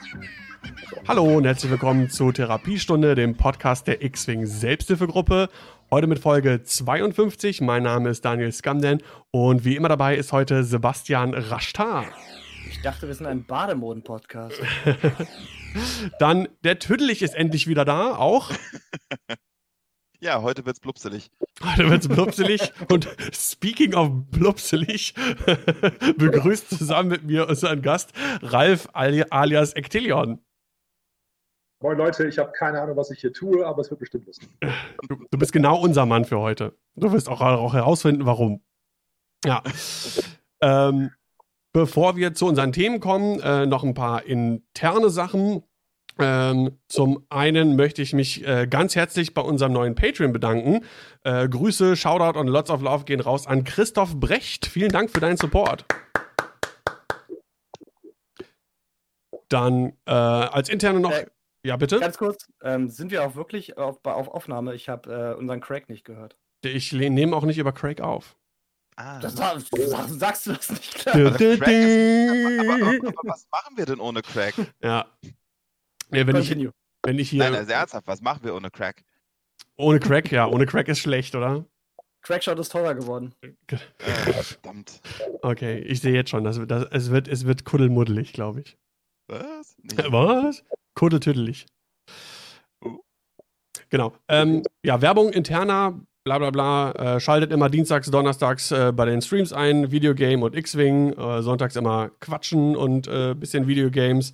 Hallo und herzlich willkommen zu Therapiestunde, dem Podcast der X-Wing Selbsthilfegruppe. Heute mit Folge 52. Mein Name ist Daniel Skamden und wie immer dabei ist heute Sebastian Raschtar. Ich dachte, wir sind ein Bademoden-Podcast. Dann der Tüddelich ist endlich wieder da, auch. Ja, heute wird's blubselig. Heute wird's blubselig. Und speaking of blubselig, begrüßt zusammen mit mir unseren Gast Ralf alias Ektelion. Moin Leute, ich habe keine Ahnung, was ich hier tue, aber es wird bestimmt lustig. Du bist genau unser Mann für heute. Du wirst auch herausfinden, warum. Ja. Bevor wir zu unseren Themen kommen, noch ein paar interne Sachen. Zum einen möchte ich mich ganz herzlich bei unserem neuen Patreon bedanken. Grüße, Shoutout und Lots of Love gehen raus an Christoph Brecht. Vielen Dank für deinen Support. Dann als interne noch... Ja, bitte? Ganz kurz, sind wir auch wirklich auf Aufnahme? Ich habe unseren Craig nicht gehört. Ich nehme auch nicht über Craig auf. Sagst du das nicht klar? Aber was machen wir denn ohne Craig? Ja. Nee, wenn ich hier... Nein, also ernsthaft, was machen wir ohne Craig? Ohne Craig, ja. Ohne Craig ist schlecht, oder? Crackshot ist teurer geworden. Verdammt. Okay, ich sehe jetzt schon, es wird kuddelmuddelig, glaube ich. Was? Nee. Was? Kuddeltüdelig. Genau. Ja, Werbung interner, bla bla bla. Schaltet immer dienstags, donnerstags bei den Streams ein, Videogame und X-Wing. Sonntags immer quatschen und bisschen Videogames.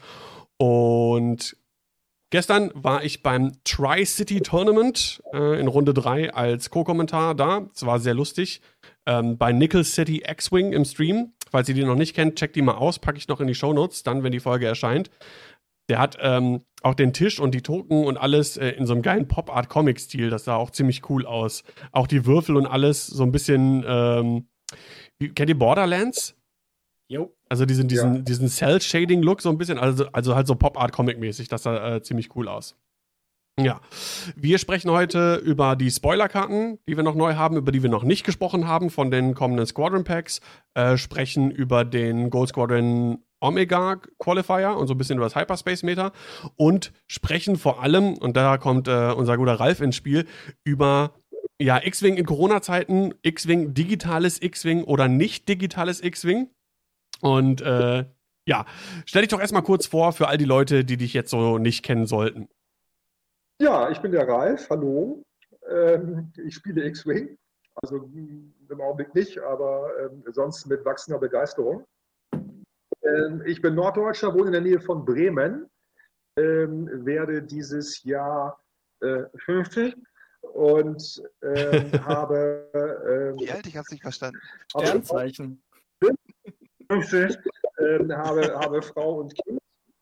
Und gestern war ich beim Tri-City Tournament in Runde 3 als Co-Kommentar da. Es war sehr lustig. Bei Nickel City X-Wing im Stream. Falls ihr die noch nicht kennt, checkt die mal aus. Packe ich noch in die Shownotes, dann, wenn die Folge erscheint. Der hat auch den Tisch und die Token und alles in so einem geilen Pop-Art-Comic-Stil. Das sah auch ziemlich cool aus. Auch die Würfel und alles so ein bisschen, kennt ihr Borderlands? Jo. Also diesen Cell-Shading-Look so ein bisschen, also halt so Pop-Art-Comic-mäßig. Das sah ziemlich cool aus. Ja, wir sprechen heute über die Spoilerkarten, die wir noch neu haben, über die wir noch nicht gesprochen haben von den kommenden Squadron Packs, sprechen über den Gold Squadron Omega Qualifier und so ein bisschen über das Hyperspace Meter und sprechen vor allem, und da kommt unser guter Ralf ins Spiel, über ja, X-Wing in Corona-Zeiten, X-Wing, digitales X-Wing oder nicht digitales X-Wing. Und ja, stell dich doch erstmal kurz vor für all die Leute, die dich jetzt so nicht kennen sollten. Ja, ich bin der Ralf, hallo. Ich spiele X-Wing, also im Augenblick nicht, aber sonst mit wachsender Begeisterung. Ich bin Norddeutscher, wohne in der Nähe von Bremen, werde dieses Jahr 50 und habe... Wie alt? Ich hab's nicht verstanden. Sternzeichen. 50, habe Frau und Kind.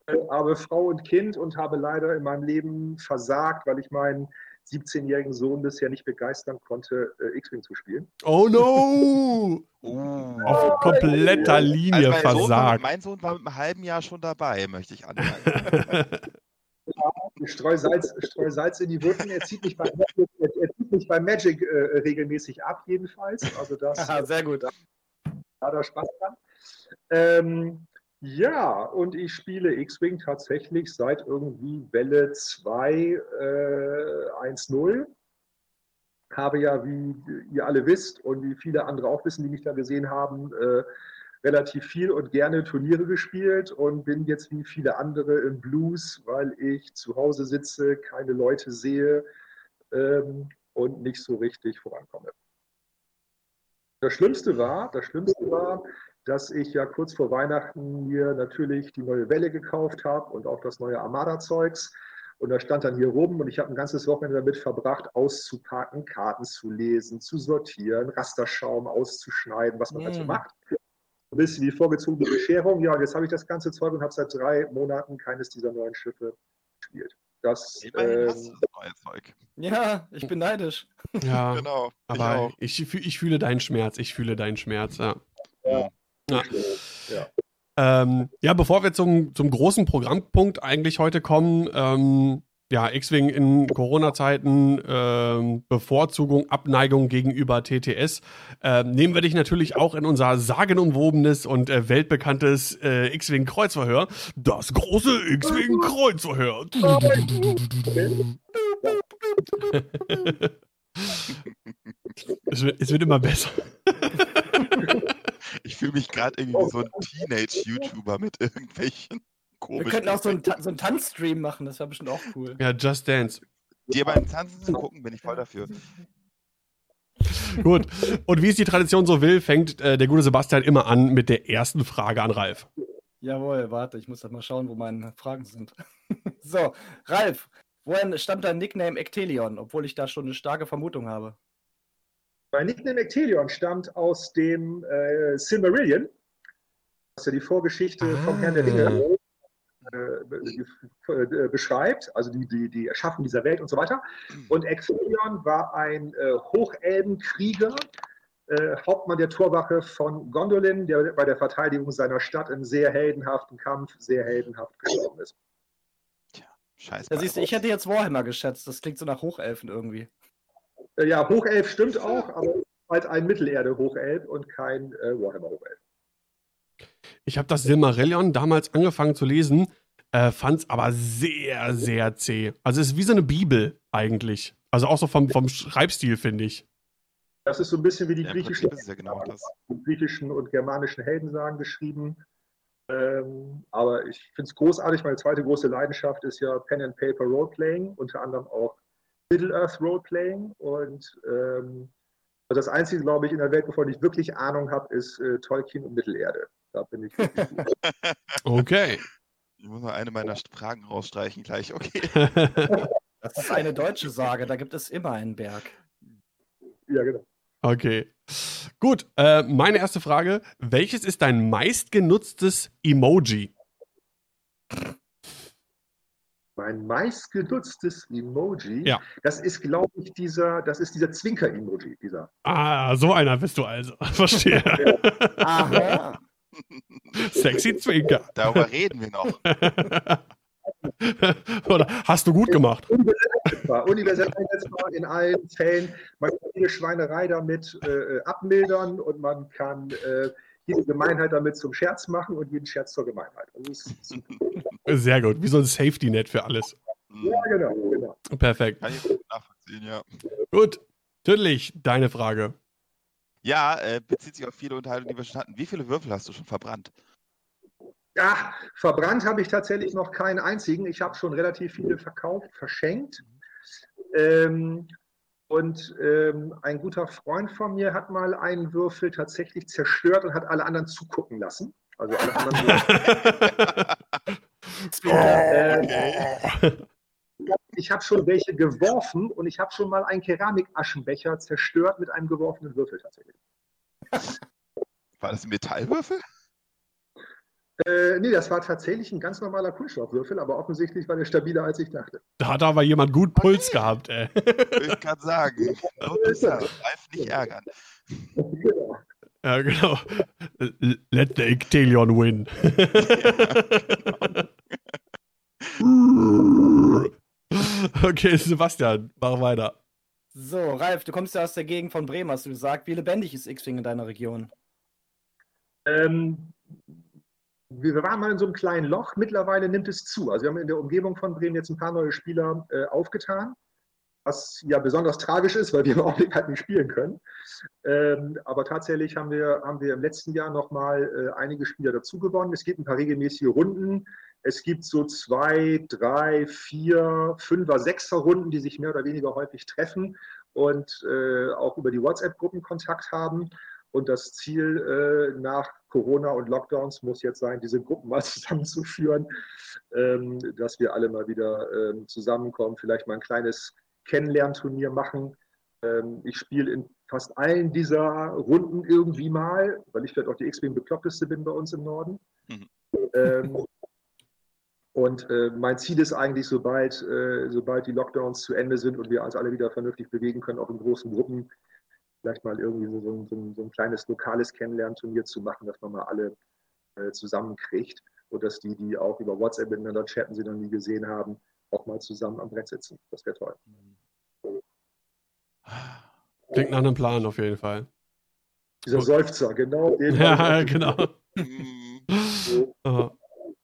Und habe leider in meinem Leben versagt, weil ich meinen 17-jährigen Sohn bisher nicht begeistern konnte, X-Wing zu spielen. Oh no! Auf kompletter Linie versagt. Mein Sohn war mit einem halben Jahr schon dabei, möchte ich anmerken. Ich streue Salz in die Wunden. Er zieht mich bei Magic regelmäßig ab, jedenfalls. Also das sehr gut. Hat er Spaß dran. Ja, und ich spiele X-Wing tatsächlich seit irgendwie Welle 2 1.0. Habe ja, wie ihr alle wisst und wie viele andere auch wissen, die mich da gesehen haben, relativ viel und gerne Turniere gespielt und bin jetzt wie viele andere im Blues, weil ich zu Hause sitze, keine Leute sehe und nicht so richtig vorankomme. Das Schlimmste war, dass ich ja kurz vor Weihnachten mir natürlich die neue Welle gekauft habe und auch das neue Armada-Zeugs. Und da stand dann hier rum und ich habe ein ganzes Wochenende damit verbracht, auszupacken, Karten zu lesen, zu sortieren, Rasterschaum auszuschneiden, was man halt so macht. Ein bisschen die vorgezogene Bescherung. Ja, jetzt habe ich das ganze Zeug und habe seit 3 Monaten keines dieser neuen Schiffe gespielt. Das, Immerhin hast du das neue Zeug. Ja, ich bin neidisch. Ja, Genau. aber ich fühle deinen Schmerz. Ich fühle deinen Schmerz, ja. Ja, bevor wir zum großen Programmpunkt eigentlich heute kommen, ja, X-Wing in Corona-Zeiten, Bevorzugung, Abneigung gegenüber TTS. Nehmen wir dich natürlich auch in unser sagenumwobenes und weltbekanntes X-Wing-Kreuzverhör. Das große X-Wing-Kreuzverhör. Es wird immer besser. Ich fühle mich gerade irgendwie wie so ein Teenage-YouTuber mit irgendwelchen Wir komischen. könnten auch so einen Tanzstream machen, das wäre bestimmt auch cool. Ja, Just Dance. Dir beim Tanzen zu gucken, bin ich voll dafür. Gut. Und wie es die Tradition so will, fängt der gute Sebastian immer an mit der ersten Frage an Ralf. Jawohl, warte, ich muss halt mal schauen, wo meine Fragen sind. So, Ralf, woher stammt dein Nickname Ectelion, obwohl ich da schon eine starke Vermutung habe? Mein Nickname Ectelion stammt aus dem Silmarillion, was ja die Vorgeschichte vom Herrn der Ringe beschreibt, also die Erschaffung dieser Welt und so weiter. Und Ectelion war ein Hochelbenkrieger, Hauptmann der Torwache von Gondolin, der bei der Verteidigung seiner Stadt im sehr heldenhaften Kampf sehr heldenhaft gestorben ist. Tja, scheiße. Ja, siehst du, ich hätte jetzt Warhammer geschätzt, das klingt so nach Hochelfen irgendwie. Ja, Hochelf stimmt auch, aber es ist halt ein Mittelerde-Hochelf und kein Warhammer-Hochelf. Ich habe das Silmarillion damals angefangen zu lesen, fand es aber sehr, sehr zäh. Also es ist wie so eine Bibel eigentlich. Also auch so vom Schreibstil, finde ich. Das ist so ein bisschen wie die Ja, im griechischen, Prinzip ist es ja genau das. griechischen und germanischen Heldensagen geschrieben. Aber ich finde es großartig. Meine zweite große Leidenschaft ist ja Pen and Paper Roleplaying, unter anderem auch Middle-earth Roleplaying. Und also das Einzige, glaube ich, in der Welt, wovon ich wirklich Ahnung habe, ist Tolkien und Mittelerde. Da bin ich wirklich gut. Okay. Ich muss mal eine meiner Fragen rausstreichen gleich, okay. Das ist eine deutsche Sage, da gibt es immer einen Berg. Ja, genau. Okay. Gut, meine erste Frage. Welches ist dein meistgenutztes Emoji? Mein meistgenutztes Emoji, Ja. das ist, glaube ich, dieser Zwinker-Emoji. Ah, so einer bist du also. Verstehe. Aha. Sexy Zwinker. Darüber reden wir noch. Oder hast du gut gemacht? Universell einsetzbar in allen Fällen. Man kann jede Schweinerei damit abmildern und man kann jede Gemeinheit damit zum Scherz machen und jeden Scherz zur Gemeinheit. Also Sehr gut. Wie so ein Safety-Net für alles. ja, genau. Perfekt. Kann ich gut nachvollziehen, ja. Gut. Natürlich, deine Frage. Ja, bezieht sich auf viele Unterhaltungen, die wir schon hatten. Wie viele Würfel hast du schon verbrannt? Ja, verbrannt habe ich tatsächlich noch keinen einzigen. Ich habe schon relativ viele verkauft, verschenkt. Ein guter Freund von mir hat mal einen Würfel tatsächlich zerstört und hat alle anderen zugucken lassen. Also alle anderen. Ich habe schon welche geworfen und ich habe schon mal einen Keramisaschenbecher zerstört mit einem geworfenen Würfel tatsächlich. War das ein Metallwürfel? Nee, das war tatsächlich ein ganz normaler Kunststoffwürfel, aber offensichtlich war der stabiler, als ich dachte. Da hat aber jemand gut Puls gehabt, ey. Ich kann sagen. Live nicht ärgern. Genau. Ja, genau. Let the Ectelion win. Okay, Sebastian, mach weiter. So, Ralf, du kommst ja aus der Gegend von Bremen, hast du gesagt. Wie lebendig ist X-Wing in deiner Region? Wir waren mal in so einem kleinen Loch. Mittlerweile nimmt es zu. Also wir haben in der Umgebung von Bremen jetzt ein paar neue Spieler aufgetan, was ja besonders tragisch ist, weil wir im Augenblick halt nicht spielen können. Aber tatsächlich haben wir im letzten Jahr nochmal einige Spieler dazu gewonnen. Es gibt ein paar regelmäßige Runden. Es gibt so 2, 3, 4, 5er, 6er Runden, die sich mehr oder weniger häufig treffen und auch über die WhatsApp-Gruppen Kontakt haben. Und das Ziel nach Corona und Lockdowns muss jetzt sein, diese Gruppen mal zusammenzuführen, dass wir alle mal wieder zusammenkommen, vielleicht mal ein kleines Kennenlernturnier machen. Ich spiele in fast allen dieser Runden irgendwie mal, weil ich vielleicht auch die X-Wing bekloppteste bin bei uns im Norden. Und mein Ziel ist eigentlich, sobald die Lockdowns zu Ende sind und wir uns alle wieder vernünftig bewegen können, auch in großen Gruppen, vielleicht mal irgendwie so ein kleines lokales Kennenlernturnier zu machen, dass man mal alle zusammenkriegt und dass die auch über WhatsApp miteinander chatten, sie noch nie gesehen haben, auch mal zusammen am Brett sitzen. Das wäre toll. Klingt nach einem Plan auf jeden Fall. Dieser Gut. Seufzer, genau. Den Ja, genau. Aha.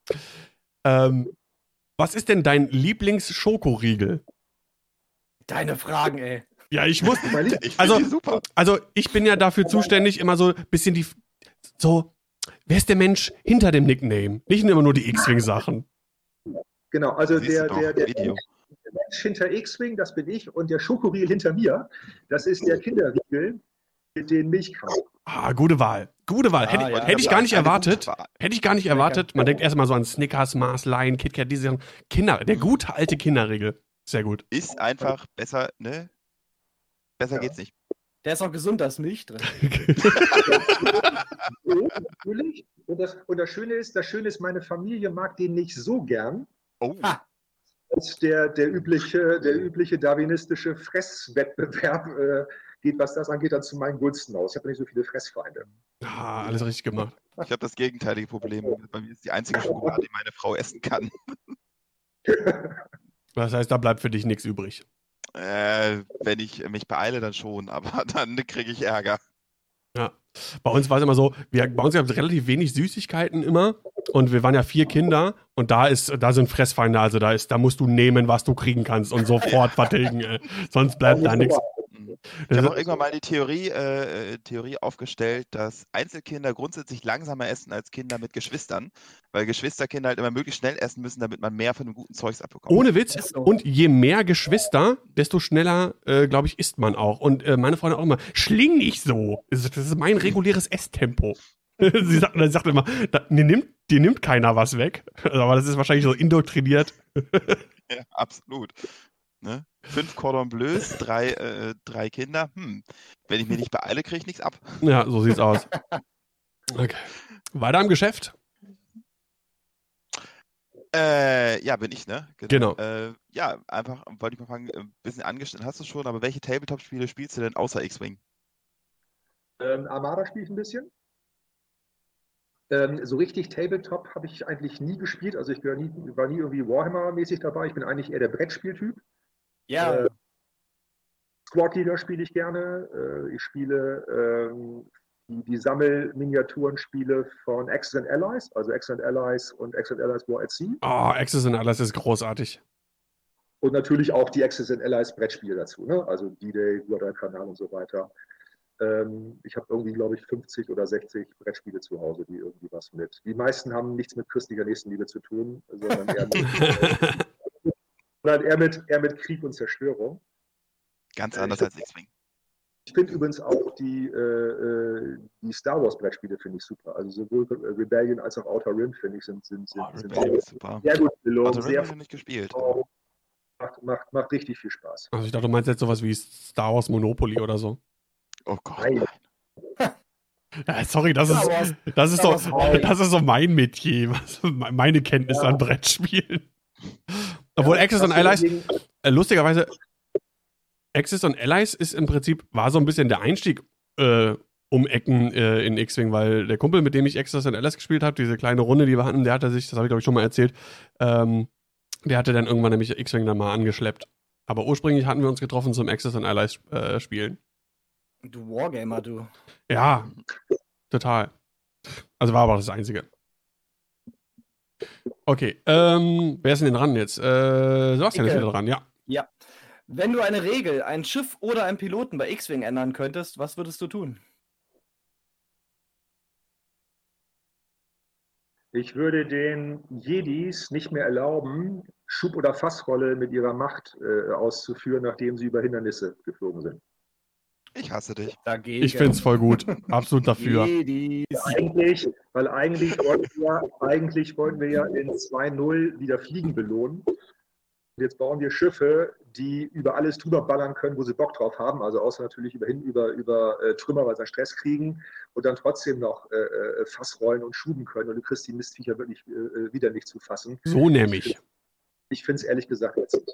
Was ist denn dein Lieblings-Schokoriegel? Deine Fragen, ey. Ja, ich muss. Ich finde die super. Also, ich bin ja dafür zuständig, immer so ein bisschen wer ist der Mensch hinter dem Nickname? Nicht immer nur die X-Wing-Sachen. Genau, also Siehst du der doch, Video. Mensch hinter X-Wing, das bin ich, und der Schokoriegel hinter mir, das ist der Kinderriegel mit den Milchkauen. Ah, gute Wahl. Gute Wahl. Hätte ich gar nicht erwartet. Hätte ich gar nicht erwartet. Man denkt erstmal so an Snickers, Mars, Lion, KitKat, diese Sachen. Der gute alte Kinderriegel. Sehr gut. Ist einfach besser, ne? Besser geht's nicht. Der ist auch gesund, da ist Milch drin. So, natürlich. Und das Schöne ist, meine Familie mag den nicht so gern. Oh. Als der übliche darwinistische Fresswettbewerb geht, was das angeht, dann zu meinen Gunsten aus. Ich habe nicht so viele Fressfeinde. Ah, alles richtig gemacht. Ich habe das gegenteilige Problem. Bei mir ist die einzige Schokolade, die meine Frau essen kann. Das heißt, da bleibt für dich nichts übrig. Wenn ich mich beeile, dann schon, aber dann kriege ich Ärger. Ja. Bei uns war es immer so, bei uns gab es relativ wenig Süßigkeiten immer und wir waren ja 4 Kinder und da sind Fressfeinde, also da musst du nehmen, was du kriegen kannst und sofort vertilgen, sonst bleibt da nichts. Ich habe auch irgendwann mal die Theorie aufgestellt, dass Einzelkinder grundsätzlich langsamer essen als Kinder mit Geschwistern, weil Geschwisterkinder halt immer möglichst schnell essen müssen, damit man mehr von dem guten Zeugs abbekommt. Ohne Witz. Und je mehr Geschwister, desto schneller, glaube ich, isst man auch. Und meine Freundin auch immer, schling nicht so. Das ist mein reguläres Esstempo. Sie sagt immer, dir nimmt keiner was weg. Aber das ist wahrscheinlich so indoktriniert. Ja, absolut. Ne? 5 Cordon Bleus, 3 Kinder. Wenn ich mich nicht beeile, kriege ich nichts ab. Ja, so sieht's aus. Okay. Weiter im Geschäft? Ja, bin ich, ne? Genau. Ja, einfach, wollte ich mal fragen, ein bisschen angeschnitten hast du schon, aber welche Tabletop-Spiele spielst du denn außer X-Wing? Armada spiele ich ein bisschen. So richtig Tabletop habe ich eigentlich nie gespielt. Also ich war nie irgendwie Warhammer-mäßig dabei. Ich bin eigentlich eher der Brettspieltyp. Ja. Squad Leader spiele ich gerne. Ich spiele die Sammel-Miniaturenspiele von Axis and Allies, also Axis and Allies und Axis and Allies War at Sea. Oh, Axis and Allies ist großartig. Und natürlich auch die Axis and Allies Brettspiele dazu, ne? Also D-Day, Guadalcanal und so weiter. Ich habe irgendwie, glaube ich, 50 oder 60 Brettspiele zu Hause, die irgendwie was mit. Die meisten haben nichts mit christlicher Nächstenliebe zu tun, sondern eher mit Krieg und Zerstörung. Ganz anders als X-Wing. Ich finde übrigens auch die Star Wars Brettspiele finde ich super. Also sowohl Rebellion als auch Outer Rim finde ich sind Rebellion ist super. sehr gut gelungen. Outer Rim habe ich nicht gespielt. Macht richtig viel Spaß. Also ich dachte, du meinst jetzt sowas wie Star Wars Monopoly oder so. Oh Gott. Nein. Ja, sorry, das ist so mein Metier, meine Kenntnis an Brettspielen. Obwohl Axis and Allies, lustigerweise, Axis and Allies ist im Prinzip, war so ein bisschen der Einstieg um Ecken in X-Wing, weil der Kumpel, mit dem ich Axis and Allies gespielt habe, diese kleine Runde, die wir hatten, der hatte sich, das habe ich glaube ich schon mal erzählt, der hatte dann irgendwann nämlich X-Wing dann mal angeschleppt. Aber ursprünglich hatten wir uns getroffen zum Axis and Allies spielen. Du Wargamer, du. Ja, total. Also war aber das Einzige. Okay, wer ist denn dran jetzt? Sebastian ist wieder dran, ja. Ja. Wenn du eine Regel, ein Schiff oder einen Piloten bei X-Wing ändern könntest, was würdest du tun? Ich würde den Jedis nicht mehr erlauben, Schub- oder Fassrolle mit ihrer Macht auszuführen, nachdem sie über Hindernisse geflogen sind. Ich hasse dich. Dagegen. Ich finde es voll gut. Absolut dafür. Jedis. Eigentlich wollten wir ja in 2.0 wieder Fliegen belohnen. Und jetzt bauen wir Schiffe, die über alles drüber ballern können, wo sie Bock drauf haben. Also außer natürlich über Trümmer, weil sie Stress kriegen und dann trotzdem noch Fassrollen und schuben können. Und du kriegst die Mistviecher wirklich wieder nicht zu fassen. So nämlich. Ich finde es ehrlich gesagt ätzend.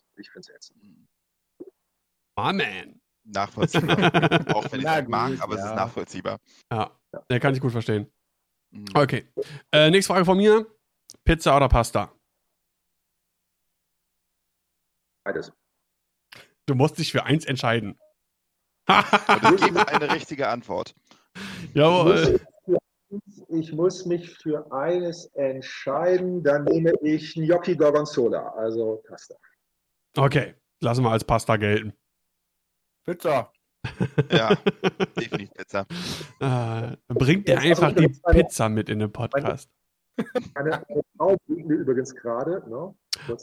Amen. Nachvollziehbar. Auch wenn ich es nicht mag, aber es ist nachvollziehbar. Ja, der kann ich gut verstehen. Okay. Nächste Frage von mir. Pizza oder Pasta? Beides. Du musst dich für eins entscheiden. Und ich gebe eine richtige Antwort. Jawohl. Ich muss mich für eines entscheiden, dann nehme ich Gnocchi Gorgonzola, also Pasta. Okay, lassen wir als Pasta gelten. Pizza. Ja, definitiv Pizza. Bringt der einfach die Pizza mit in den Podcast? Meine Frau bringt mir übrigens gerade, ne?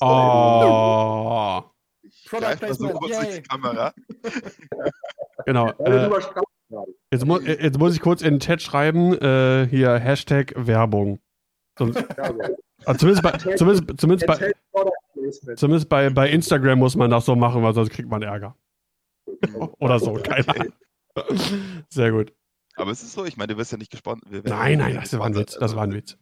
Oh. Ich Product greife mal so Placement, kurz in yay. die Kamera. Genau. Jetzt muss ich kurz in den Chat schreiben, hier Hashtag Werbung. Zumindest bei Instagram muss man das so machen, weil sonst kriegt man Ärger. Oder so, keine Ahnung. Sehr gut. Aber es ist so, ich meine, du wirst ja nicht gesponsert. Nein, das war ein Witz. Das war ein Witz.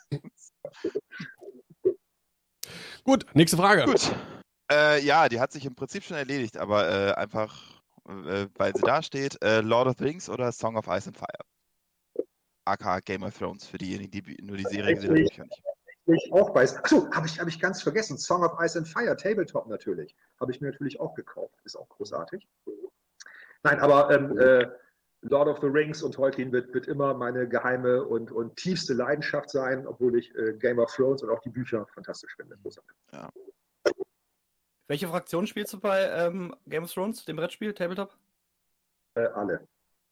Gut, nächste Frage. Gut. Ja, die hat sich im Prinzip schon erledigt, aber einfach, weil sie da steht, Lord of the Rings oder Song of Ice and Fire? aka Game of Thrones, für diejenigen, die nur die Serie gesehen haben. Ich auch weiß. Achso, habe ich ganz vergessen. Song of Ice and Fire, Tabletop natürlich. Habe ich mir natürlich auch gekauft. Ist auch großartig. Nein, aber Lord of the Rings und Tolkien wird immer meine geheime und tiefste Leidenschaft sein, obwohl ich Game of Thrones und auch die Bücher fantastisch finde. Ja. Welche Fraktion spielst du bei Game of Thrones, dem Brettspiel, Tabletop? Alle.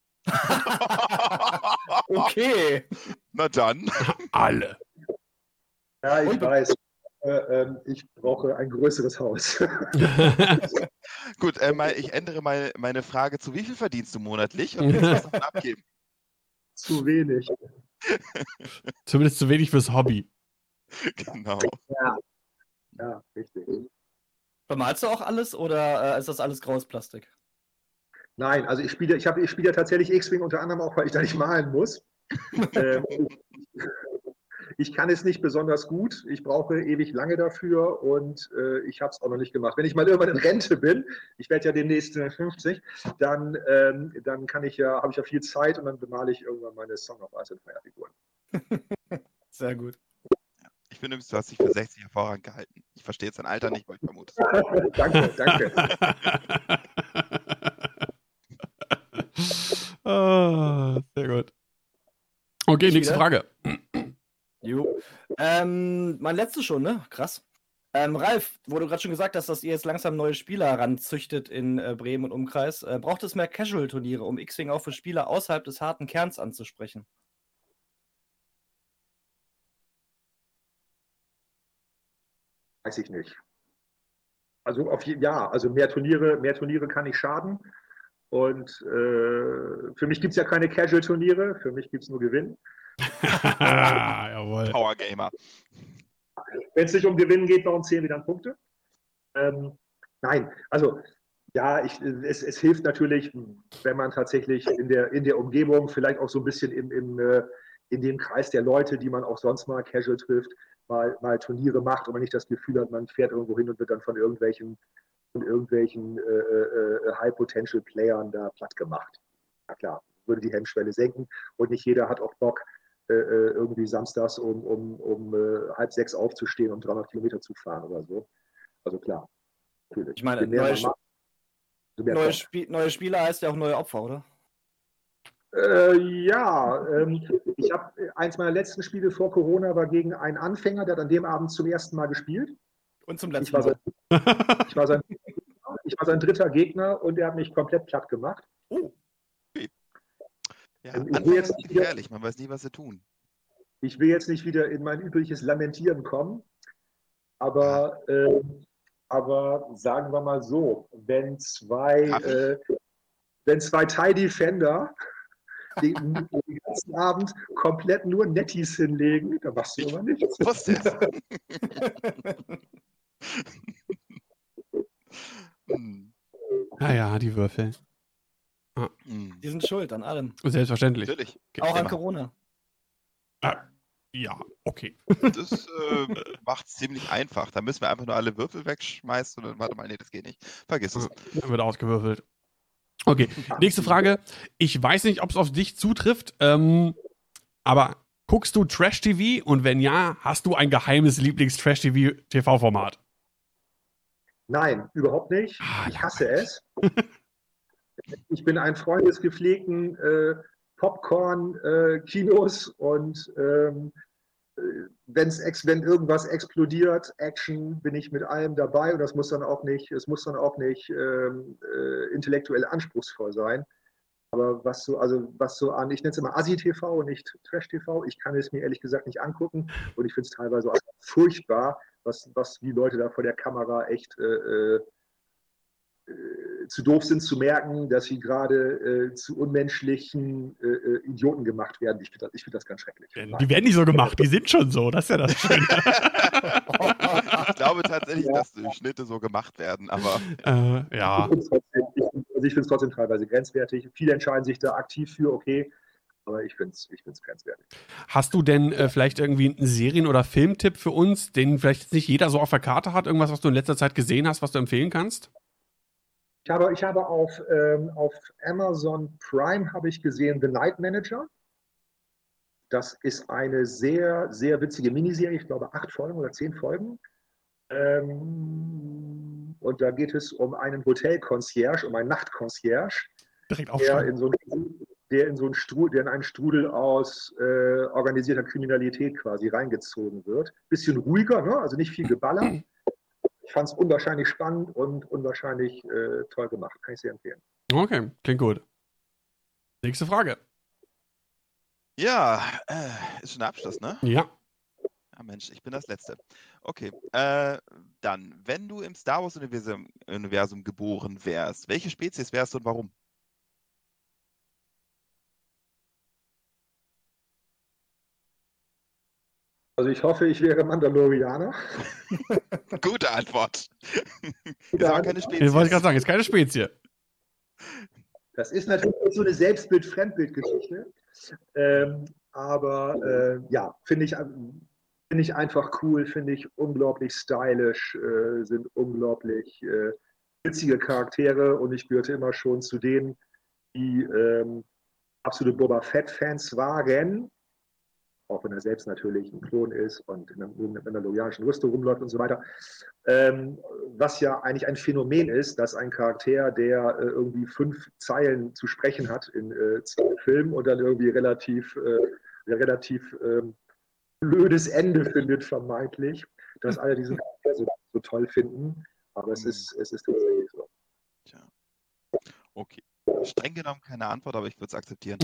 Okay. Na dann. Alle. Ja, ich weiß. Ich brauche ein größeres Haus. Gut, ich ändere meine Frage zu, wie viel verdienst du monatlich und willst du was davon abgeben? Zu wenig. Zumindest zu wenig fürs Hobby. Genau. Ja, richtig. Bemalst du auch alles oder ist das alles graues Plastik? Nein, also ich spiele ja tatsächlich X-Wing unter anderem auch, weil ich da nicht malen muss. Ich kann es nicht besonders gut. Ich brauche ewig lange dafür und ich habe es auch noch nicht gemacht. Wenn ich mal irgendwann in Rente bin, ich werde ja demnächst 50, dann habe ich ja viel Zeit und dann bemale ich irgendwann meine Song of Ice and Fire Figuren. Sehr gut. Ich finde, du hast dich für 60 hervorragend gehalten. Ich verstehe jetzt dein Alter nicht, aber ich vermute es. Danke. Sehr gut. Okay, nächste Frage. Jo. Mein letztes schon, ne? Krass. Ralf, wo du gerade schon gesagt hast, dass ihr jetzt langsam neue Spieler ranzüchtet in Bremen und Umkreis, braucht es mehr Casual-Turniere, um X-Wing auch für Spieler außerhalb des harten Kerns anzusprechen? Weiß ich nicht. Also also mehr Turniere kann nicht schaden. Und für mich gibt es ja keine Casual-Turniere, für mich gibt es nur Gewinn. Jawohl. Power Gamer. Wenn es nicht um Gewinnen geht, warum zählen wir dann Punkte? Nein, also ja, es hilft natürlich, wenn man tatsächlich in der Umgebung, vielleicht auch so ein bisschen in dem Kreis der Leute, die man auch sonst mal casual trifft, mal Turniere macht und man nicht das Gefühl hat, man fährt irgendwo hin und wird dann von irgendwelchen High-Potential-Playern da platt gemacht. Na klar, würde die Hemmschwelle senken und nicht jeder hat auch Bock, irgendwie samstags um 5:30 aufzustehen und 300 Kilometer zu fahren oder so. Also klar, natürlich. Ich meine, neue Spieler heißt ja auch neue Opfer, oder? Ich habe eins meiner letzten Spiele vor Corona war gegen einen Anfänger, der hat an dem Abend zum ersten Mal gespielt. Und zum letzten Mal. Ich war sein dritter Gegner und er hat mich komplett platt gemacht. Oh. Ja, Anfang ist gefährlich, man weiß nie, was sie tun. Ich will jetzt nicht wieder in mein übliches Lamentieren kommen, aber sagen wir mal so, wenn zwei TIE Defender den ganzen Abend komplett nur Netties hinlegen, dann machst du aber nichts. Was ist das? Ja, die Würfel. Die sind schuld an allem. Selbstverständlich. Natürlich. Auch an Corona. Ja, okay. Das macht es ziemlich einfach. Da müssen wir einfach nur alle Würfel wegschmeißen und dann, warte mal, nee, das geht nicht. Vergiss es. Dann wird ausgewürfelt. Okay, nächste Frage. Ich weiß nicht, ob es auf dich zutrifft, aber guckst du Trash-TV und wenn ja, hast du ein geheimes Lieblings-Trash-TV-TV-Format? Nein, überhaupt nicht. Ich hasse es. Ich bin ein Freund des gepflegten Popcorn-Kinos und wenn irgendwas explodiert, Action, bin ich mit allem dabei und es muss dann auch nicht intellektuell anspruchsvoll sein. Aber was so an, ich nenne es immer Assi-TV und nicht Trash-TV, ich kann es mir ehrlich gesagt nicht angucken und ich finde es teilweise auch furchtbar, wie Leute da vor der Kamera echt zu doof sind zu merken, dass sie gerade zu unmenschlichen Idioten gemacht werden. Ich finde das ganz schrecklich. Die werden nicht so gemacht, die sind schon so, das ist ja das Schöne. Ich glaube tatsächlich, dass die Schnitte so gemacht werden, aber ja. Ich finde es trotzdem teilweise grenzwertig. Viele entscheiden sich da aktiv für, okay, aber ich finde es grenzwertig. Hast du denn vielleicht irgendwie einen Serien- oder Filmtipp für uns, den vielleicht nicht jeder so auf der Karte hat? Irgendwas, was du in letzter Zeit gesehen hast, was du empfehlen kannst? Ich habe auf Amazon Prime habe ich gesehen The Night Manager. Das ist eine sehr, sehr witzige Miniserie, ich glaube 8 Folgen oder 10 Folgen. Und da geht es um einen Hotel-Concierge, um einen Nacht-Concierge, Direkt der aufschreiben. in einen Strudel aus organisierter Kriminalität quasi reingezogen wird. Bisschen ruhiger, ne? Also nicht viel Geballer. Ich fand es unwahrscheinlich spannend und unwahrscheinlich toll gemacht. Kann ich sehr empfehlen. Okay, klingt gut. Nächste Frage. ja, ist schon der Abschluss, ne? Ja. Ah, Mensch, ich bin das Letzte. Okay, dann, wenn du im Star Wars-Universum geboren wärst, welche Spezies wärst du und warum? Also ich hoffe, ich wäre Mandalorianer. Gute Antwort. Ist Gute aber keine Das Spezies. wollte ich gerade sagen, ist keine Spezie. Das ist natürlich so eine Selbstbild-Fremdbild-Geschichte. Aber ja, finde ich einfach cool, finde ich unglaublich stylisch, sind unglaublich witzige Charaktere und ich gehörte immer schon zu denen, die absolute Boba Fett-Fans waren, auch wenn er selbst natürlich ein Klon ist und in einer mandalorianischen Rüstung rumläuft und so weiter. Was ja eigentlich ein Phänomen ist, dass ein Charakter, der irgendwie 5 Zeilen zu sprechen hat in 2 Filmen und dann irgendwie relativ blödes Ende findet, vermeintlich, dass alle diesen Charakter so toll finden. Aber es ist tatsächlich so. Tja. Okay. Streng genommen keine Antwort, aber ich würde es akzeptieren.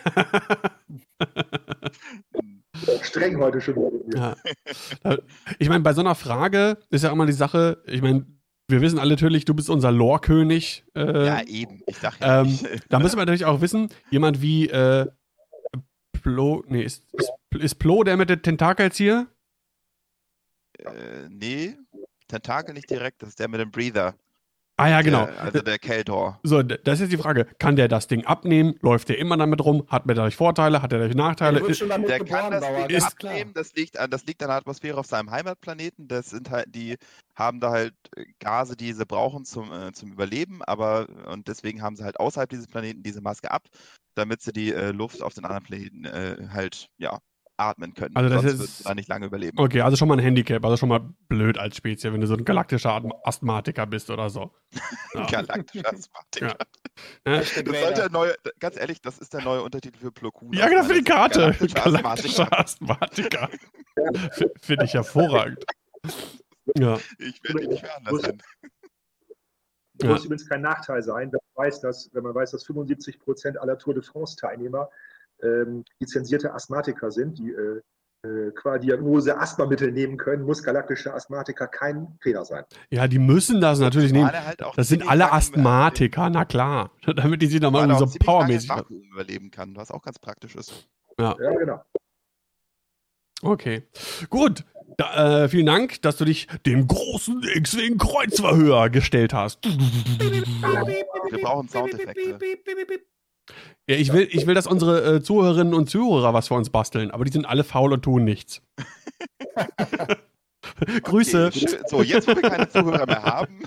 Streng heute schon wieder. Ja. Ich meine, bei so einer Frage ist ja immer die Sache, ich meine, wir wissen alle natürlich, du bist unser Lore-König. Ja, eben. Ich sag ja nicht. Da müssen wir natürlich auch wissen, jemand wie Plo, nee, ist Plo der mit den Tentakels hier? Nee, Tentakel nicht direkt, das ist der mit dem Breather. Ah ja, genau. Also der Keldor. So, das ist jetzt die Frage. Kann der das Ding abnehmen? Läuft der immer damit rum? Hat der dadurch Vorteile? Hat der dadurch Nachteile? Der wird schon damit Der geboren, kann das Bauer, Ding ganz klar. abnehmen, das liegt an der Atmosphäre auf seinem Heimatplaneten. Das sind halt, die haben da halt Gase, die sie brauchen zum Überleben, und deswegen haben sie halt außerhalb dieses Planeten diese Maske ab, damit sie die Luft auf den anderen Planeten halt, ja, atmen können. Also das Sonst ist- würden sie da nicht lange überleben. Okay, also schon mal ein Handicap, also schon mal blöd als Spezies, wenn du so ein galaktischer Asthmatiker bist oder so. Ja. Galaktischer Asthmatiker. Ja. Das sollte der neue, ganz ehrlich, das ist der neue Untertitel für Plo Koon. Ja, genau, für die Karte. Galaktischer Galaktischer Asthmatiker. Finde ich hervorragend. Ja. Ich werde ihn nicht mehr anders nennen. Das Ja. muss übrigens kein Nachteil sein, wenn man weiß, dass 75% aller Tour de France-Teilnehmer lizenzierte Asthmatiker sind, die qua Diagnose Asthmamittel nehmen können, muss galaktischer Asthmatiker kein Fehler sein. Ja, die müssen das natürlich nehmen. Zumal er halt auch Das sind ziemlich alle lange Asthmatiker, na klar. Damit die sich nochmal weil er irgendwie auch so ziemlich lange powermäßig. im Vakuum überleben kann, was auch ganz praktisch ist. Ja, genau. Okay. Gut. Vielen Dank, dass du dich dem großen X-Wing-Kreuzverhör gestellt hast. Wir brauchen Soundeffekte. Ja, ich will, dass unsere Zuhörerinnen und Zuhörer was für uns basteln, aber die sind alle faul und tun nichts. Grüße. Okay, schön. So, jetzt, wo wir keine Zuhörer mehr haben.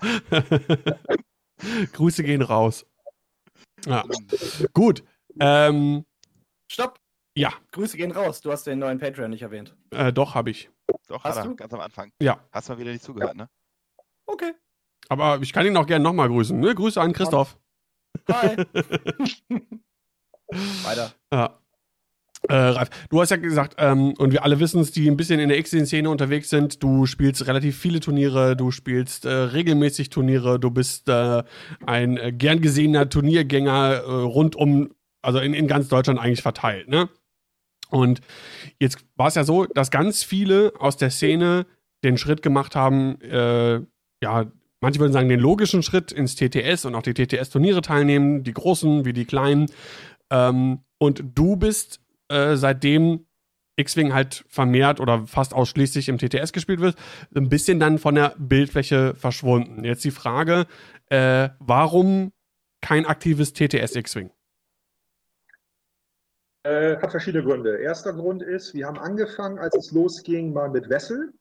Grüße gehen raus. Ja. Gut. Stopp! Ja, Grüße gehen raus. Du hast den neuen Patreon nicht erwähnt. doch, habe ich. Doch, Hast hat er, du? ganz am Anfang. Ja. Hast mal wieder nicht zugehört, ne? Okay. Aber ich kann ihn auch gerne nochmal grüßen. Ne? Grüße an Christoph. Hi. Weiter. Ja. Ralf, du hast ja gesagt, und wir alle wissen es, die ein bisschen in der X-Szene unterwegs sind, du spielst relativ viele Turniere, du spielst regelmäßig Turniere, du bist ein gern gesehener Turniergänger rund um, also in ganz Deutschland eigentlich verteilt, ne? Und jetzt war es ja so, dass ganz viele aus der Szene den Schritt gemacht haben, ja, manche würden sagen, den logischen Schritt ins TTS und auch die TTS-Turniere teilnehmen, die großen wie die kleinen. Und du bist seitdem X-Wing halt vermehrt oder fast ausschließlich im TTS gespielt wird, ein bisschen dann von der Bildfläche verschwunden. Jetzt die Frage, warum kein aktives TTS X-Wing? Hat verschiedene Gründe. Erster Grund ist, wir haben angefangen, als es losging, mal mit Wessel.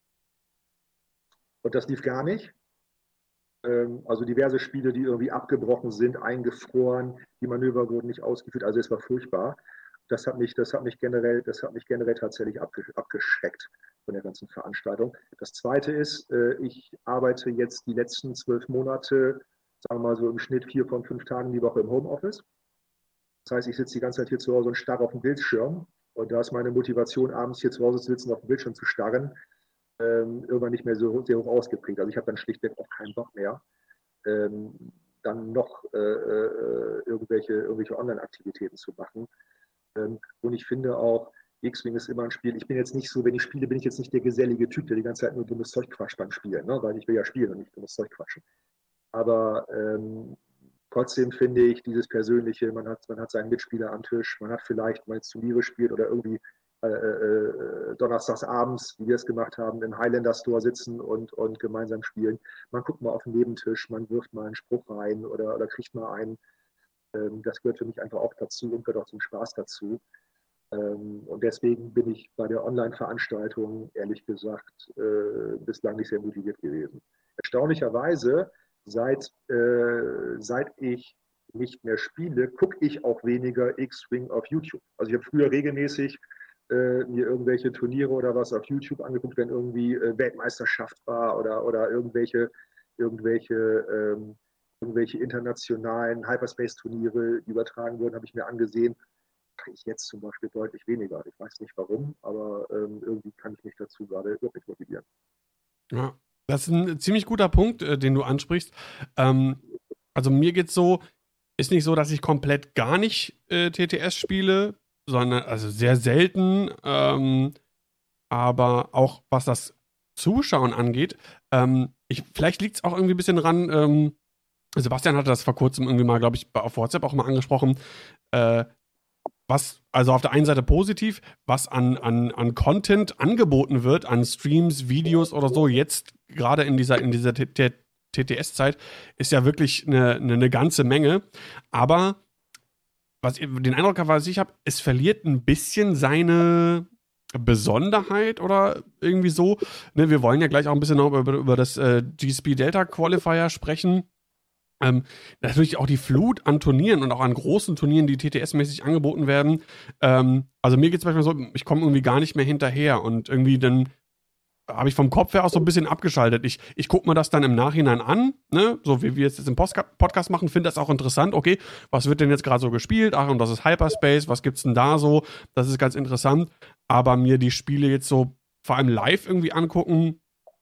Und das lief gar nicht. Also diverse Spiele, die irgendwie abgebrochen sind, eingefroren, die Manöver wurden nicht ausgeführt. Also es war furchtbar. Das hat mich generell tatsächlich abgeschreckt von der ganzen Veranstaltung. Das Zweite ist, ich arbeite jetzt die letzten 12 Monate, sagen wir mal so im Schnitt 4 von 5 Tagen die Woche im Homeoffice. Das heißt, ich sitze die ganze Zeit hier zu Hause und starre auf den Bildschirm. Und da ist meine Motivation, abends hier zu Hause zu sitzen, auf den Bildschirm zu starren, irgendwann nicht mehr so sehr hoch ausgeprägt. Also ich habe dann schlichtweg auch keinen Bock mehr, dann noch irgendwelche Online-Aktivitäten zu machen. Und ich finde auch, X-Wing ist immer ein Spiel. Ich bin jetzt nicht so, wenn ich spiele, bin ich jetzt nicht der gesellige Typ, der die ganze Zeit nur dummes Zeug quatscht beim Spielen, ne? Weil ich will ja spielen und nicht dummes Zeug quatschen. Aber trotzdem finde ich dieses Persönliche, man hat seinen Mitspieler am Tisch, man hat vielleicht mal Turniere spielt oder irgendwie donnerstags abends, wie wir es gemacht haben, im Highlander Store sitzen und gemeinsam spielen. Man guckt mal auf den Nebentisch, man wirft mal einen Spruch rein oder kriegt mal einen. Das gehört für mich einfach auch dazu und gehört auch zum Spaß dazu. Und deswegen bin ich bei der Online-Veranstaltung, ehrlich gesagt, bislang nicht sehr motiviert gewesen. Erstaunlicherweise, seit ich nicht mehr spiele, gucke ich auch weniger X-Wing auf YouTube. Also ich habe früher regelmäßig mir irgendwelche Turniere oder was auf YouTube angeguckt, wenn irgendwie Weltmeisterschaft war oder irgendwelche internationalen Hyperspace-Turniere, die übertragen wurden, habe ich mir angesehen. Mache ich jetzt zum Beispiel deutlich weniger. Ich weiß nicht warum, aber irgendwie kann ich mich dazu gerade überhaupt nicht motivieren. Ja, das ist ein ziemlich guter Punkt, den du ansprichst. Also mir geht's so, ist nicht so, dass ich komplett gar nicht TTS spiele, sondern also sehr selten, aber auch was das Zuschauen angeht, vielleicht liegt es auch irgendwie ein bisschen dran, Sebastian hatte das vor kurzem irgendwie mal, glaube ich, auf WhatsApp auch mal angesprochen, was, also auf der einen Seite positiv, was an Content angeboten wird, an Streams, Videos oder so, jetzt gerade in dieser TTS-Zeit, ist ja wirklich eine ganze Menge. Aber den Eindruck habe, was ich habe, es verliert ein bisschen seine Besonderheit oder irgendwie so. Ne, wir wollen ja gleich auch ein bisschen noch über das GSP Delta Qualifier sprechen. Natürlich auch die Flut an Turnieren und auch an großen Turnieren, die TTS-mäßig angeboten werden. Also mir geht es manchmal so, ich komme irgendwie gar nicht mehr hinterher und irgendwie dann habe ich vom Kopf her auch so ein bisschen abgeschaltet. Ich gucke mir das dann im Nachhinein an, ne? So wie wir jetzt im Podcast machen, finde das auch interessant. Okay, was wird denn jetzt gerade so gespielt? Ach, und das ist Hyperspace, was gibt's denn da so? Das ist ganz interessant. Aber mir die Spiele jetzt so vor allem live irgendwie angucken,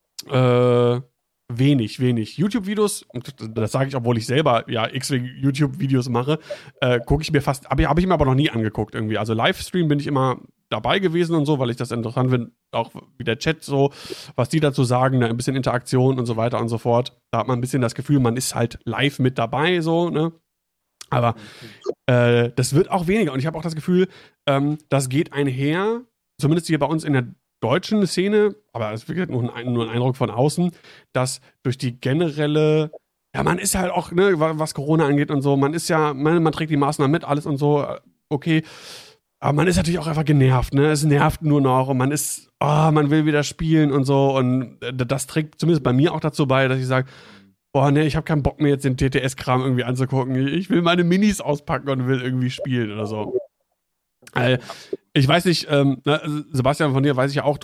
wenig. YouTube-Videos, und das sage ich, obwohl ich selber ja X-Wing YouTube-Videos mache, gucke ich mir fast, habe ich mir aber noch nie angeguckt irgendwie. Also Livestream bin ich immer dabei gewesen und so, weil ich das interessant finde, auch wie der Chat so, was die dazu sagen, ne, ein bisschen Interaktion und so weiter und so fort. Da hat man ein bisschen das Gefühl, man ist halt live mit dabei, so, ne? Aber das wird auch weniger und ich habe auch das Gefühl, das geht einher, zumindest hier bei uns in der deutschen Szene, aber es ist wirklich nur ein Eindruck von außen, dass durch die generelle, ja, man ist halt auch, ne, was Corona angeht und so, man ist ja, man trägt die Maßnahmen mit, alles und so, okay, aber man ist natürlich auch einfach genervt, ne, es nervt nur noch und man ist, man will wieder spielen und so und das trägt zumindest bei mir auch dazu bei, dass ich sage, boah, ne, ich habe keinen Bock mehr jetzt den TTS-Kram irgendwie anzugucken, ich will meine Minis auspacken und will irgendwie spielen oder so. Ich weiß nicht, Sebastian, von dir weiß ich ja auch, du hast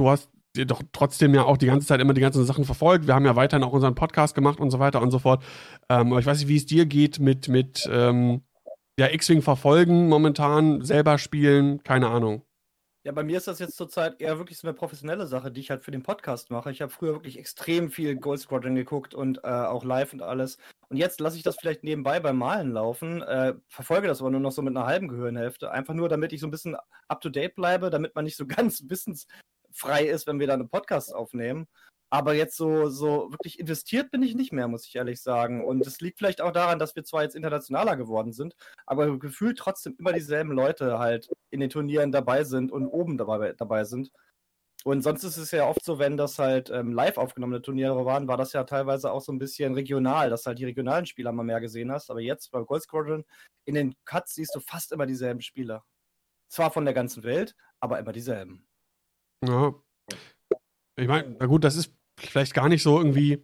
doch trotzdem ja auch die ganze Zeit immer die ganzen Sachen verfolgt. Wir haben ja weiterhin auch unseren Podcast gemacht und so weiter und so fort. Aber ich weiß nicht, wie es dir geht mit X-Wing verfolgen momentan, selber spielen, keine Ahnung. Ja, bei mir ist das jetzt zurzeit eher wirklich so eine professionelle Sache, die ich halt für den Podcast mache. Ich habe früher wirklich extrem viel Gold Squadron geguckt und auch live und alles. Und jetzt lasse ich das vielleicht nebenbei beim Malen laufen, verfolge das aber nur noch so mit einer halben Gehirnhälfte. Einfach nur, damit ich so ein bisschen up-to-date bleibe, damit man nicht so ganz wissensfrei ist, wenn wir da einen Podcast aufnehmen. Aber jetzt so wirklich investiert bin ich nicht mehr, muss ich ehrlich sagen. Und es liegt vielleicht auch daran, dass wir zwar jetzt internationaler geworden sind, aber gefühlt trotzdem immer dieselben Leute halt in den Turnieren dabei sind und oben dabei sind. Und sonst ist es ja oft so, wenn das halt live aufgenommene Turniere waren, war das ja teilweise auch so ein bisschen regional, dass halt die regionalen Spieler mal mehr gesehen hast. Aber jetzt beim Gold Squadron in den Cuts siehst du fast immer dieselben Spieler. Zwar von der ganzen Welt, aber immer dieselben. Ja. Ich meine, na gut, das ist vielleicht gar nicht so irgendwie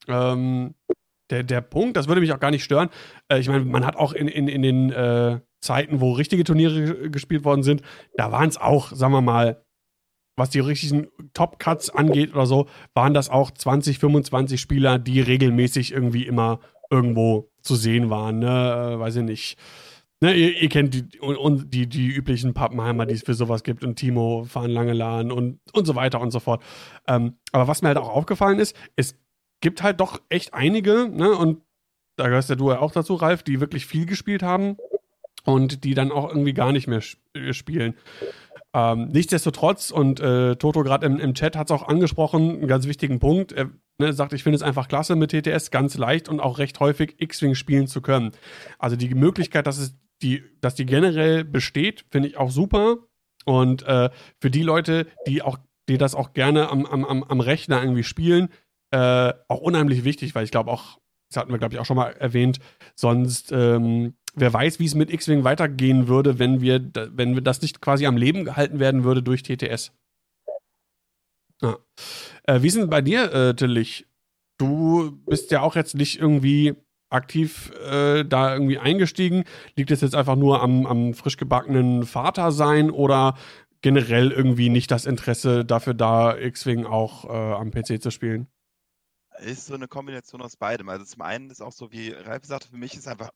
der Punkt. Das würde mich auch gar nicht stören. Ich meine, man hat auch in den Zeiten, wo richtige Turniere gespielt worden sind, da waren es auch, sagen wir mal, was die richtigen Top-Cuts angeht oder so, waren das auch 20, 25 Spieler, die regelmäßig irgendwie immer irgendwo zu sehen waren. Ne? Weiß ich nicht. Ne, ihr kennt die üblichen Pappenheimer, die es für sowas gibt, und Timo fahren Langelan und so weiter und so fort. Aber was mir halt auch aufgefallen ist, es gibt halt doch echt einige, ne, und da gehörst ja du ja auch dazu, Ralf, die wirklich viel gespielt haben und die dann auch irgendwie gar nicht mehr spielen. Nichtsdestotrotz, und Toto gerade im Chat hat es auch angesprochen, einen ganz wichtigen Punkt, sagt, ich finde es einfach klasse mit TTS, ganz leicht und auch recht häufig X-Wing spielen zu können. Also die Möglichkeit, dass die generell besteht, finde ich auch super. Und für die Leute, die das auch gerne am Rechner irgendwie spielen, auch unheimlich wichtig, weil ich glaube auch, das hatten wir, glaube ich, auch schon mal erwähnt, sonst, wer weiß, wie es mit X-Wing weitergehen würde, wenn das nicht quasi am Leben gehalten werden würde durch TTS. Ja. Wie ist denn bei dir, Tillich? Du bist ja auch jetzt nicht irgendwie aktiv da irgendwie eingestiegen. Liegt es jetzt einfach nur am frisch gebackenen Vatersein oder generell irgendwie nicht das Interesse dafür da, X-Wing auch am PC zu spielen? Ist so eine Kombination aus beidem. Also zum einen ist auch so, wie Ralf sagte, für mich ist einfach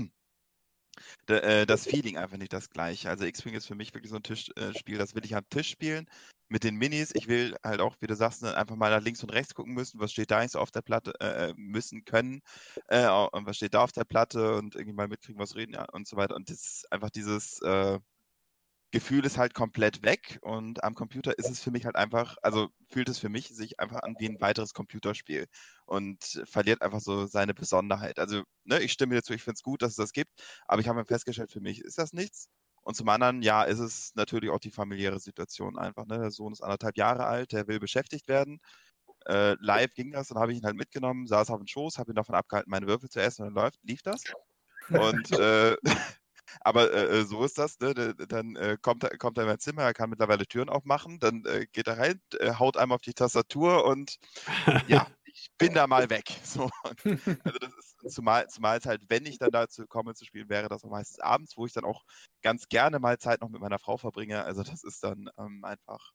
das Feeling einfach nicht das gleiche. Also X-Wing ist für mich wirklich so ein Tischspiel, das will ich am Tisch spielen mit den Minis. Ich will halt auch, wie du sagst, einfach mal nach links und rechts gucken müssen, was steht da eigentlich so auf der Platte, müssen können, und was steht da auf der Platte und irgendwie mal mitkriegen, was reden, ja, und so weiter. Und das ist einfach dieses Gefühl ist halt komplett weg, und am Computer ist es für mich halt einfach, also fühlt es für mich sich einfach an wie ein weiteres Computerspiel und verliert einfach so seine Besonderheit. Also, ne, ich stimme dir zu, ich finde es gut, dass es das gibt, aber ich habe mir festgestellt, für mich ist das nichts. Und zum anderen, ja, ist es natürlich auch die familiäre Situation einfach. Ne? Der Sohn ist 1,5 Jahre alt, der will beschäftigt werden. Live ging das, dann habe ich ihn halt mitgenommen, saß auf dem Schoß, habe ihn davon abgehalten, meine Würfel zu essen, und dann lief das. Und aber so ist das, ne? Dann kommt er in mein Zimmer, er kann mittlerweile Türen aufmachen, dann geht er rein, haut einmal auf die Tastatur und ja, ich bin da mal weg. So. Also das ist zumal es halt, wenn ich dann dazu komme zu spielen, wäre das auch meistens abends, wo ich dann auch ganz gerne mal Zeit noch mit meiner Frau verbringe. Also das ist dann einfach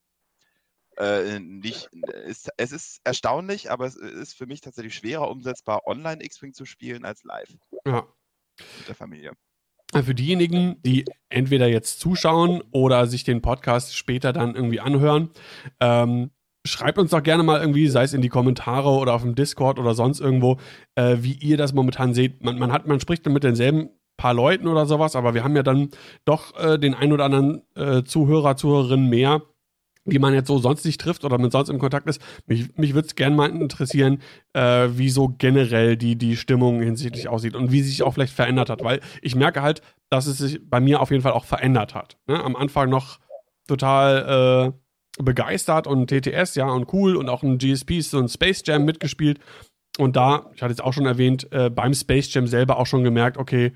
es ist erstaunlich, aber es ist für mich tatsächlich schwerer umsetzbar, online X-Wing zu spielen als live. Ja. Mit der Familie. Für diejenigen, die entweder jetzt zuschauen oder sich den Podcast später dann irgendwie anhören, schreibt uns doch gerne mal irgendwie, sei es in die Kommentare oder auf dem Discord oder sonst irgendwo, wie ihr das momentan seht. Man spricht dann mit denselben paar Leuten oder sowas, aber wir haben ja dann doch den ein oder anderen Zuhörer, Zuhörerin mehr, die man jetzt so sonst nicht trifft oder mit sonst im Kontakt ist. Mich würde es gerne mal interessieren, wie so generell die Stimmung hinsichtlich aussieht und wie sie sich auch vielleicht verändert hat, weil ich merke halt, dass es sich bei mir auf jeden Fall auch verändert hat. Ne? Am Anfang noch total begeistert und TTS, ja, und cool, und auch ein GSP, so ein Space Jam mitgespielt, und da, ich hatte es auch schon erwähnt, beim Space Jam selber auch schon gemerkt, okay,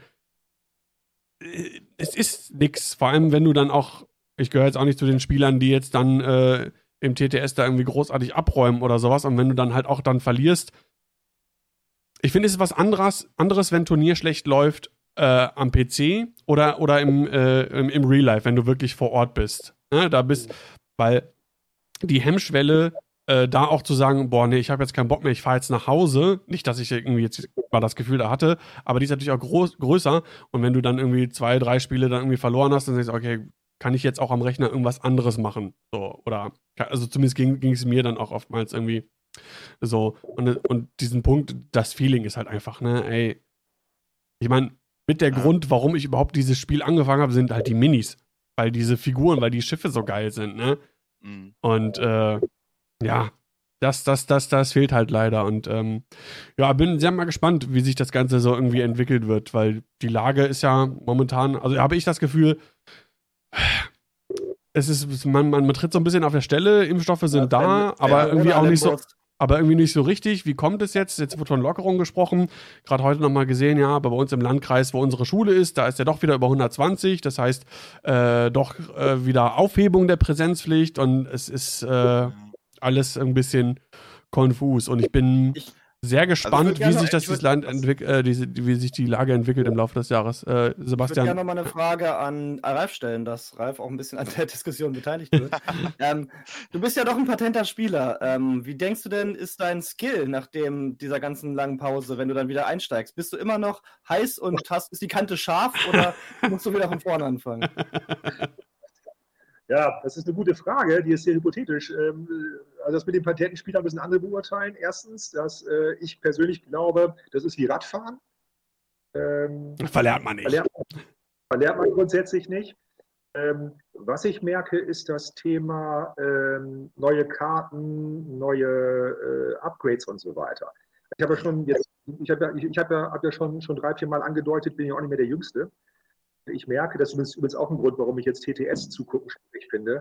es ist nix, vor allem wenn du dann auch, ich gehöre jetzt auch nicht zu den Spielern, die jetzt dann im TTS da irgendwie großartig abräumen oder sowas. Und wenn du dann halt auch dann verlierst, ich finde, es ist was anderes, wenn ein Turnier schlecht läuft am PC oder im Real Life, wenn du wirklich vor Ort bist. Ne? Weil die Hemmschwelle, da auch zu sagen, boah, nee, ich habe jetzt keinen Bock mehr, ich fahre jetzt nach Hause. Nicht, dass ich irgendwie jetzt mal das Gefühl da hatte, aber die ist natürlich auch größer. Und wenn du dann irgendwie 2, 3 Spiele dann irgendwie verloren hast, dann denkst du, okay, kann ich jetzt auch am Rechner irgendwas anderes machen? So, oder, also zumindest ging es mir dann auch oftmals irgendwie so. Und diesen Punkt, das Feeling ist halt einfach, ne, ey, ich meine, mit der Grund, warum ich überhaupt dieses Spiel angefangen habe, sind halt die Minis. Weil diese Figuren, weil die Schiffe so geil sind, ne? Und, ja, das fehlt halt leider. Und ja, bin sehr mal gespannt, wie sich das Ganze so irgendwie entwickelt wird, weil die Lage ist ja momentan, also habe ich das Gefühl, es ist, man tritt so ein bisschen auf der Stelle, Impfstoffe sind da, aber irgendwie auch nicht so. Aber irgendwie nicht so richtig. Wie kommt es jetzt? Jetzt wird von Lockerung gesprochen. Gerade heute nochmal gesehen, ja, aber bei uns im Landkreis, wo unsere Schule ist, da ist ja doch wieder über 120. Das heißt, doch wieder Aufhebung der Präsenzpflicht und es ist alles ein bisschen konfus. Und ich bin sehr gespannt, wie sich das Land wie sich die Lage entwickelt im Laufe des Jahres. Sebastian. Ich würde gerne nochmal eine Frage an Ralf stellen, dass Ralf auch ein bisschen an der Diskussion beteiligt wird. Du bist ja doch ein patenter Spieler. Wie denkst du denn, ist dein Skill nach dieser ganzen langen Pause, wenn du dann wieder einsteigst? Bist du immer noch heiß und ist die Kante scharf oder musst du wieder von vorne anfangen? Ja, das ist eine gute Frage, die ist sehr hypothetisch. Also das mit den Patentenspielern müssen andere beurteilen. Erstens, dass ich persönlich glaube, das ist wie Radfahren. Verlernt man nicht. Verlernt man grundsätzlich nicht. Was ich merke, ist das Thema neue Karten, neue Upgrades und so weiter. Ich habe ja schon hab ja schon 3, 4 Mal angedeutet, bin ja auch nicht mehr der Jüngste. Ich merke, das ist übrigens auch ein Grund, warum ich jetzt TTS zugucken schwierig finde.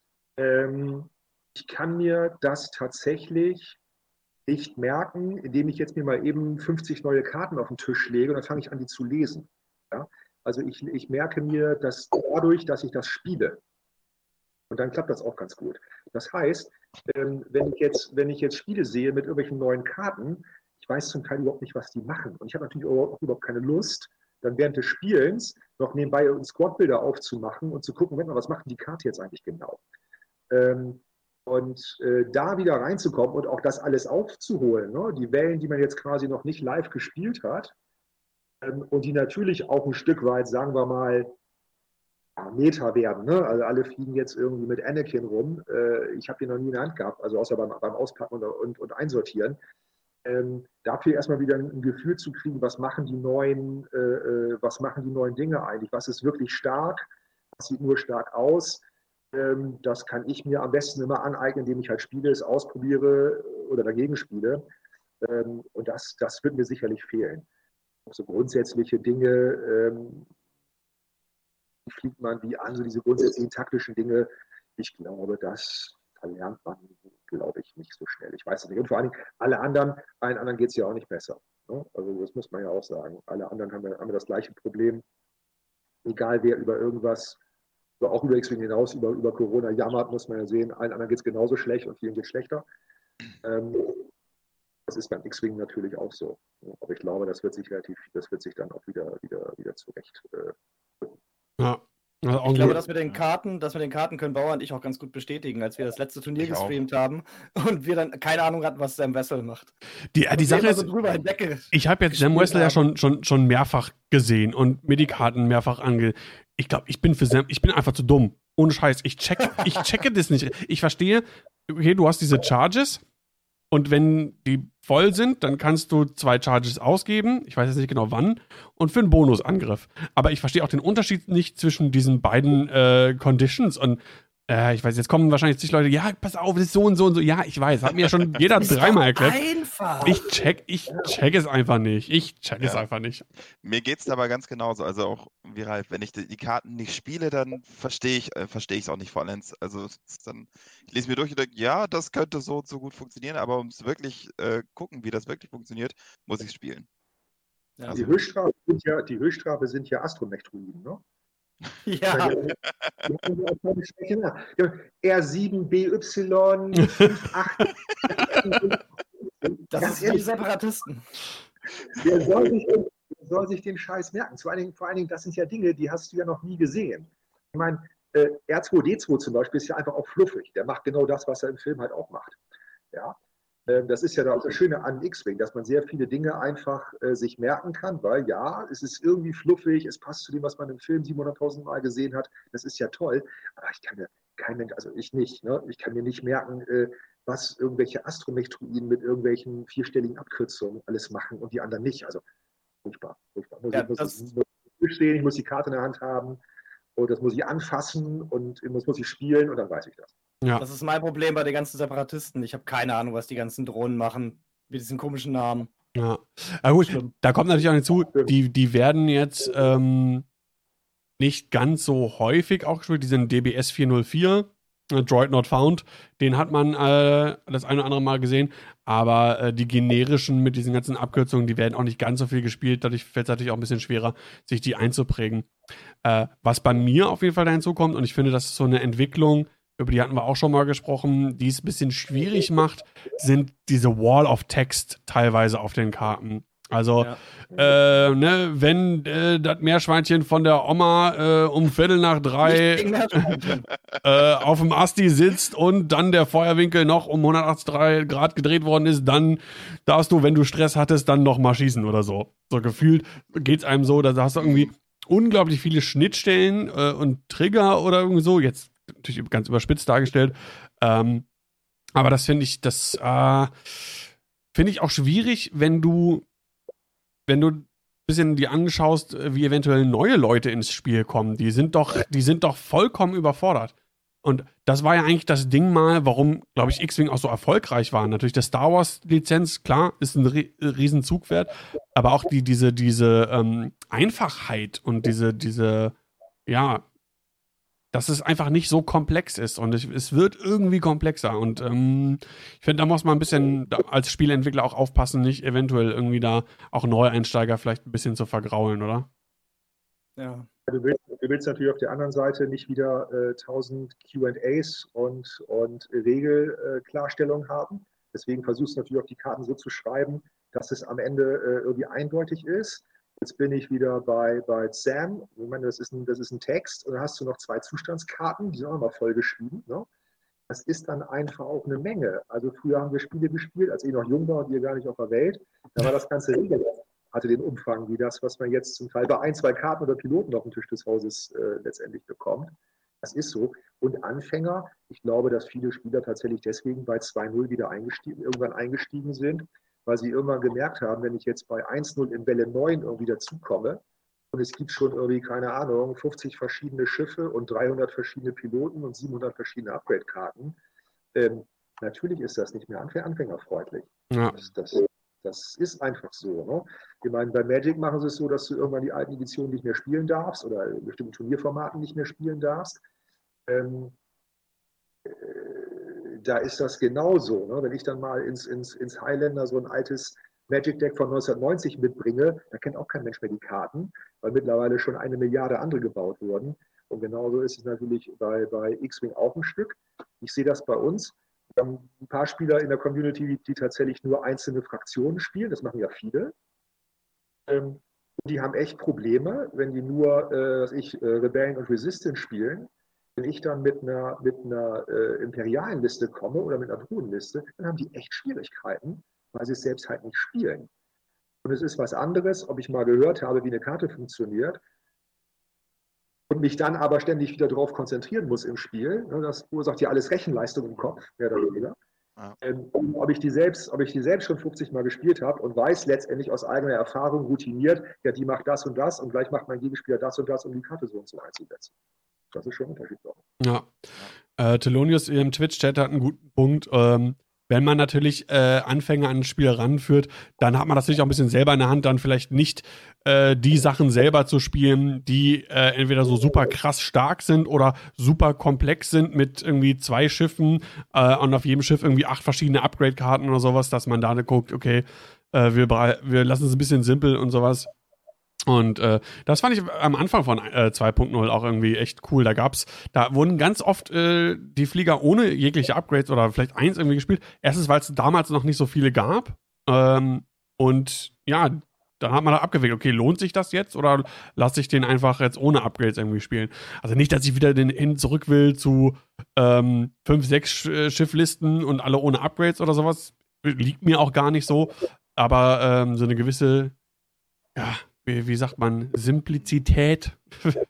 Ich kann mir das tatsächlich nicht merken, indem ich jetzt mir mal eben 50 neue Karten auf den Tisch lege und dann fange ich an, die zu lesen. Ja? Also ich merke mir das dadurch, dass ich das spiele. Und dann klappt das auch ganz gut. Das heißt, wenn ich jetzt Spiele sehe mit irgendwelchen neuen Karten, ich weiß zum Teil überhaupt nicht, was die machen. Und ich habe natürlich auch überhaupt keine Lust, dann während des Spielens noch nebenbei Squad-Bilder aufzumachen und zu gucken, was macht die Karte jetzt eigentlich genau. Da wieder reinzukommen und auch das alles aufzuholen, ne? Die Wellen, die man jetzt quasi noch nicht live gespielt hat und die natürlich auch ein Stück weit, sagen wir mal, Meta werden. Ne? Also alle fliegen jetzt irgendwie mit Anakin rum. Ich habe die noch nie in der Hand gehabt, also außer beim Auspacken und Einsortieren. Dafür erstmal wieder ein Gefühl zu kriegen, was machen die neuen Dinge eigentlich? Was ist wirklich stark? Was sieht nur stark aus? Das kann ich mir am besten immer aneignen, indem ich halt spiele, es ausprobiere oder dagegen spiele. Und das wird mir sicherlich fehlen. So grundsätzliche Dinge, wie fliegt man wie an, so diese grundsätzlichen taktischen Dinge, ich glaube, das verlernt man, glaube ich, nicht so schnell. Ich weiß es nicht. Und vor allen Dingen, allen anderen geht es ja auch nicht besser. Ne? Also das muss man ja auch sagen. Alle anderen haben das gleiche Problem. Egal wer über irgendwas, auch über X-Wing hinaus, über Corona jammert, muss man ja sehen, allen anderen geht es genauso schlecht und vielen geht es schlechter. Das ist beim X-Wing natürlich auch so. Aber ich glaube, das wird sich dann auch wieder zurecht. Ja. Ich glaube, das mit den Karten können Bauer und ich auch ganz gut bestätigen, als wir das letzte Turnier gestreamt haben und wir dann keine Ahnung hatten, was Sam Wessel macht. Die Sache ist, ich habe jetzt Sam Wessel ja schon mehrfach gesehen und mir die Karten mehrfach ich glaube, ich bin einfach zu dumm. Ohne Scheiß. Ich checke das nicht. Ich verstehe, okay, du hast diese Charges und wenn die voll sind, dann kannst du 2 Charges ausgeben. Ich weiß jetzt nicht genau wann. Und für einen Bonusangriff. Aber ich verstehe auch den Unterschied nicht zwischen diesen beiden Conditions. Und ich weiß, jetzt kommen wahrscheinlich zig Leute, ja, pass auf, das ist so und so und so. Ja, ich weiß, hat mir ja schon jeder 3-mal erklärt. Einfach. Ich check es einfach nicht. Es einfach nicht. Mir geht es aber ganz genauso. Also auch wie Ralf, wenn ich die Karten nicht spiele, dann verstehe ich es auch nicht vollends. Also dann, ich lese mir durch und denke, ja, das könnte so und so gut funktionieren, aber um es wirklich gucken, wie das wirklich funktioniert, muss ich es spielen. Ja. Also, die Höchststrafe sind ja Astromech-Druiden, ne? Ja. R7BY 58. Das sind die Separatisten. Wer soll sich den Scheiß merken? Vor allen Dingen, das sind ja Dinge, die hast du ja noch nie gesehen. Ich meine, R2D2 zum Beispiel ist ja einfach auch fluffig. Der macht genau das, was er im Film halt auch macht. Ja? Das ist ja auch das Schöne an X-Wing, dass man sehr viele Dinge einfach sich merken kann, weil ja, es ist irgendwie fluffig, es passt zu dem, was man im Film 700.000 Mal gesehen hat. Das ist ja toll. Aber ich kann mir kein Mensch, also ich nicht, ne? Ich kann mir nicht merken, was irgendwelche Astromech-Druiden mit irgendwelchen 4-stelligen Abkürzungen alles machen und die anderen nicht. Also furchtbar. Ich muss die Karte in der Hand haben und das muss ich anfassen und das muss ich spielen und dann weiß ich das. Ja. Das ist mein Problem bei den ganzen Separatisten. Ich habe keine Ahnung, was die ganzen Drohnen machen mit diesen komischen Namen. Ja, aber gut, da kommt natürlich auch hinzu, die werden jetzt nicht ganz so häufig auch gespielt. Die sind DBS 404, Droid Not Found. Den hat man das eine oder andere Mal gesehen. Aber die generischen mit diesen ganzen Abkürzungen, die werden auch nicht ganz so viel gespielt. Dadurch fällt es natürlich auch ein bisschen schwerer, sich die einzuprägen. Was bei mir auf jeden Fall da hinzukommt, und ich finde, das ist so eine Entwicklung, über die hatten wir auch schon mal gesprochen, die es ein bisschen schwierig macht, sind diese Wall of Text teilweise auf den Karten. Also, wenn das Meerschweinchen von der Oma um 2:45 auf dem Asti sitzt und dann der Feuerwinkel noch um 183 Grad gedreht worden ist, dann darfst du, wenn du Stress hattest, dann noch mal schießen oder so. So gefühlt geht's einem so, da hast du irgendwie unglaublich viele Schnittstellen und Trigger oder irgendwie so. Jetzt natürlich ganz überspitzt dargestellt. Aber das finde ich, auch schwierig, wenn du ein bisschen dir anschaust, wie eventuell neue Leute ins Spiel kommen. Die sind doch vollkommen überfordert. Und das war ja eigentlich das Ding mal, warum, glaube ich, X-Wing auch so erfolgreich war. Natürlich der Star Wars-Lizenz, klar, ist ein riesen Zugwert, aber auch diese Einfachheit und diese dass es einfach nicht so komplex ist und es wird irgendwie komplexer und ich finde, da muss man ein bisschen als Spieleentwickler auch aufpassen, nicht eventuell irgendwie da auch Neueinsteiger vielleicht ein bisschen zu vergraulen, oder? Ja. Du willst natürlich auf der anderen Seite nicht wieder 1000 Q&As und Regelklarstellungen haben. Deswegen versuchst du natürlich auch die Karten so zu schreiben, dass es am Ende irgendwie eindeutig ist. Jetzt bin ich wieder bei Sam. Ich meine, das ist ein Text. Und dann hast du noch 2 Zustandskarten, die sind auch mal vollgeschrieben. Ne? Das ist dann einfach auch eine Menge. Also früher haben wir Spiele gespielt, als ich noch jung war und ihr gar nicht auf der Welt. Da war das ganze Regelwerk, hatte den Umfang wie das, was man jetzt zum Teil bei 1, 2 Karten oder Piloten auf dem Tisch des Hauses letztendlich bekommt. Das ist so. Und Anfänger, ich glaube, dass viele Spieler tatsächlich deswegen bei 2.0 wieder irgendwann eingestiegen sind, weil sie irgendwann gemerkt haben, wenn ich jetzt bei 1.0 in Welle 9 irgendwie dazukomme und es gibt schon irgendwie, keine Ahnung, 50 verschiedene Schiffe und 300 verschiedene Piloten und 700 verschiedene Upgrade-Karten, natürlich ist das nicht mehr anfängerfreundlich. Ja. Das ist einfach so. Ne? Ich meine, bei Magic machen sie es so, dass du irgendwann die alten Editionen nicht mehr spielen darfst oder in bestimmten Turnierformaten nicht mehr spielen darfst. Da ist das genauso. Ne? Wenn ich dann mal ins Highlander so ein altes Magic-Deck von 1990 mitbringe, da kennt auch kein Mensch mehr die Karten, weil mittlerweile schon 1 Milliarde andere gebaut wurden. Und genauso ist es natürlich bei X-Wing auch ein Stück. Ich sehe das bei uns. Wir haben ein paar Spieler in der Community, die tatsächlich nur einzelne Fraktionen spielen. Das machen ja viele. Die haben echt Probleme, wenn die nur Rebellion und Resistance spielen. Wenn ich dann mit einer imperialen Liste komme oder mit einer Druidenliste, dann haben die echt Schwierigkeiten, weil sie es selbst halt nicht spielen. Und es ist was anderes, ob ich mal gehört habe, wie eine Karte funktioniert und mich dann aber ständig wieder darauf konzentrieren muss im Spiel. Das verursacht ja alles Rechenleistung im Kopf, mehr oder weniger. Ja. Ob ich die selbst schon 50 Mal gespielt habe und weiß letztendlich aus eigener Erfahrung routiniert, ja, die macht das und gleich macht mein Gegenspieler das und das, um die Karte so und so einzusetzen. Das ist schon ein Unterschied. Ja. Telonius im Twitch-Chat hat einen guten Punkt. Wenn man natürlich Anfänger an ein Spiel ranführt, dann hat man das natürlich auch ein bisschen selber in der Hand, dann vielleicht nicht die Sachen selber zu spielen, die entweder so super krass stark sind oder super komplex sind mit irgendwie 2 Schiffen und auf jedem Schiff irgendwie 8 verschiedene Upgrade-Karten oder sowas, dass man da guckt, okay, wir lassen es ein bisschen simpel und sowas. Und das fand ich am Anfang von 2.0 auch irgendwie echt cool. Da wurden ganz oft die Flieger ohne jegliche Upgrades oder vielleicht 1 irgendwie gespielt. Erstens, weil es damals noch nicht so viele gab. Und ja, dann hat man da abgewägt, okay, lohnt sich das jetzt oder lasse ich den einfach jetzt ohne Upgrades irgendwie spielen? Also nicht, dass ich wieder zurück will zu 5, 6 Schifflisten und alle ohne Upgrades oder sowas. Liegt mir auch gar nicht so. Aber so eine gewisse, ja, wie sagt man, Simplizität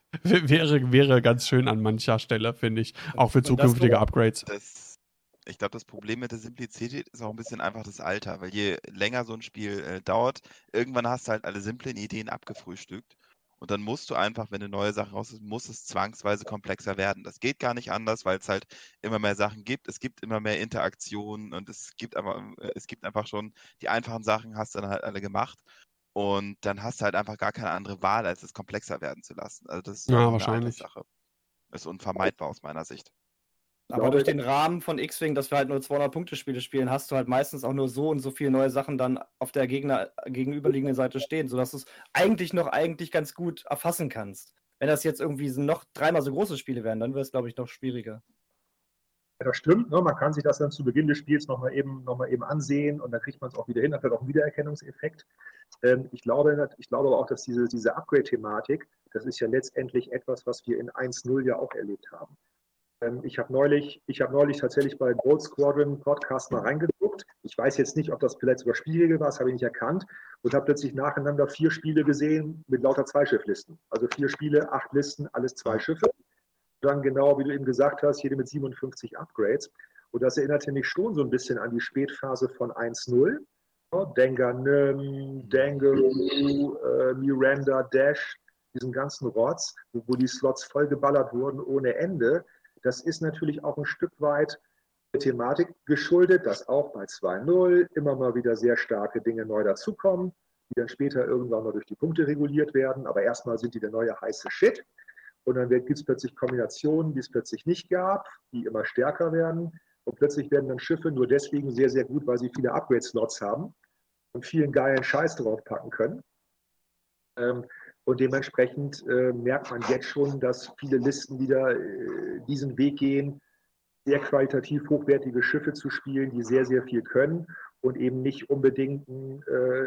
wäre ganz schön an mancher Stelle, finde ich. Auch für zukünftige Upgrades. Ich glaube, das Problem mit der Simplizität ist auch ein bisschen einfach das Alter, weil je länger so ein Spiel dauert, irgendwann hast du halt alle simplen Ideen abgefrühstückt und dann musst du einfach, wenn eine neue Sache raus ist, muss es zwangsweise komplexer werden. Das geht gar nicht anders, weil es halt immer mehr Sachen gibt, es gibt immer mehr Interaktionen und es gibt einfach schon die einfachen Sachen, hast du dann halt alle gemacht und dann hast du halt einfach gar keine andere Wahl, als es komplexer werden zu lassen. Also das ist Ja, einfach wahrscheinlich. eine Alterssache. Das ist unvermeidbar aus meiner Sicht. Aber durch den Rahmen von X-Wing, dass wir halt nur 200-Punkte-Spiele spielen, hast du halt meistens auch nur so und so viele neue Sachen dann auf der gegenüberliegenden Seite stehen, sodass du es eigentlich ganz gut erfassen kannst. Wenn das jetzt irgendwie noch 3-mal so große Spiele wären, dann wäre es, glaube ich, noch schwieriger. Ja, das stimmt. Ne? Man kann sich das dann zu Beginn des Spiels nochmal eben ansehen und dann kriegt man es auch wieder hin. Das hat auch einen Wiedererkennungseffekt. Ich glaube aber auch, dass diese Upgrade-Thematik, das ist ja letztendlich etwas, was wir in 1.0 ja auch erlebt haben. Ich habe neulich tatsächlich bei Gold Squadron Podcast mal reingeguckt. Ich weiß jetzt nicht, ob das vielleicht sogar Spielregel war, das habe ich nicht erkannt. Und habe plötzlich nacheinander 4 Spiele gesehen mit lauter Zweischifflisten. Also 4 Spiele, 8 Listen, alles 2 Schiffe. Dann genau, wie du eben gesagt hast, jede mit 57 Upgrades. Und das erinnerte mich schon so ein bisschen an die Spätphase von 1.0. Dengar-Nym, Dangaroo, Miranda, Dash, diesen ganzen Rotz, wo die Slots vollgeballert wurden ohne Ende. Das ist natürlich auch ein Stück weit der Thematik geschuldet, dass auch bei 2.0 immer mal wieder sehr starke Dinge neu dazukommen, die dann später irgendwann mal durch die Punkte reguliert werden. Aber erstmal sind die der neue heiße Shit. Und dann gibt es plötzlich Kombinationen, die es plötzlich nicht gab, die immer stärker werden. Und plötzlich werden dann Schiffe nur deswegen sehr, sehr gut, weil sie viele Upgrade-Slots haben und vielen geilen Scheiß draufpacken können. Und dementsprechend merkt man jetzt schon, dass viele Listen wieder diesen Weg gehen, sehr qualitativ hochwertige Schiffe zu spielen, die sehr, sehr viel können und eben nicht unbedingt einen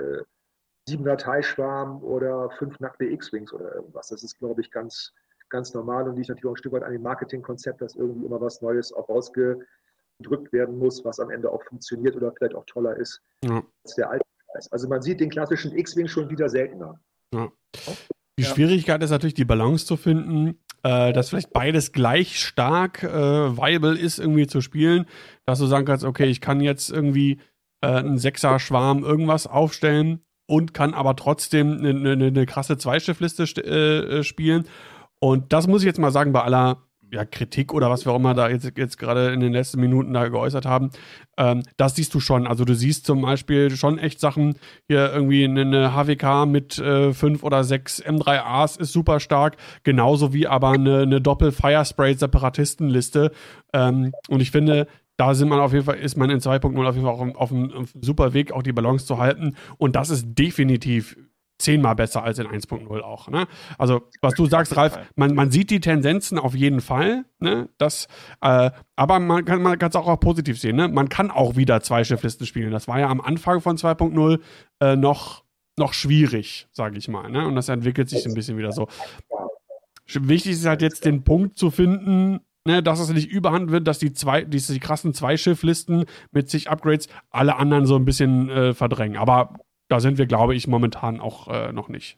7er TIE-Schwarm oder 5 nackte X-Wings oder irgendwas. Das ist, glaube ich, ganz normal und liegt natürlich auch ein Stück weit an dem Marketingkonzept, dass irgendwie immer was Neues auch rausgedrückt werden muss, was am Ende auch funktioniert oder vielleicht auch toller ist als der alte Preis. Also man sieht den klassischen X-Wing schon wieder seltener. Ja. Die Schwierigkeit ist natürlich, die Balance zu finden, dass vielleicht beides gleich stark viable ist, irgendwie zu spielen, dass du sagen kannst, okay, ich kann jetzt irgendwie einen 6er-Schwarm irgendwas aufstellen und kann aber trotzdem eine krasse Zweischiffliste spielen. Und das muss ich jetzt mal sagen, bei aller Kritik oder was wir auch immer da jetzt gerade in den letzten Minuten da geäußert haben, das siehst du schon. Also du siehst zum Beispiel schon echt Sachen, hier irgendwie eine HWK mit 5 oder 6 M3As ist super stark, genauso wie aber eine Doppel-Firespray-Separatistenliste. Und ich finde, da ist man in 2.0 auf jeden Fall auf einem super Weg, auch die Balance zu halten. Und das ist definitiv 10-mal besser als in 1.0 auch. Ne? Also, was du sagst, Ralf, man sieht die Tendenzen auf jeden Fall. Ne? Aber man kann es auch positiv sehen. Ne? Man kann auch wieder Zweischifflisten spielen. Das war ja am Anfang von 2.0 noch schwierig, sage ich mal. Ne? Und das entwickelt sich ein bisschen wieder so. Wichtig ist halt jetzt, den Punkt zu finden, ne, dass es nicht überhand wird, dass die krassen Zweischifflisten mit sich Upgrades alle anderen so ein bisschen verdrängen. Aber da sind wir, glaube ich, momentan auch noch nicht.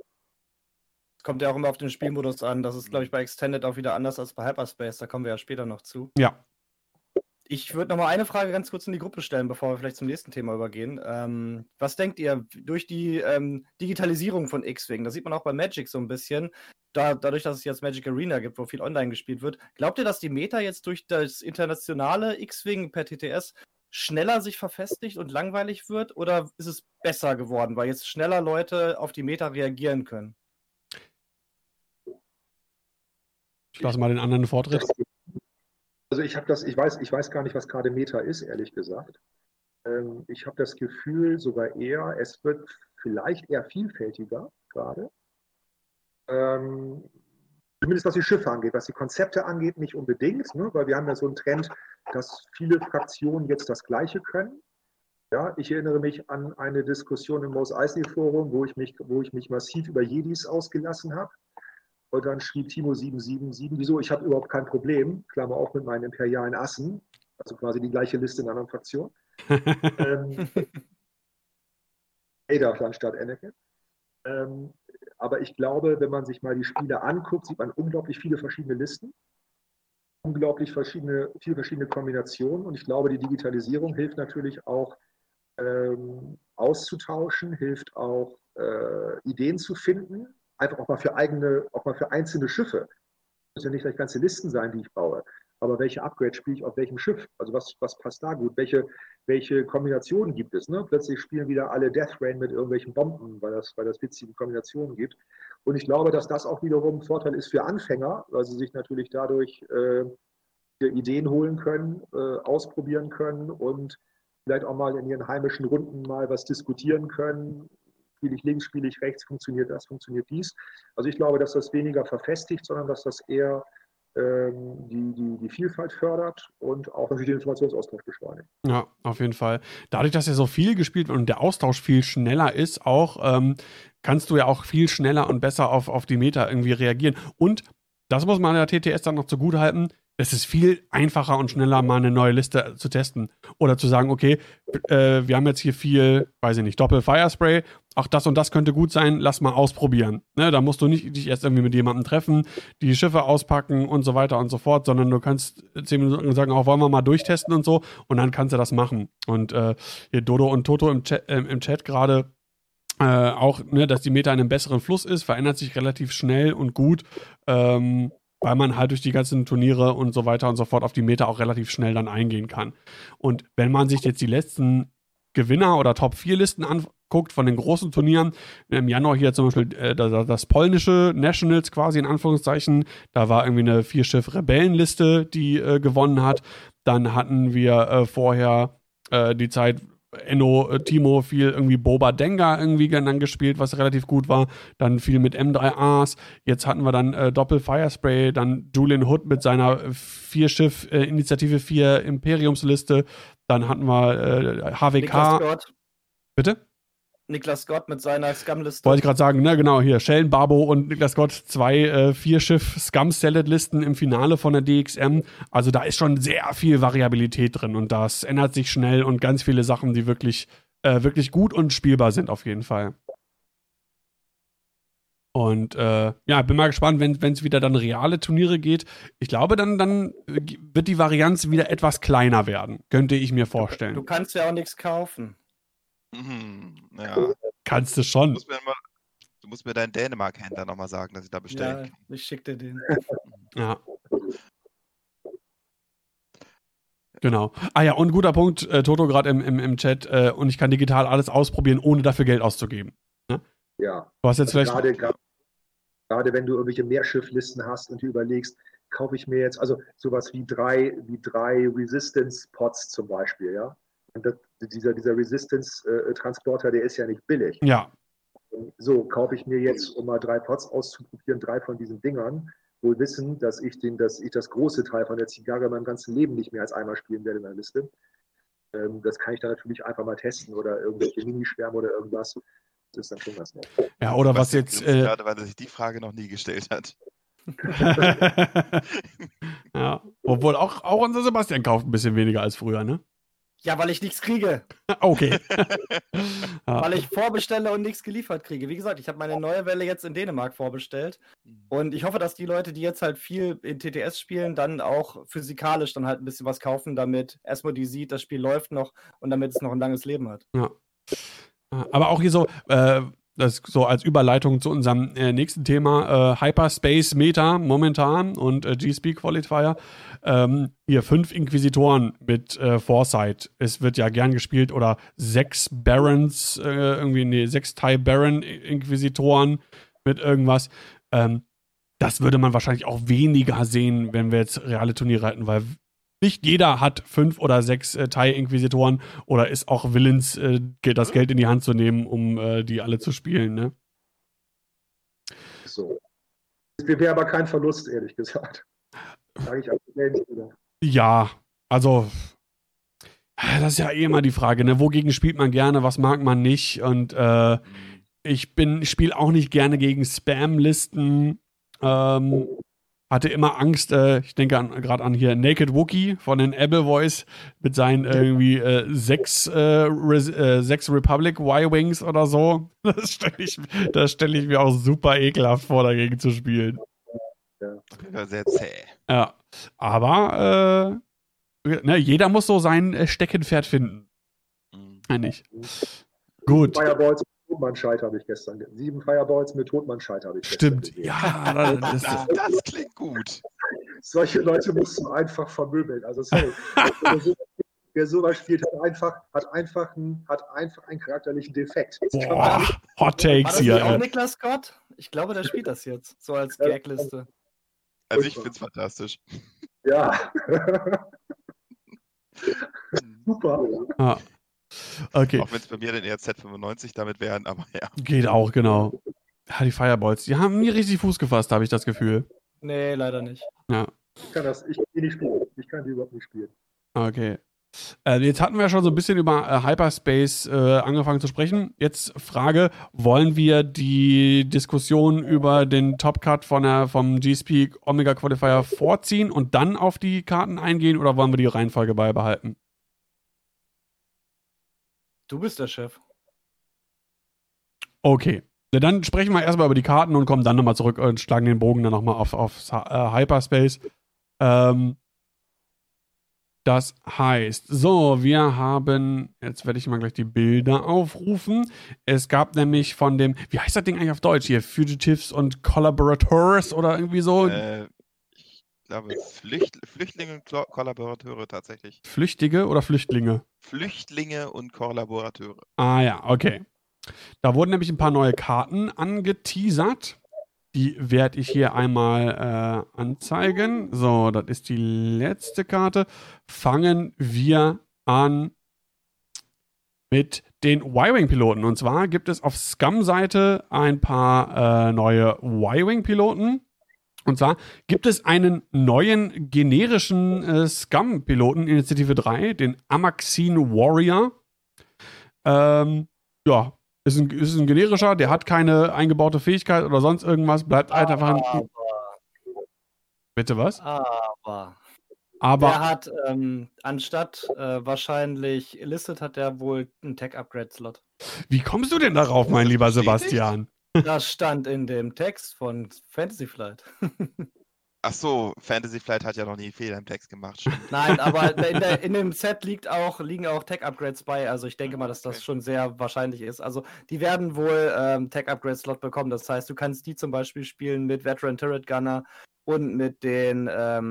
Es kommt ja auch immer auf den Spielmodus an. Das ist, glaube ich, bei Extended auch wieder anders als bei Hyperspace. Da kommen wir ja später noch zu. Ja. Ich würde noch mal eine Frage ganz kurz in die Gruppe stellen, bevor wir vielleicht zum nächsten Thema übergehen. Was denkt ihr durch die Digitalisierung von X-Wing? Das sieht man auch bei Magic so ein bisschen. Dadurch, dass es jetzt Magic Arena gibt, wo viel online gespielt wird. Glaubt ihr, dass die Meta jetzt durch das internationale X-Wing per TTS schneller sich verfestigt und langweilig wird, oder ist es besser geworden, weil jetzt schneller Leute auf die Meta reagieren können? Ich lasse mal den anderen Vortritt. Also ich weiß gar nicht, was gerade Meta ist, ehrlich gesagt. Ich habe das Gefühl sogar eher, es wird vielleicht eher vielfältiger gerade. Zumindest was die Schiffe angeht, was die Konzepte angeht, nicht unbedingt, ne? Weil wir haben ja so einen Trend, dass viele Fraktionen jetzt das Gleiche können. Ja, ich erinnere mich an eine Diskussion im Mos Eisley Forum, wo ich mich massiv über Jedis ausgelassen habe. Und dann schrieb Timo 777, wieso, ich habe überhaupt kein Problem, Klammer auf, mit meinen imperialen Assen, also quasi die gleiche Liste in einer anderen Fraktion. Adolf anstatt Anakin. Aber ich glaube, wenn man sich mal die Spiele anguckt, sieht man unglaublich viele verschiedene Listen, unglaublich viele verschiedene Kombinationen. Und ich glaube, die Digitalisierung hilft natürlich auch auszutauschen, hilft auch Ideen zu finden, einfach auch mal für einzelne Schiffe. Es müssen ja nicht gleich ganze Listen sein, die ich baue. Aber welche Upgrades spiele ich auf welchem Schiff? Also was passt da gut? Welche Kombinationen gibt es? Ne? Plötzlich spielen wieder alle Death Rain mit irgendwelchen Bomben, weil das witzige Kombinationen gibt. Und ich glaube, dass das auch wiederum ein Vorteil ist für Anfänger, weil sie sich natürlich dadurch Ideen holen können, ausprobieren können und vielleicht auch mal in ihren heimischen Runden mal was diskutieren können. Spiele ich links, spiele ich rechts, funktioniert das, funktioniert dies. Also ich glaube, dass das weniger verfestigt, sondern dass das eher die Vielfalt fördert und auch natürlich den Informationsaustausch beschleunigt. Ja, auf jeden Fall. Dadurch, dass ja so viel gespielt wird und der Austausch viel schneller ist, auch kannst du ja auch viel schneller und besser auf die Meta irgendwie reagieren. Und das muss man der TTS dann noch zugutehalten. Es ist viel einfacher und schneller, mal eine neue Liste zu testen. Oder zu sagen, okay, wir haben jetzt hier viel, weiß ich nicht, Doppel-Firespray. Ach, das und das könnte gut sein, lass mal ausprobieren. Ne, da musst du nicht dich erst irgendwie mit jemandem treffen, die Schiffe auspacken und so weiter und so fort, sondern du kannst 10 Minuten sagen, auch wollen wir mal durchtesten und so. Und dann kannst du das machen. Und hier Dodo und Toto im Chat gerade auch, ne, dass die Meta in einem besseren Fluss ist, verändert sich relativ schnell und gut. Weil man halt durch die ganzen Turniere und so weiter und so fort auf die Meta auch relativ schnell dann eingehen kann. Und wenn man sich jetzt die letzten Gewinner- oder Top-4-Listen anguckt von den großen Turnieren, im Januar hier zum Beispiel das polnische Nationals quasi in Anführungszeichen, da war irgendwie eine 4-Schiff-Rebellenliste, die gewonnen hat. Dann hatten wir vorher die Zeit, Timo viel irgendwie Boba Dengar irgendwie dann gespielt, was relativ gut war. Dann viel mit M3As. Jetzt hatten wir dann Doppel Firespray, dann Julian Hood mit seiner 4-Schiff Initiative 4 Imperiumsliste. Dann hatten wir HWK. Niklas Scott. Bitte? Niklas Scott mit seiner Scum-Liste. Wollte ich gerade sagen, ne, genau, hier, Shellen Barbo und Niklas Scott, 2 4-Schiff-Scum-Salad-Listen im Finale von der DXM. Also da ist schon sehr viel Variabilität drin und das ändert sich schnell und ganz viele Sachen, die wirklich gut und spielbar sind auf jeden Fall. Und ja, bin mal gespannt, wenn es wieder dann reale Turniere geht. Ich glaube, dann wird die Varianz wieder etwas kleiner werden, könnte ich mir vorstellen. Du kannst ja auch nichts kaufen. Ja. Kannst du schon. Du musst mir deinen Dänemark-Händler nochmal sagen, dass ich da bestellen kann. Ich schick dir den. Ja. Genau. Ah ja, und guter Punkt, Toto gerade im Chat, und ich kann digital alles ausprobieren, ohne dafür Geld auszugeben. Ne? Ja. Du hast jetzt also vielleicht... Gerade wenn du irgendwelche Mehrschifflisten hast und du überlegst, kaufe ich mir jetzt, also sowas wie drei Resistance-Pods zum Beispiel, ja. Und dieser Resistance-Transporter, der ist ja nicht billig. Ja. So, kaufe ich mir jetzt, um mal 3 Pods auszuprobieren, 3 von diesen Dingern, wohl wissen, dass ich das große Teil von der Zigarre in meinem ganzen Leben nicht mehr als einmal spielen werde in der Liste. Das kann ich dann natürlich einfach mal testen oder irgendwelche Minischwärme oder irgendwas. Das ist dann schon ganz nett. Ja, oder was jetzt... gerade, weil er sich die Frage noch nie gestellt hat. Ja, obwohl auch unser Sebastian kauft ein bisschen weniger als früher, ne? Ja, weil ich nichts kriege. Okay. Ja. Weil ich vorbestelle und nichts geliefert kriege. Wie gesagt, ich habe meine neue Welle jetzt in Dänemark vorbestellt. Und ich hoffe, dass die Leute, die jetzt halt viel in TTS spielen, dann auch physikalisch dann halt ein bisschen was kaufen, damit erstmal die sieht, das Spiel läuft noch und damit es noch ein langes Leben hat. Ja. Aber auch hier so, das so als Überleitung zu unserem nächsten Thema, Hyperspace Meta momentan und G-Speed Qualifier. Hier 5 Inquisitoren mit Foresight. Es wird ja gern gespielt oder 6 Barons, 6 TIE Baron Inquisitoren mit irgendwas. Das würde man wahrscheinlich auch weniger sehen, wenn wir jetzt reale Turniere hätten, weil nicht jeder hat 5 oder 6 TIE-Inquisitoren oder ist auch willens, das Geld in die Hand zu nehmen, um die alle zu spielen. Ne? So. Das wäre aber kein Verlust, ehrlich gesagt. Sage ich auch nicht, oder? Ja, also Das ist ja eh immer die Frage, ne? Wogegen spielt man gerne, was mag man nicht? Und ich spiele auch nicht gerne gegen Spam-Listen. Hatte immer Angst, ich denke gerade an hier Naked Wookie von den Apple Voice mit seinen irgendwie 6 Republic Y-Wings oder so. Das stell ich mir auch super ekelhaft vor, dagegen zu spielen. Ja, sehr zäh. Ja, aber ne, jeder muss so sein Steckenpferd finden. Eigentlich. Gut. Fireballs mit Totmannscheit habe ich gestern. 7 Fireballs mit Totmannscheit habe ich Stimmt. gestern gesehen. Ja, Das klingt gut. Solche Leute musst du einfach vermöbeln. Also sorry. Wer sowas spielt, hat einfach einen charakterlichen Defekt. boah, Hot Takes War das hier. nicht auch Niklas Scott? Ich glaube, der spielt das jetzt. So als Gagliste. Also ich finde es fantastisch. Ja. Super. Ah. Okay, Auch wenn es bei mir dann eher Z95 damit wären, aber ja. geht auch, genau. Ja, die Fireballs, die haben nie richtig Fuß gefasst, habe ich das Gefühl. Nee, leider nicht. Ja, Ich kann die nicht spielen. Ich kann die überhaupt nicht spielen. okay. Jetzt hatten wir schon so ein bisschen über Hyperspace angefangen zu sprechen. Jetzt Frage, wollen wir die Diskussion über den Top-Cut vom GSP Omega Qualifier vorziehen und dann auf die Karten eingehen oder wollen wir die Reihenfolge beibehalten? Du bist der Chef. Okay. Na, dann sprechen wir erstmal über die Karten und kommen dann nochmal zurück und schlagen den Bogen dann nochmal aufs Hyperspace. Das heißt, so, wir haben, jetzt werde ich mal gleich die Bilder aufrufen. Es gab nämlich von dem, wie heißt das Ding eigentlich auf Deutsch hier? Fugitives und Collaborators oder irgendwie so? Ich glaube, Flüchtlinge und Kollaborateure tatsächlich. Flüchtige oder Flüchtlinge? Flüchtlinge und Kollaborateure. Ah ja, okay. Da wurden nämlich ein paar neue Karten angeteasert. Die werde ich hier einmal anzeigen. So, das ist die letzte Karte. Fangen wir an mit den Y-Wing-Piloten. Und zwar gibt es auf Scum-Seite ein paar neue Y-Wing-Piloten. Und zwar gibt es einen neuen generischen Scum-Piloten, Initiative 3, den Amaxine Warrior. Ja, ist ein generischer, der hat keine eingebaute Fähigkeit oder sonst irgendwas, bleibt halt einfach ein. Bitte was? Aber Aber der hat anstatt wahrscheinlich Illicit hat der wohl einen Tech-Upgrade-Slot. wie kommst du denn darauf, mein lieber Sebastian? Das stand in dem Text von Fantasy Flight. Ach so, Fantasy Flight hat ja noch nie Fehler im Text gemacht. Stimmt. Nein, aber in dem Set liegen auch Tech-Upgrades bei. Also ich denke mal, dass das schon sehr wahrscheinlich ist. Also die werden wohl Tech-Upgrade-Slot bekommen. Das heißt, du kannst die zum Beispiel spielen mit Veteran Turret Gunner und mit den,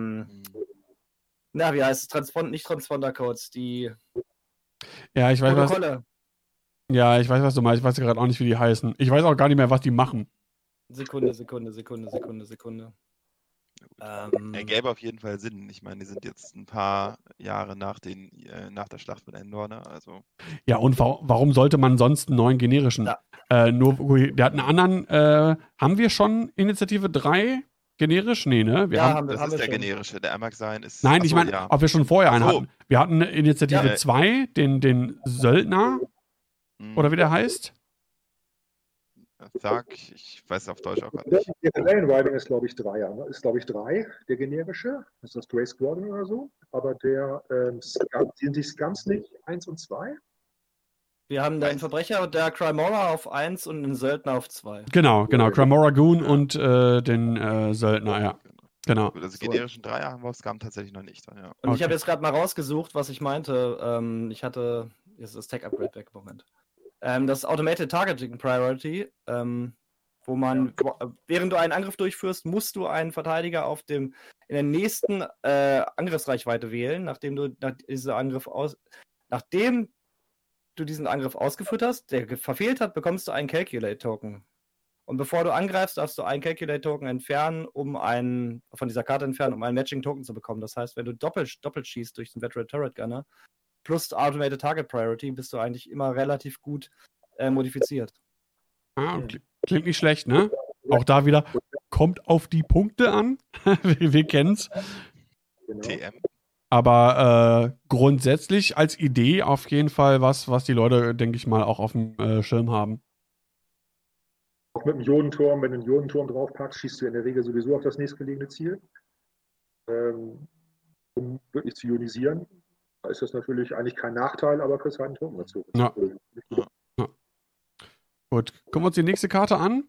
wie heißt es? Nicht Transponder-Codes, die Ja, ich weiß, Protokolle. was du meinst. Ich weiß gerade auch nicht, wie die heißen. Ich weiß auch gar nicht mehr, was die machen. Sekunde. Ergäbe auf jeden Fall Sinn. Ich meine, die sind jetzt ein paar Jahre nach der Schlacht von Endor, ne? Also. Ja, und warum sollte man sonst einen neuen generischen? Ja. Der hat einen anderen, haben wir schon Initiative 3 generisch? Nee, ne? Das ist der generische, der Amaxine ist. Nein, ich meine, ob wir schon vorher einen so. hatten. Wir hatten Initiative 2, den Söldner, oder wie der heißt. Sag, ich weiß auf Deutsch auch gar nicht. Der Rebellion Riding ist, glaube ich, 3. Ja, ist, glaube ich, 3, der generische. Das ist das Grey Squadron oder so. Aber sind die Scums nicht 1 und 2? Wir haben den Verbrecher und der Crymora auf 1 und den Söldner auf 2. Genau. Crymora Goon und den Söldner, ja. Genau. Also generischen 3 haben wir auf Scum tatsächlich noch nicht. Ja. Und ich habe jetzt gerade mal rausgesucht, was ich meinte. Ich hatte, jetzt ist das Tech-Upgrade weg, Moment. Das Automated Targeting Priority, wo man, während du einen Angriff durchführst, musst du einen Verteidiger in der nächsten Angriffsreichweite wählen, nachdem du diesen Angriff ausgeführt hast, der verfehlt hat, bekommst du einen Calculate-Token. Und bevor du angreifst, darfst du einen Calculate-Token entfernen, von dieser Karte entfernen, um einen Matching-Token zu bekommen. Das heißt, wenn du doppelt schießt durch den Veteran Turret Gunner, plus Automated Target Priority, bist du eigentlich immer relativ gut modifiziert. Klingt nicht schlecht, ne? Auch da wieder, kommt auf die Punkte an. Wir kennen's. Genau. TM. Aber grundsätzlich als Idee auf jeden Fall was die Leute, denke ich mal, auch auf dem Schirm haben. Auch mit dem Ionenturm, wenn du einen Ionenturm draufpackst, schießt du in der Regel sowieso auf das nächstgelegene Ziel. Um wirklich zu ionisieren, da ist das natürlich eigentlich kein Nachteil, aber kriegst halt einen Turm dazu. Ja. Gut, gucken wir uns die nächste Karte an.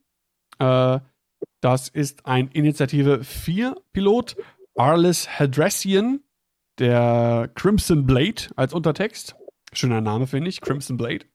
Das ist ein Initiative 4 Pilot, Arlis Hadrassian, der Crimson Blade als Untertext. Schöner Name, finde ich, Crimson Blade.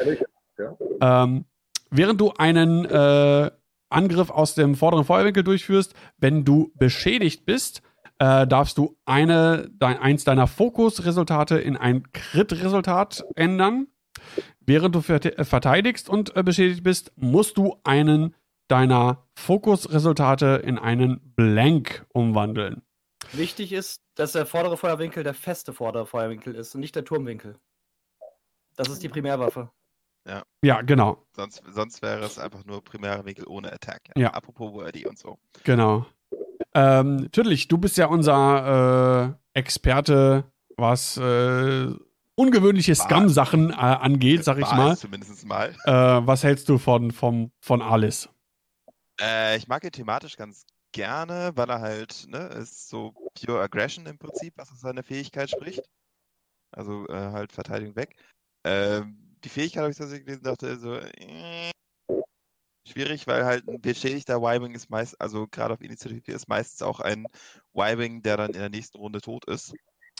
Ja. Während du einen Angriff aus dem vorderen Feuerwinkel durchführst, wenn du beschädigt bist, darfst du eins deiner Fokusresultate in ein Crit-Resultat ändern. Während du verteidigst und beschädigt bist, musst du einen deiner Fokusresultate in einen Blank umwandeln. Wichtig ist, dass der vordere Feuerwinkel der feste vordere Feuerwinkel ist und nicht der Turmwinkel. Das ist die Primärwaffe. Ja, genau. Sonst wäre es einfach nur primärer Winkel ohne Attack. Ja. Apropos Wordy und so. Genau. Natürlich, du bist ja unser Experte, was ungewöhnliche Scum-Sachen angeht, sag ich mal. Zumindest mal. Was hältst du von Arlis? Ich mag ihn thematisch ganz gerne, weil er halt, ist so Pure Aggression im Prinzip, was aus seiner Fähigkeit spricht. Also halt Verteidigung weg. Die Fähigkeit habe ich tatsächlich gelesen, dachte so, schwierig, weil halt ein beschädigter Y-Wing ist meist, also gerade auf Initiative 4 ist meistens auch ein Y-Wing, der dann in der nächsten Runde tot ist.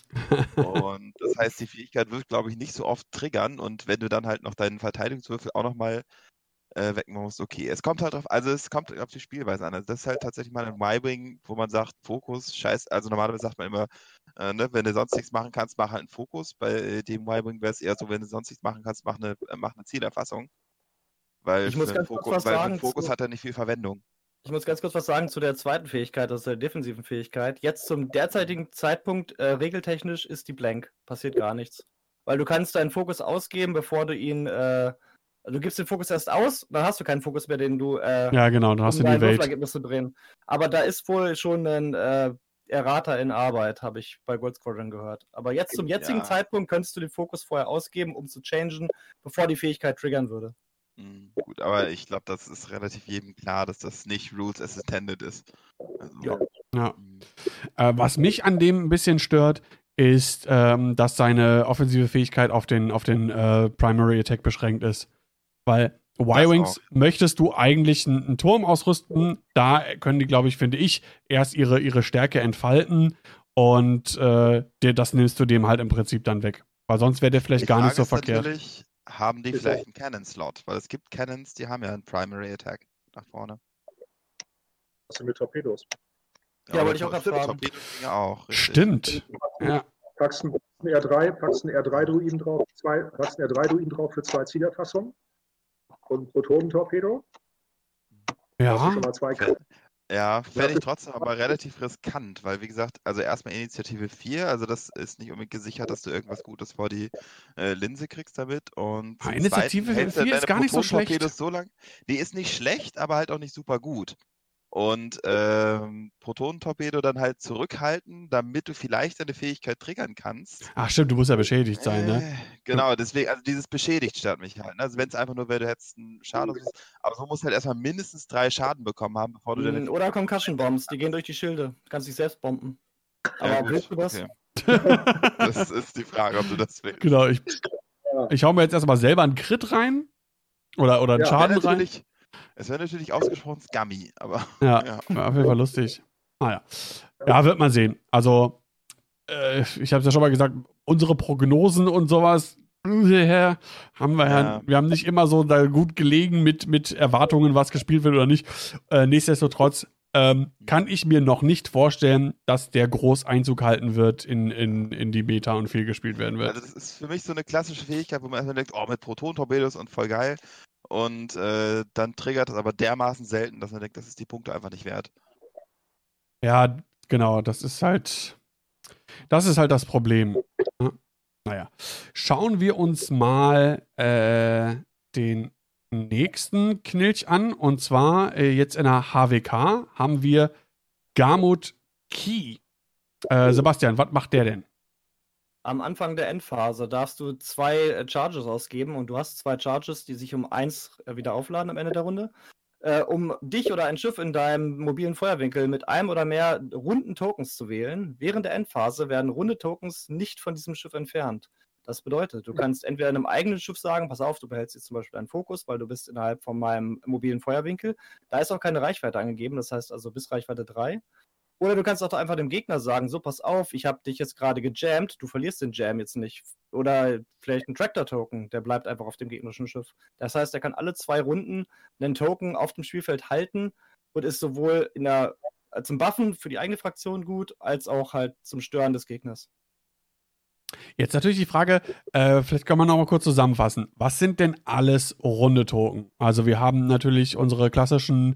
Und das heißt, die Fähigkeit wird, glaube ich, nicht so oft triggern und wenn du dann halt noch deinen Verteidigungswürfel auch nochmal wegmachen musst, okay. Es kommt halt es kommt auf die Spielweise an. Also das ist halt tatsächlich mal ein Y-Wing, wo man sagt, Fokus, scheiß, also normalerweise sagt man immer, wenn du sonst nichts machen kannst, mach halt einen Fokus. Bei dem Y-Wing wäre es eher so, wenn du sonst nichts machen kannst, mach eine Zielerfassung. Weil für einen Fokus hat er nicht viel Verwendung. Ich muss ganz kurz was sagen zu der zweiten Fähigkeit, also der defensiven Fähigkeit. Jetzt zum derzeitigen Zeitpunkt, regeltechnisch ist die blank. Passiert gar nichts. Weil du kannst deinen Fokus ausgeben, bevor du ihn, du gibst den Fokus erst aus, dann hast du keinen Fokus mehr, den du, ja genau, dann hast du die Welt. Zu drehen. Aber da ist wohl schon ein Errata in Arbeit, habe ich bei Gold Squadron gehört. Aber jetzt zum jetzigen Zeitpunkt könntest du den Fokus vorher ausgeben, um zu changen, bevor die Fähigkeit triggern würde. Gut, aber ich glaube, das ist relativ jedem klar, dass das nicht Rules as Intended ist. Also, ja. Was mich an dem ein bisschen stört, ist, dass seine offensive Fähigkeit auf den Primary Attack beschränkt ist. Weil Y-Wings möchtest du eigentlich einen Turm ausrüsten, da können die, glaube ich, finde ich, erst ihre Stärke entfalten und das nimmst du dem halt im Prinzip dann weg. Weil sonst wäre der vielleicht gar nicht so verkehrt. Natürlich haben die vielleicht einen Cannon-Slot, weil es gibt Cannons, die haben ja einen Primary Attack nach vorne. Was sind mit Torpedos? Ja, wollte ich auch gerade fragen. Torpedos ja auch. Richtig. Stimmt. Ja. Packst einen R3-Druiden drauf, für 2 Zielerfassungen und Protonen-Torpedo. Ja. Schon mal 2 Ja, fände ich trotzdem aber relativ riskant, weil wie gesagt, also erstmal Initiative 4, also das ist nicht unbedingt gesichert, dass du irgendwas Gutes vor die Linse kriegst damit. Und Initiative 4 ist gar nicht so schlecht. Die ist nicht schlecht, aber halt auch nicht super gut. Und Protonentorpedo dann halt zurückhalten, damit du vielleicht deine Fähigkeit triggern kannst. Ach stimmt, du musst ja beschädigt sein, ne? Genau, deswegen, also dieses beschädigt stört mich halt. Ne? Also wenn es einfach nur wäre, du hättest einen Schaden, aber so musst du halt erstmal mindestens 3 Schaden bekommen haben, bevor du deine Oder Concussion Bombs, die gehen durch die Schilde. Du kannst dich selbst bomben. Aber willst du das? Okay. Das ist die Frage, ob du das willst. Genau, ich hau mir jetzt erstmal selber einen Crit rein. Oder einen Schaden rein. Es wäre natürlich ausgesprochen scummy, aber. Ja, auf jeden Fall lustig. Naja. Ja, wird man sehen. Also, ich habe es ja schon mal gesagt, unsere Prognosen und sowas haben wir wir haben nicht immer so da gut gelegen mit Erwartungen, was gespielt wird oder nicht. Nichtsdestotrotz kann ich mir noch nicht vorstellen, dass der groß Einzug halten wird in die Beta und viel gespielt werden wird. Also das ist für mich so eine klassische Fähigkeit, wo man erstmal denkt, mit Proton-Torpedos und voll geil. Und dann triggert das aber dermaßen selten, dass man denkt, das ist die Punkte einfach nicht wert. Ja, genau, das ist halt das Problem. Naja, schauen wir uns mal den nächsten Knilch an. Und zwar jetzt in der HWK haben wir Garmut Key. Sebastian, was macht der denn? Am Anfang der Endphase darfst du 2 Charges ausgeben und du hast 2 Charges, die sich um 1 wieder aufladen am Ende der Runde. Um dich oder ein Schiff in deinem mobilen Feuerwinkel mit einem oder mehr runden Tokens zu wählen. Während der Endphase werden runde Tokens nicht von diesem Schiff entfernt. Das bedeutet, du kannst entweder einem eigenen Schiff sagen, pass auf, du behältst jetzt zum Beispiel deinen Fokus, weil du bist innerhalb von meinem mobilen Feuerwinkel. Da ist auch keine Reichweite angegeben, das heißt also bis Reichweite 3. Oder du kannst auch einfach dem Gegner sagen, so pass auf, ich habe dich jetzt gerade gejammt, du verlierst den Jam jetzt nicht. Oder vielleicht ein Tractor-Token, der bleibt einfach auf dem gegnerischen Schiff. Das heißt, er kann alle 2 Runden einen Token auf dem Spielfeld halten und ist sowohl zum Buffen für die eigene Fraktion gut, als auch halt zum Stören des Gegners. Jetzt natürlich die Frage, vielleicht kann man noch mal kurz zusammenfassen. Was sind denn alles runde Token? Also wir haben natürlich unsere klassischen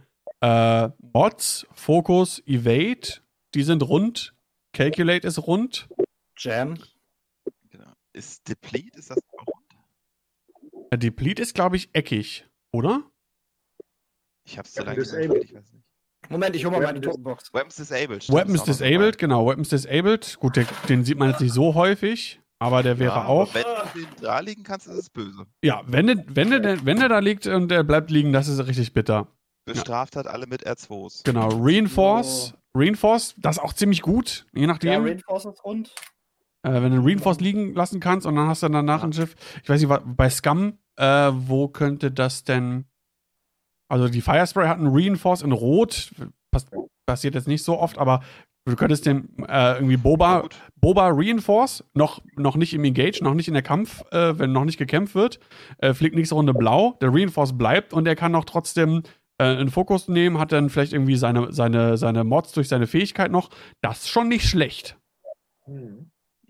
Mods, Focus, Evade, die sind rund. Calculate ist rund. Jam. Genau. Ist Deplete, ist das auch rund? Deplete ist, glaube ich, eckig, oder? Ich hab's zu Ja, lange nicht mehr disabled. gespielt, ich weiß nicht. Moment, ich hole mal meine Tokenbox. Weapons Disabled. stimmt, Weapons ist auch noch Disabled, genau, Weapons Disabled. Gut, den sieht man jetzt nicht so häufig, aber der dabei. wäre Ja, auch. aber wenn du den da liegen kannst, ist es böse. Ja, wenn der da liegt und der bleibt liegen, das ist richtig bitter. Bestraft hat alle mit R2s. Genau, Reinforce, das ist auch ziemlich gut, je Ja, nachdem. Reinforce ist rund. Wenn du einen Reinforce liegen lassen kannst und dann hast du danach ein Schiff. Ich weiß nicht, bei Scum, wo könnte das denn. Also die Firespray hat einen Reinforce in Rot. Passiert jetzt nicht so oft, aber du könntest dem irgendwie Boba Reinforce, noch nicht im Engage, noch nicht in der Kampf, wenn noch nicht gekämpft wird, fliegt nächste Runde blau, der Reinforce bleibt und er kann auch trotzdem einen Fokus nehmen, hat dann vielleicht irgendwie seine Mods durch seine Fähigkeit noch. Das ist schon nicht schlecht. Hm.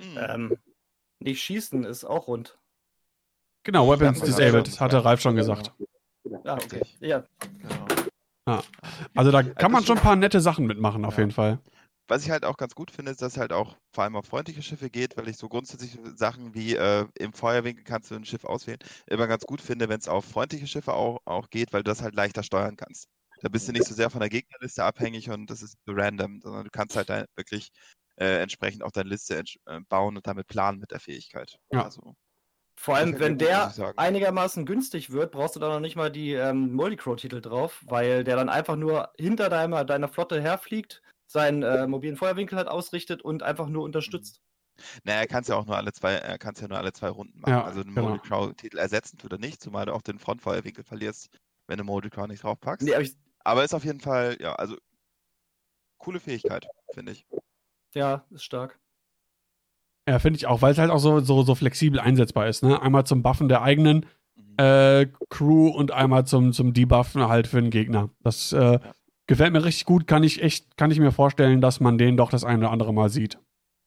Nicht schießen ist auch rund. Genau, Weapons Ja, Disabled, ja. hatte Ralf schon gesagt. Ja, okay. Richtig. Ja, Genau. Also da kann man das schon ein paar nette Sachen mitmachen, auf Ja. jeden Fall. Was ich halt auch ganz gut finde, ist, dass es halt auch vor allem auf freundliche Schiffe geht, weil ich so grundsätzlich Sachen wie im Feuerwinkel kannst du ein Schiff auswählen, immer ganz gut finde, wenn es auf freundliche Schiffe auch geht, weil du das halt leichter steuern kannst. Da bist du nicht so sehr von der Gegnerliste abhängig und das ist so random, sondern du kannst halt wirklich entsprechend auch deine Liste bauen und damit planen mit der Fähigkeit. Ja. Also, vor allem, gefällt mir wenn gut, muss der ich sagen. einigermaßen günstig wird, brauchst du da noch nicht mal die Multicrow-Titel drauf, weil der dann einfach nur hinter deiner Flotte herfliegt, seinen mobilen Feuerwinkel halt ausrichtet und einfach nur unterstützt. Naja, er kann es ja auch nur alle 2 Runden machen. Ja, Also den genau. Moldy Crow-Titel ersetzen tut er nicht, zumal du auch den Frontfeuerwinkel verlierst, wenn du Moldy Crow nicht draufpackst. Nee, aber Aber ist auf jeden Fall, ja, also coole Fähigkeit, finde ich. ja, ist stark. Ja, finde ich auch, weil es halt auch so flexibel einsetzbar ist. Ne? Einmal zum Buffen der eigenen Crew und einmal zum Debuffen halt für den Gegner. Das gefällt mir richtig gut. Kann ich mir vorstellen, dass man den doch das eine oder andere Mal sieht.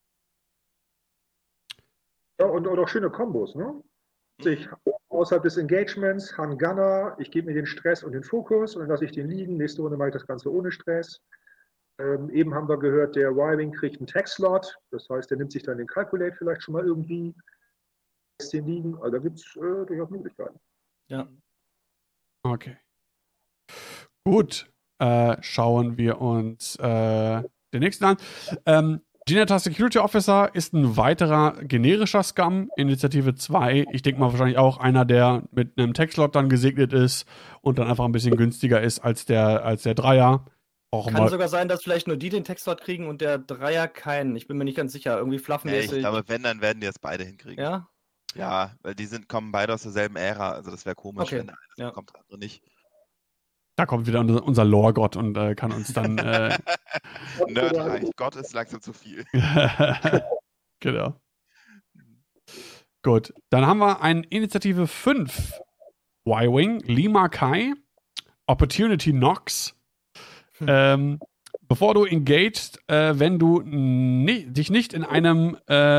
Ja, und auch schöne Kombos, ne? Ich außerhalb des Engagements, Han Gunner, ich gebe mir den Stress und den Fokus und dann lasse ich den liegen. Nächste Runde mache ich das Ganze ohne Stress. Eben haben wir gehört, der Y-Wing kriegt einen Tech-Slot. Das heißt, der nimmt sich dann den Calculate vielleicht schon mal irgendwie, lässt den liegen. Also da gibt es durchaus Möglichkeiten. Ja. Okay. Gut. Schauen wir uns den nächsten an. Geneta Security Officer ist ein weiterer generischer Scum, Initiative 2. Ich denke mal wahrscheinlich auch einer, der mit einem Tech-Slot dann gesegnet ist und dann einfach ein bisschen günstiger ist als der Dreier. Kann sogar sein, dass vielleicht nur die den Textslot kriegen und der Dreier keinen. Ich bin mir nicht ganz sicher. Irgendwie Nee, fluffmäßig. ich glaube, wenn, dann werden die das beide hinkriegen. Ja? Ja, weil kommen beide aus derselben Ära. Also das wäre komisch, Okay, wenn der eine ja. kommt, der andere nicht. Da kommt wieder unser Lore-Gott und kann uns dann. Nerd reicht. Gott ist langsam zu viel. Genau. Gut, dann haben wir ein Initiative 5 Y-Wing, Lima Kai, Opportunity Nox. Bevor du engaged, wenn du dich nicht in einem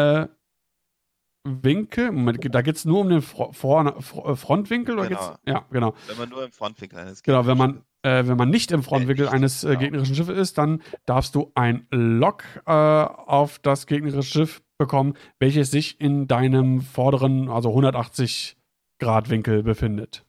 Winkel, Moment, da geht es nur um den Frontwinkel? Oder Genau. geht's? Ja, genau. Wenn man nur im Frontwinkel eines Genau, wenn gegnerischen man nicht im Frontwinkel nicht, eines genau. gegnerischen Schiffes ist, dann darfst du ein Lock auf das gegnerische Schiff bekommen, welches sich in deinem vorderen, also 180-Grad-Winkel befindet.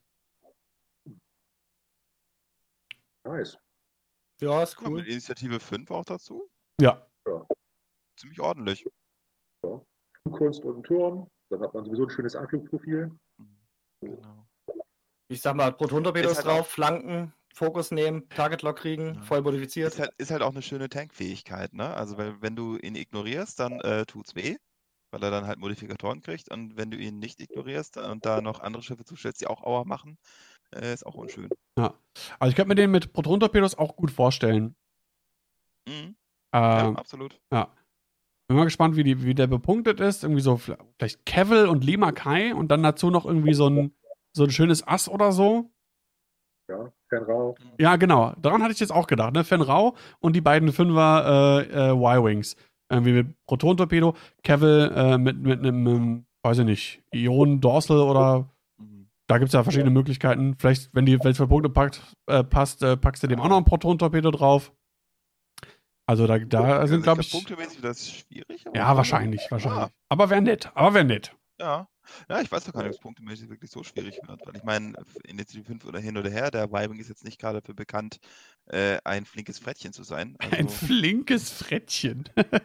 Nice. Ja, ist Kommt cool. mit Initiative 5 auch dazu? Ja. Ziemlich ordentlich. Kunst und einen Turm. Dann hat man sowieso ein schönes Anflugprofil. Genau. Ich sag mal, Proton-Torpedos Ist halt drauf, Flanken, Fokus nehmen, Target-Lock kriegen, Ja. voll modifiziert. Ist halt auch eine schöne Tankfähigkeit, ne? Also wenn du ihn ignorierst, dann tut's weh, weil er dann halt Modifikatoren kriegt. Und wenn du ihn nicht ignorierst und da noch andere Schiffe zustellst, die auch Aua machen, ist auch unschön. Ja. Also ich könnte mir den mit Proton-Torpedos auch gut vorstellen. Mhm. Ja, absolut. Ja. Bin mal gespannt, wie der bepunktet ist. Irgendwie so vielleicht Cavill und Lima Kai und dann dazu noch irgendwie so ein schönes Ass oder so. Ja, Fernrau. Ja, genau. Daran hatte ich jetzt auch gedacht. Ne? Fen Rao und die beiden Fünfer Y-Wings. Irgendwie mit Proton-Torpedo. Cavill mit einem, weiß ich nicht, Ionen-Dorsal oder da gibt es ja verschiedene Möglichkeiten. Vielleicht, wenn es für Punkte passt, packst du dem auch noch ein Proton-Torpedo drauf. Also da sind, glaube ich. Punktemäßig das ist schwierig. Ja, wahrscheinlich. Aber wäre nett. Ja. Ja, ich weiß doch gar nicht, ob es punktemäßig wirklich so schwierig wird. Weil ich meine, in der CD5 oder hin oder her, der Y-Wing ist jetzt nicht gerade dafür bekannt, ein flinkes Frettchen zu sein. Also, Ein flinkes Frettchen.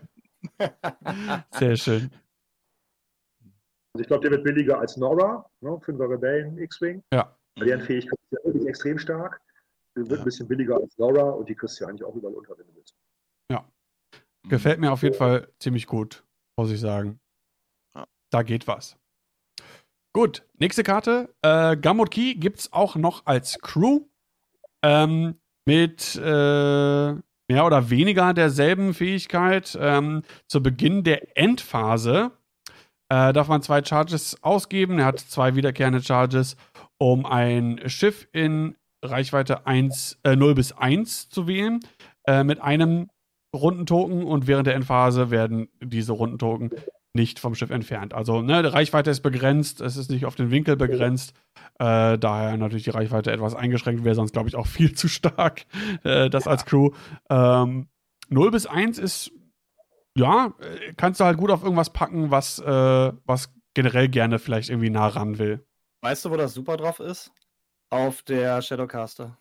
Sehr schön. Also ich glaube, der wird billiger als Nora, ne? 5er Rebellen X-Wing. Ja. Weil deren Fähigkeit ist ja wirklich extrem stark. Der wird ein bisschen billiger als Nora und die kriegst du ja eigentlich auch überall unter, wenn du willst. Ja. Gefällt mir auf jeden Fall ziemlich gut, muss ich sagen. Ja. Da geht was. Gut, nächste Karte. Gamut Key gibt es auch noch als Crew. Mit mehr oder weniger derselben Fähigkeit. Zu Beginn der Endphase darf man 2 Charges ausgeben. Er hat 2 wiederkehrende Charges, um ein Schiff in Reichweite 0 bis 1 zu wählen. Mit einem Rundentoken und während der Endphase werden diese Rundentoken nicht vom Schiff entfernt. Also, die Reichweite ist begrenzt, es ist nicht auf den Winkel begrenzt. Daher natürlich die Reichweite etwas eingeschränkt, wäre sonst, glaube ich, auch viel zu stark, das als Crew. 0 bis 1 ist, kannst du halt gut auf irgendwas packen, was generell gerne vielleicht irgendwie nah ran will. Weißt du, wo das super drauf ist? Auf der Shadowcaster.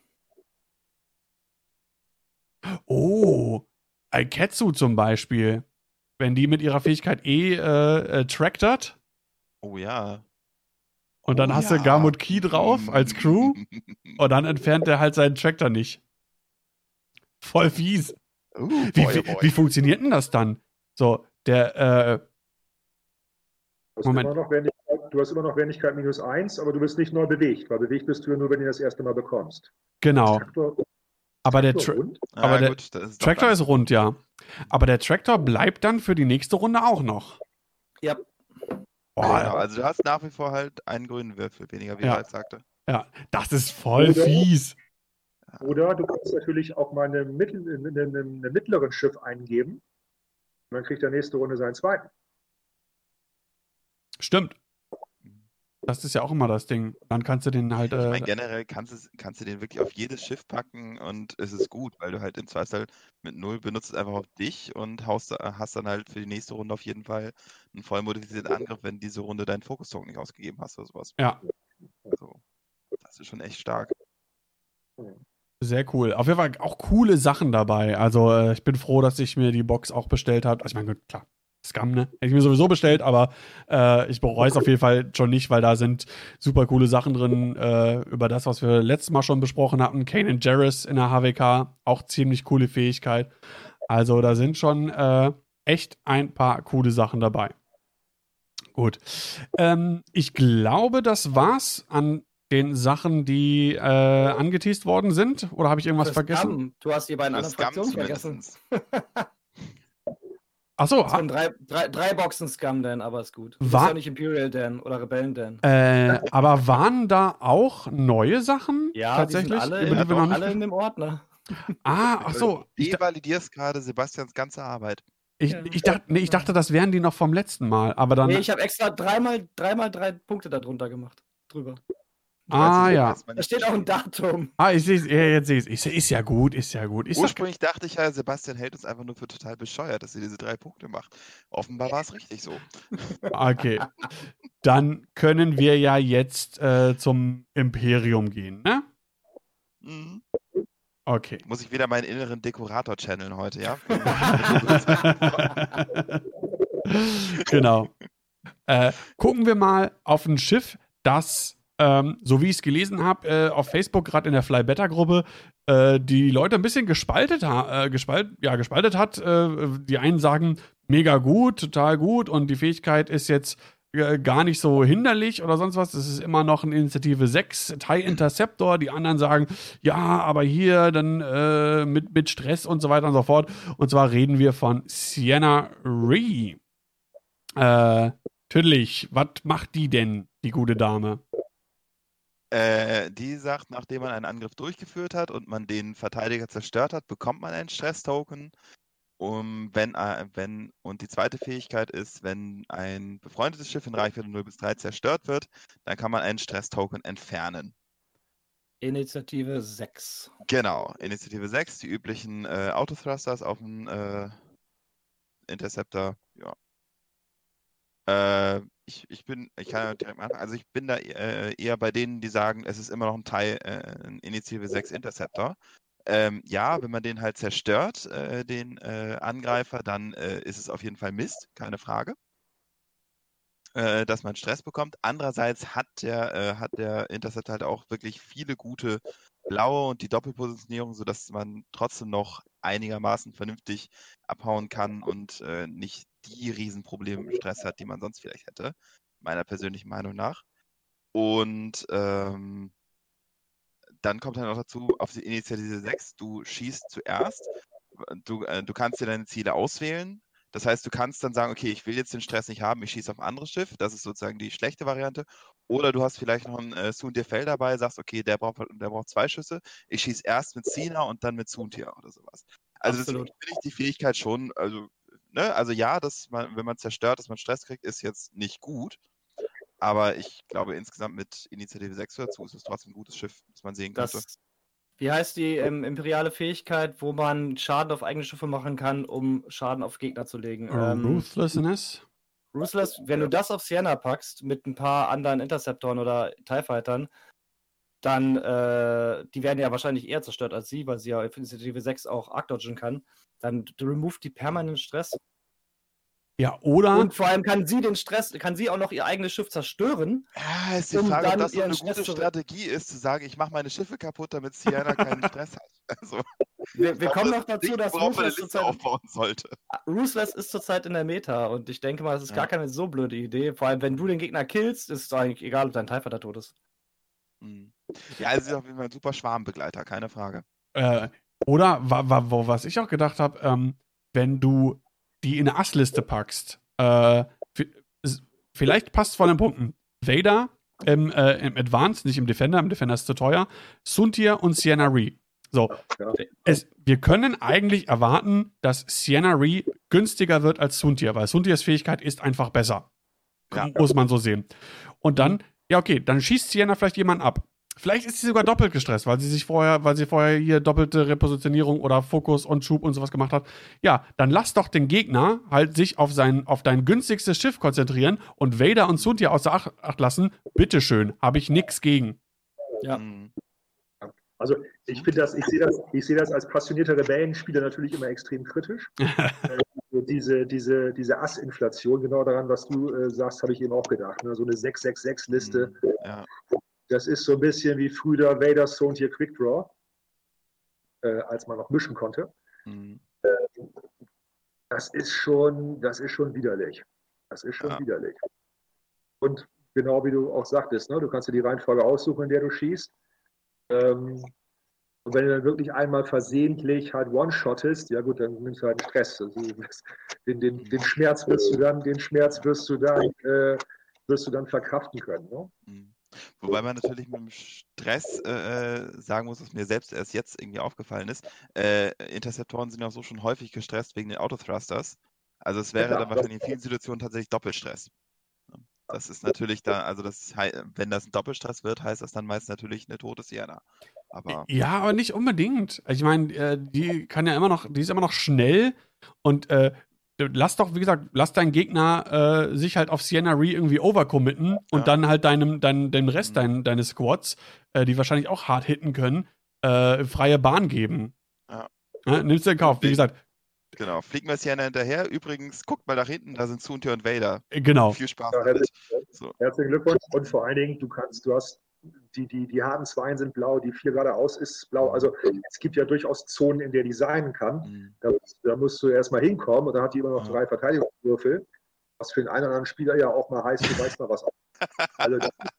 Oh, Aiketsu zum Beispiel. Wenn die mit ihrer Fähigkeit tractert Oh ja. und dann hast du Gamut Key drauf als Crew und dann entfernt der halt seinen Tractor nicht. Voll fies. Wie funktioniert denn das dann? So, der, Moment. Du hast immer noch Wendigkeit -1, aber du bist nicht neu bewegt, weil bewegt bist du ja nur, wenn du das erste Mal bekommst. Genau. Aber der gut, Tractor ist rund, ja. Aber der Tractor bleibt dann für die nächste Runde auch noch. Ja. Boah, Genau, also du hast nach wie vor halt einen grünen Würfel weniger, wie er halt sagte. Ja, das ist voll fies. Oder du kannst natürlich auch mal einem mittleren Schiff eingeben. Und dann kriegt der nächste Runde seinen zweiten. Stimmt. Das ist ja auch immer das Ding. Dann kannst du den halt. Ich meine, generell kannst du den wirklich auf jedes Schiff packen und es ist gut, weil du halt im Zweifelsfall mit 0 benutzt es einfach auf dich und hast dann halt für die nächste Runde auf jeden Fall einen voll modifizierten Angriff, wenn diese Runde deinen Fokus-Token nicht ausgegeben hast oder sowas. Ja. Also, das ist schon echt stark. Sehr cool. Auf jeden Fall auch coole Sachen dabei. Also, ich bin froh, dass ich mir die Box auch bestellt habe. Also, ich meine, klar. Scum, ne? Hätte ich mir sowieso bestellt, aber ich bereue es auf jeden Fall schon nicht, weil da sind super coole Sachen drin, über das, was wir letztes Mal schon besprochen hatten. Kanan Jarrus in der HWK, auch ziemlich coole Fähigkeit. Also da sind schon echt ein paar coole Sachen dabei. Gut. Ich glaube, das war's an den Sachen, die angeteased worden sind. Oder habe ich irgendwas vergessen? Du hast die beiden anderen Fraktionen vergessen. Achso. Es sind drei Boxen Scum Dan, aber ist gut. Das ist ja nicht Imperial Dan oder Rebellen Dan. Aber waren da auch neue Sachen? Ja, tatsächlich? Die sind alle in dem Ordner. Ach so. Du validierst gerade Sebastians ganze Arbeit. Ich dachte, das wären die noch vom letzten Mal. Aber dann. Nee, ich habe extra dreimal 3 Punkte darunter gemacht. Drüber. Ja. Da steht auch ein Datum. Ich sehe es. Jetzt sehe ich es. Ist ja gut. Ursprünglich dachte ich ja, Sebastian hält uns einfach nur für total bescheuert, dass er diese 3 Punkte macht. Offenbar war es richtig so. Okay. Dann können wir ja jetzt zum Imperium gehen, ne? Mhm. Okay. Muss ich wieder meinen inneren Dekorator channeln heute, ja? Genau. Gucken wir mal auf ein Schiff, das, so wie ich es gelesen habe, auf Facebook, gerade in der Fly-Better-Gruppe, die Leute ein bisschen gespaltet hat. Die einen sagen, mega gut, total gut und die Fähigkeit ist jetzt gar nicht so hinderlich oder sonst was. Das ist immer noch eine Initiative 6, TIE Interceptor. Die anderen sagen, ja, aber hier dann mit Stress und so weiter und so fort. Und zwar reden wir von Ciena Ree. Tüdelig, was macht die denn, die gute Dame? Die sagt, nachdem man einen Angriff durchgeführt hat und man den Verteidiger zerstört hat, bekommt man einen Stress-Token. Und die zweite Fähigkeit ist, wenn ein befreundetes Schiff in Reichweite 0 bis 3 zerstört wird, dann kann man einen Stress-Token entfernen. Initiative 6. Genau, Initiative 6, die üblichen Autothrusters auf dem Interceptor. Ja. Ich kann ja direkt mal anfangen. Also ich bin da eher bei denen, die sagen, es ist immer noch ein Initiative 6 Interceptor. Ja, wenn man den halt zerstört, den Angreifer, dann ist es auf jeden Fall Mist, keine Frage, dass man Stress bekommt. Andererseits hat der Intercept halt auch wirklich viele gute blaue und die Doppelpositionierung, sodass man trotzdem noch einigermaßen vernünftig abhauen kann und nicht die Riesenprobleme mit Stress hat, die man sonst vielleicht hätte, meiner persönlichen Meinung nach. Und dann kommt dann noch dazu, auf die Initiative 6, du schießt zuerst, du kannst dir deine Ziele auswählen. Das heißt, du kannst dann sagen, okay, ich will jetzt den Stress nicht haben, ich schieße auf ein anderes Schiff. Das ist sozusagen die schlechte Variante. Oder du hast vielleicht noch einen Soontir dabei, sagst, okay, der braucht 2 Schüsse. Ich schieße erst mit Ciena und dann mit Soontir oder sowas. Also deswegen finde ich die Fähigkeit schon, also ja, wenn man zerstört, dass man Stress kriegt, ist jetzt nicht gut. Aber ich glaube, insgesamt mit Initiative 6 dazu ist es trotzdem ein gutes Schiff, das man sehen könnte. Wie heißt die imperiale Fähigkeit, wo man Schaden auf eigene Schiffe machen kann, um Schaden auf Gegner zu legen? Ruthlessness. Ruthless, wenn du das auf Ciena packst, mit ein paar anderen Interceptoren oder TIE Fightern, dann, die werden ja wahrscheinlich eher zerstört als sie, weil sie ja auf Initiative 6 auch arc-dodgen kann. Dann remove die permanent Stress. Ja, oder? Und vor allem kann sie auch noch ihr eigenes Schiff zerstören. Ja, ist die Frage, ob das so eine gute Strategie ist, zu sagen, ich mache meine Schiffe kaputt, damit Ciena keinen Stress hat. Also, wir kommen noch dazu, dass Ruthless aufbauen sollte. Ruthless ist zurzeit in der Meta und ich denke mal, das ist gar keine so blöde Idee. Vor allem, wenn du den Gegner killst, ist es eigentlich egal, ob dein TIE Fighter tot ist. Ja, also sie ist auf jeden Fall ein super Schwarmbegleiter, keine Frage. Oder, was ich auch gedacht habe, wenn du die in eine Assliste packst, vielleicht passt von den Punkten. Vader im Advanced, nicht im Defender ist zu teuer, Soontir und Ciena Ree. So, wir können eigentlich erwarten, dass Ciena Ree günstiger wird als Soontir, weil Soontirs Fähigkeit ist einfach besser. Ja. Muss man so sehen. Und dann, ja okay, dann schießt Ciena vielleicht jemanden ab. Vielleicht ist sie sogar doppelt gestresst, weil sie vorher hier doppelte Repositionierung oder Fokus und Schub und sowas gemacht hat. Ja, dann lass doch den Gegner halt sich auf dein günstigstes Schiff konzentrieren und Vader und Soontir außer Acht lassen. Bitteschön, habe ich nichts gegen. Ja. Also ich sehe das als passionierter Rebellenspieler natürlich immer extrem kritisch. Diese Ass-Inflation, genau daran, was du sagst, habe ich eben auch gedacht. Ne? So eine 666-Liste. Ja. Das ist so ein bisschen wie früher Vader Soontir Quickdraw, als man noch mischen konnte. Das ist schon widerlich. Das ist schon widerlich. Und genau wie du auch sagtest, ne, du kannst dir die Reihenfolge aussuchen, in der du schießt. Und wenn du dann wirklich einmal versehentlich halt one-shottest, ja gut, dann nimmst du halt einen Stress. Also den Schmerz wirst du dann verkraften können. Ne? Wobei man natürlich mit dem Stress sagen muss, was mir selbst erst jetzt irgendwie aufgefallen ist, Interceptoren sind ja so schon häufig gestresst wegen den Autothrusters. Also es wäre dann wahrscheinlich in vielen Situationen tatsächlich Doppelstress. Das ist natürlich da, also wenn das ein Doppelstress wird, heißt das dann meist natürlich eine tote Ciena. Ja, aber nicht unbedingt. Ich meine, die ist immer noch schnell und lass deinen Gegner sich halt auf Ciena Ree irgendwie overcommitten und dann halt dem Rest deines Squads, die wahrscheinlich auch hart hitten können, freie Bahn geben. Ja. Nimmst du in Kauf. Wie gesagt, Genau, fliegen wir Sienna hinterher. Übrigens, guckt mal nach hinten, da sind Soontir und Vader. Genau. Viel Spaß Ja, damit. So. Herzlichen Glückwunsch. Und vor allen Dingen, du hast die harten Zweien sind blau, die 4 geradeaus ist blau. Also es gibt ja durchaus Zonen, in der die sein kann. Da musst du erstmal hinkommen und dann hat die immer noch 3 Verteidigungswürfel, was für den einen oder anderen Spieler ja auch mal heißt, du weißt mal was. Also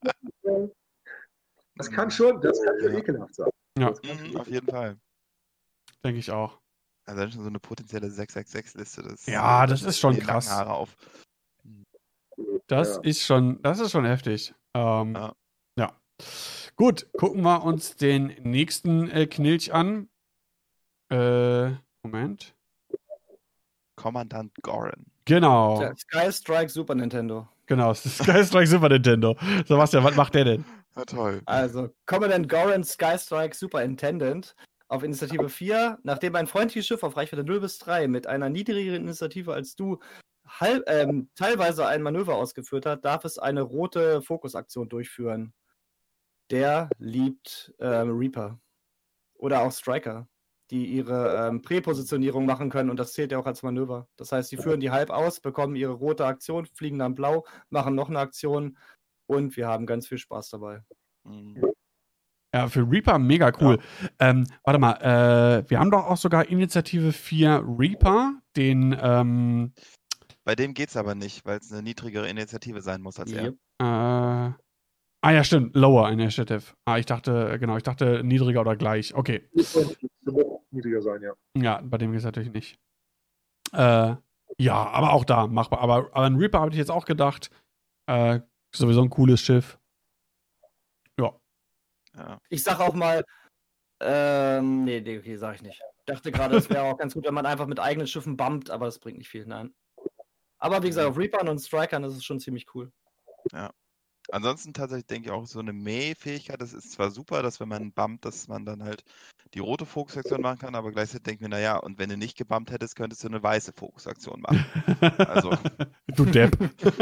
das kann schon ekelhaft sein. Ja, Auf jeden Fall. denke ich auch. Also das ist schon so eine potenzielle 666-Liste. Das ist schon krass. Haare auf. Das ist schon heftig. Ja. Gut, gucken wir uns den nächsten Knilch an. Moment. Kommandant Goran. Genau. Der Sky Strike Super Nintendo. Genau, Sky Strike Super Nintendo. Sebastian, was macht der denn? Na toll. Also, Commandant Goran Sky Strike Superintendent auf Initiative 4. Nachdem ein freundliches Schiff auf Reichweite 0 bis 3 mit einer niedrigeren Initiative als du teilweise ein Manöver ausgeführt hat, darf es eine rote Fokusaktion durchführen. Der liebt Reaper. Oder auch Striker, die ihre Präpositionierung machen können und das zählt ja auch als Manöver. Das heißt, sie führen die halb aus, bekommen ihre rote Aktion, fliegen dann blau, machen noch eine Aktion und wir haben ganz viel Spaß dabei. Ja, für Reaper mega cool. Ja. Warte mal, wir haben doch auch sogar Initiative 4 Reaper, den bei dem geht's aber nicht, weil es eine niedrigere Initiative sein muss als er. Ja, stimmt. Lower Initiative. Ich dachte niedriger oder gleich. Okay. Niedriger sein, ja. Ja, bei dem geht's natürlich nicht. Ja, aber auch da machbar. Aber an Reaper habe ich jetzt auch gedacht. Sowieso ein cooles Schiff. Ja. Ich sag auch mal, okay, sag ich nicht. Ich dachte gerade, es wäre auch ganz gut, wenn man einfach mit eigenen Schiffen bumpt, aber das bringt nicht viel, nein. Aber wie gesagt, auf Reapern und Strikern ist es schon ziemlich cool. Ja. Ansonsten tatsächlich denke ich auch so eine Mäh-Fähigkeit, das ist zwar super, dass wenn man bumpt, dass man dann halt die rote Fokusaktion machen kann, aber gleichzeitig denke ich mir, naja, und wenn du nicht gebumpt hättest, könntest du eine weiße Fokusaktion machen. Also. Du Depp.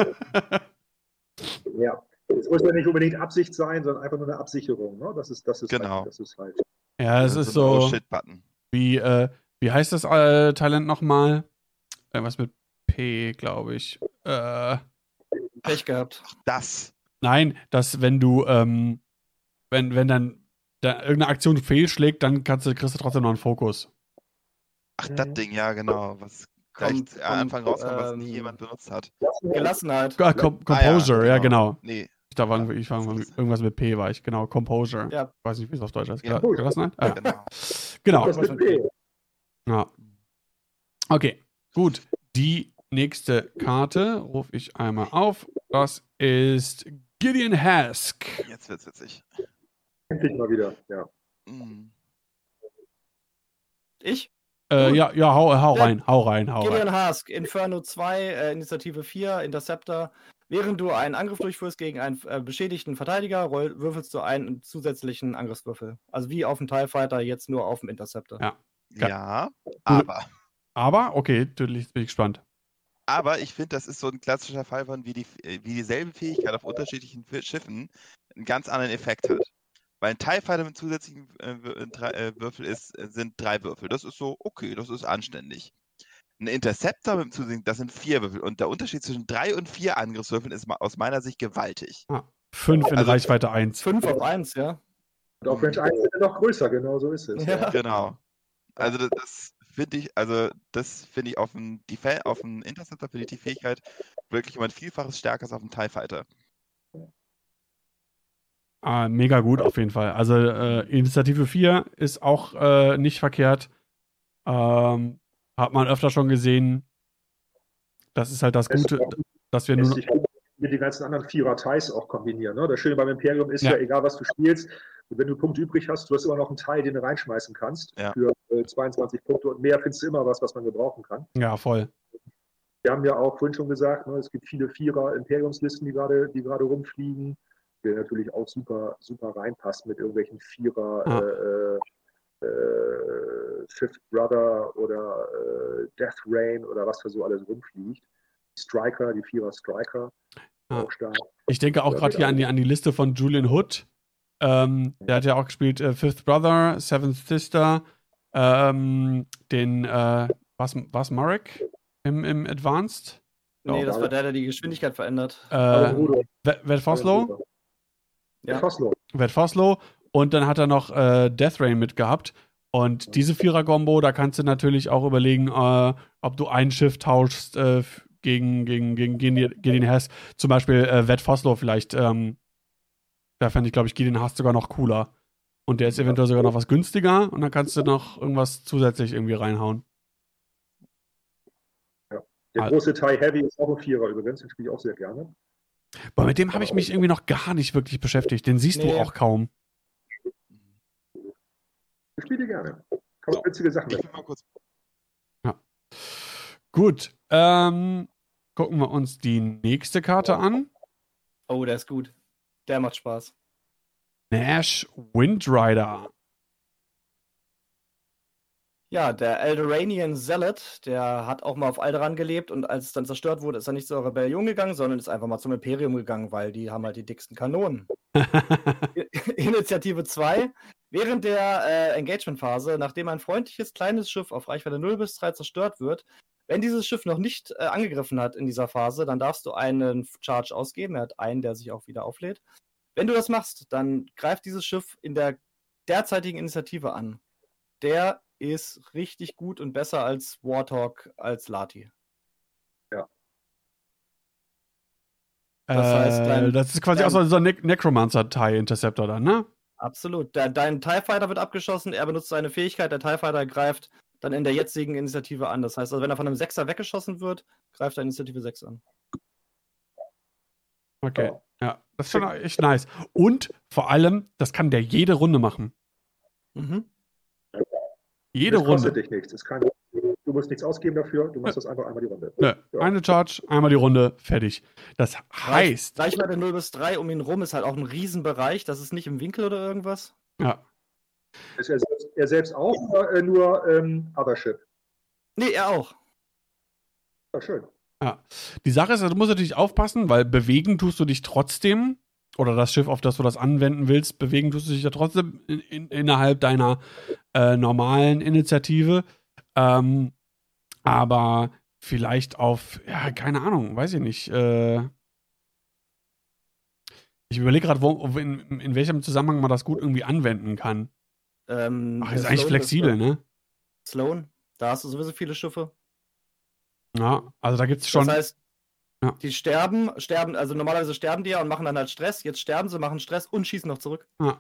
Ja. Es muss ja nicht unbedingt Absicht sein, sondern einfach nur eine Absicherung. Ne? Das ist genau. Das ist halt. Ja, es ist so. Shit-Button. Wie heißt das Talent nochmal? Irgendwas mit P, glaube ich. Pech gehabt. Das. Nein, dass wenn du, wenn dann irgendeine Aktion fehlschlägt, dann kriegst du trotzdem noch einen Fokus. Ach, das Ding, ja, genau. Was gleich am Anfang rauskam, was nie jemand benutzt hat. Gelassenheit. Composure, ja, genau. Nee. Ich war irgendwas mit P war ich, genau. Composure. Ja. Ich weiß nicht, wie es auf Deutsch heißt. Ja. Gelassenheit? Genau. Das mit P. Ja. Okay, gut. Die nächste Karte rufe ich einmal auf. Das ist Gideon Hask. Jetzt wird's witzig. Endlich mal wieder, ja. Ich? Hau rein. Gideon Hask, Inferno 2, Initiative 4, Interceptor. Während du einen Angriff durchführst gegen einen beschädigten Verteidiger, würfelst du einen zusätzlichen Angriffswürfel. Also wie auf dem TIE Fighter, jetzt nur auf dem Interceptor. Ja, aber. Okay, bin ich gespannt. Aber ich finde, das ist so ein klassischer Fall von, wie dieselbe Fähigkeit auf unterschiedlichen Schiffen einen ganz anderen Effekt hat. Weil ein TIE Fighter mit zusätzlichen Würfel sind 3 Würfel. Das ist so, okay, das ist anständig. Ein Interceptor mit zusätzlichen, das sind 4 Würfel. Und der Unterschied zwischen 3 und 4 Angriffswürfeln ist aus meiner Sicht gewaltig. 5 in Reichweite 1. 5 auf 1, ja. Und auf Range 1 ist er noch größer, genau so ist es. Ja. Genau. Also das finde ich auf dem Interceptor finde ich die Fähigkeit wirklich um ein Vielfaches stärker als auf dem TIE Fighter. Mega gut auf jeden Fall. Also Initiative 4 ist auch nicht verkehrt. Hat man öfter schon gesehen. Das ist halt das Gute, dass wir nur mit den ganzen anderen Vierer-Ties auch kombinieren. Ne? Das Schöne beim Imperium ist ja, egal was du spielst, wenn du Punkte übrig hast, du hast immer noch einen Teil, den du reinschmeißen kannst. Ja. Für 22 Punkte und mehr findest du immer was man gebrauchen kann. Ja, voll. Wir haben ja auch vorhin schon gesagt, ne, es gibt viele Vierer-Imperiumslisten, die gerade rumfliegen, der natürlich auch super, super reinpasst mit irgendwelchen Vierer Fifth Brother oder Death Rain oder was da so alles rumfliegt. Striker, die Vierer Striker. Auch stark. Ich denke auch gerade hier an die Liste von Julian Hood. Der hat ja auch gespielt Fifth Brother, Seventh Sister, den Was Marek im Advanced? Nee, das war der die Geschwindigkeit verändert. Ved Foslow? Ja. Ved Foslow. Und dann hat er noch Death Rain mitgehabt. Und diese Vierer-Kombo, da kannst du natürlich auch überlegen, ob du ein Schiff tauschst gegen Gideon Hess. Zum Beispiel Ved Foslow vielleicht. Da fände ich, glaube ich, Gideon Hess sogar noch cooler. Und der ist eventuell sogar noch was günstiger. Und dann kannst du noch irgendwas zusätzlich irgendwie reinhauen. Der große Thai Heavy ist auch ein Vierer übrigens, den spiele ich auch sehr gerne. Aber mit dem habe ich mich irgendwie noch gar nicht wirklich beschäftigt. Den siehst du auch kaum. Ich spiele gerne. Kann man witzige Sachen machen. Ja. Gut. Gucken wir uns die nächste Karte an. Oh, der ist gut. Der macht Spaß. Nash Windrider. Ja, der Eldoranian Zealot, der hat auch mal auf Alderaan gelebt und als es dann zerstört wurde, ist er nicht zur Rebellion gegangen, sondern ist einfach mal zum Imperium gegangen, weil die haben halt die dicksten Kanonen. Initiative 2. Während der Engagement-Phase, nachdem ein freundliches kleines Schiff auf Reichweite 0 bis 3 zerstört wird, wenn dieses Schiff noch nicht angegriffen hat in dieser Phase, dann darfst du einen Charge ausgeben. Er hat einen, der sich auch wieder auflädt. Wenn du das machst, dann greift dieses Schiff in der derzeitigen Initiative an. Der ist richtig gut und besser als Warthog, als Lati. Ja. Das heißt, das ist quasi auch so ein Necromancer-TIE Interceptor dann, ne? Absolut. Dein TIE Fighter wird abgeschossen, er benutzt seine Fähigkeit, der TIE Fighter greift dann in der jetzigen Initiative an. Das heißt, also wenn er von einem 6er weggeschossen wird, greift er Initiative 6 an. Okay, ja. Das ist schon echt nice. Und vor allem, das kann der jede Runde machen. Mhm. Jede das kostet Runde. dich nichts. Du musst nichts ausgeben dafür, du machst das einfach einmal die Runde. Ja. Eine Charge, einmal die Runde, fertig. Das heißt. Reichweite 0 bis 3 um ihn rum ist halt auch ein Riesenbereich. Das ist nicht im Winkel oder irgendwas. Ja. Ist er selbst auch oder nur Othership? Nee, er auch. Ja, schön. Ja. Die Sache ist, du musst natürlich aufpassen, weil bewegen tust du dich trotzdem. Oder das Schiff, auf das du das anwenden willst, bewegen tust du dich ja trotzdem innerhalb deiner normalen Initiative. Aber vielleicht auf, ja, keine Ahnung, weiß ich nicht. Ich überlege gerade, in welchem Zusammenhang man das gut irgendwie anwenden kann. Ist eigentlich flexibel, ne? Sloan, da hast du sowieso viele Schiffe. Ja, also da gibt es schon. Das heißt, ja. Die sterben, also normalerweise sterben die ja und machen dann halt Stress. Jetzt sterben sie, machen Stress und schießen noch zurück. Ja.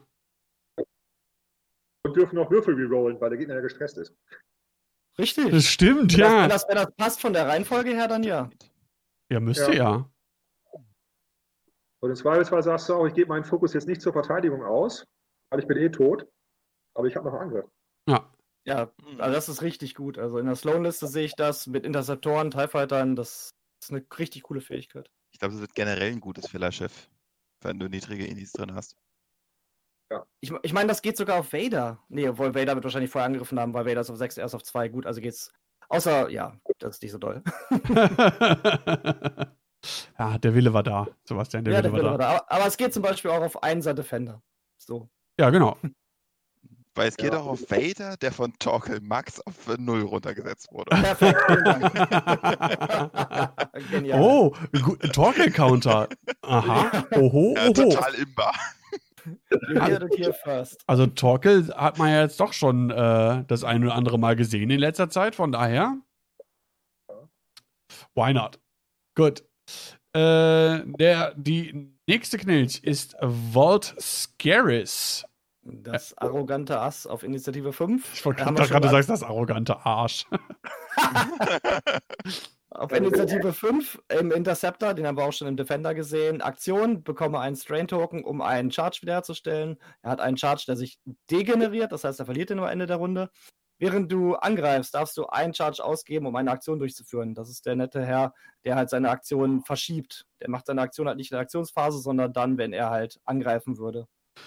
Und dürfen auch Würfel rerollen, weil der Gegner ja gestresst ist. Richtig. Das stimmt, ja. Wenn das passt von der Reihenfolge her, dann ja. Ja, müsste ja. Und im Zweifelsfall sagst du auch, ich gebe meinen Fokus jetzt nicht zur Verteidigung aus, weil ich bin eh tot, aber ich habe noch einen Angriff. Ja. Ja, also das ist richtig gut. Also in der Sloan-Liste sehe ich das mit Interceptoren, TIE Fightern, das ist eine richtig coole Fähigkeit. Ich glaube, es wird generell ein gutes Filler-Schiff, wenn du niedrige Inis drin hast. Ja. Ich meine, das geht sogar auf Vader. Nee, obwohl Vader wird wahrscheinlich vorher angegriffen haben, weil Vader ist auf 6, erst auf 2. Gut, also geht's. Außer, ja, das ist nicht so doll. Ja, der Wille war da, Sebastian, der Wille war da. Aber es geht zum Beispiel auch auf 1er Defender. So. Ja, genau. Weil es geht auch auf Vader, der von Torkel Max auf 0 runtergesetzt wurde. Perfekt, vielen Dank. Genial. Oh, Torkel-Counter. Aha. Oho, Ja, oho. total imbar. Also Torkel hat man ja jetzt doch schon das ein oder andere Mal gesehen in letzter Zeit, von daher. Why not? Gut. Die nächste Knilch ist Volt Scaris. Das arrogante Ass auf Initiative 5. Ich wollte gerade, du sagst das arrogante Arsch. Auf Initiative 5 im Interceptor, den haben wir auch schon im Defender gesehen. Aktion, bekomme einen Strain-Token, um einen Charge wiederherzustellen. Er hat einen Charge, der sich degeneriert, das heißt, er verliert ihn am Ende der Runde. Während du angreifst, darfst du einen Charge ausgeben, um eine Aktion durchzuführen. Das ist der nette Herr, der halt seine Aktion verschiebt. Der macht seine Aktion halt nicht in der Aktionsphase, sondern dann, wenn er halt angreifen würde.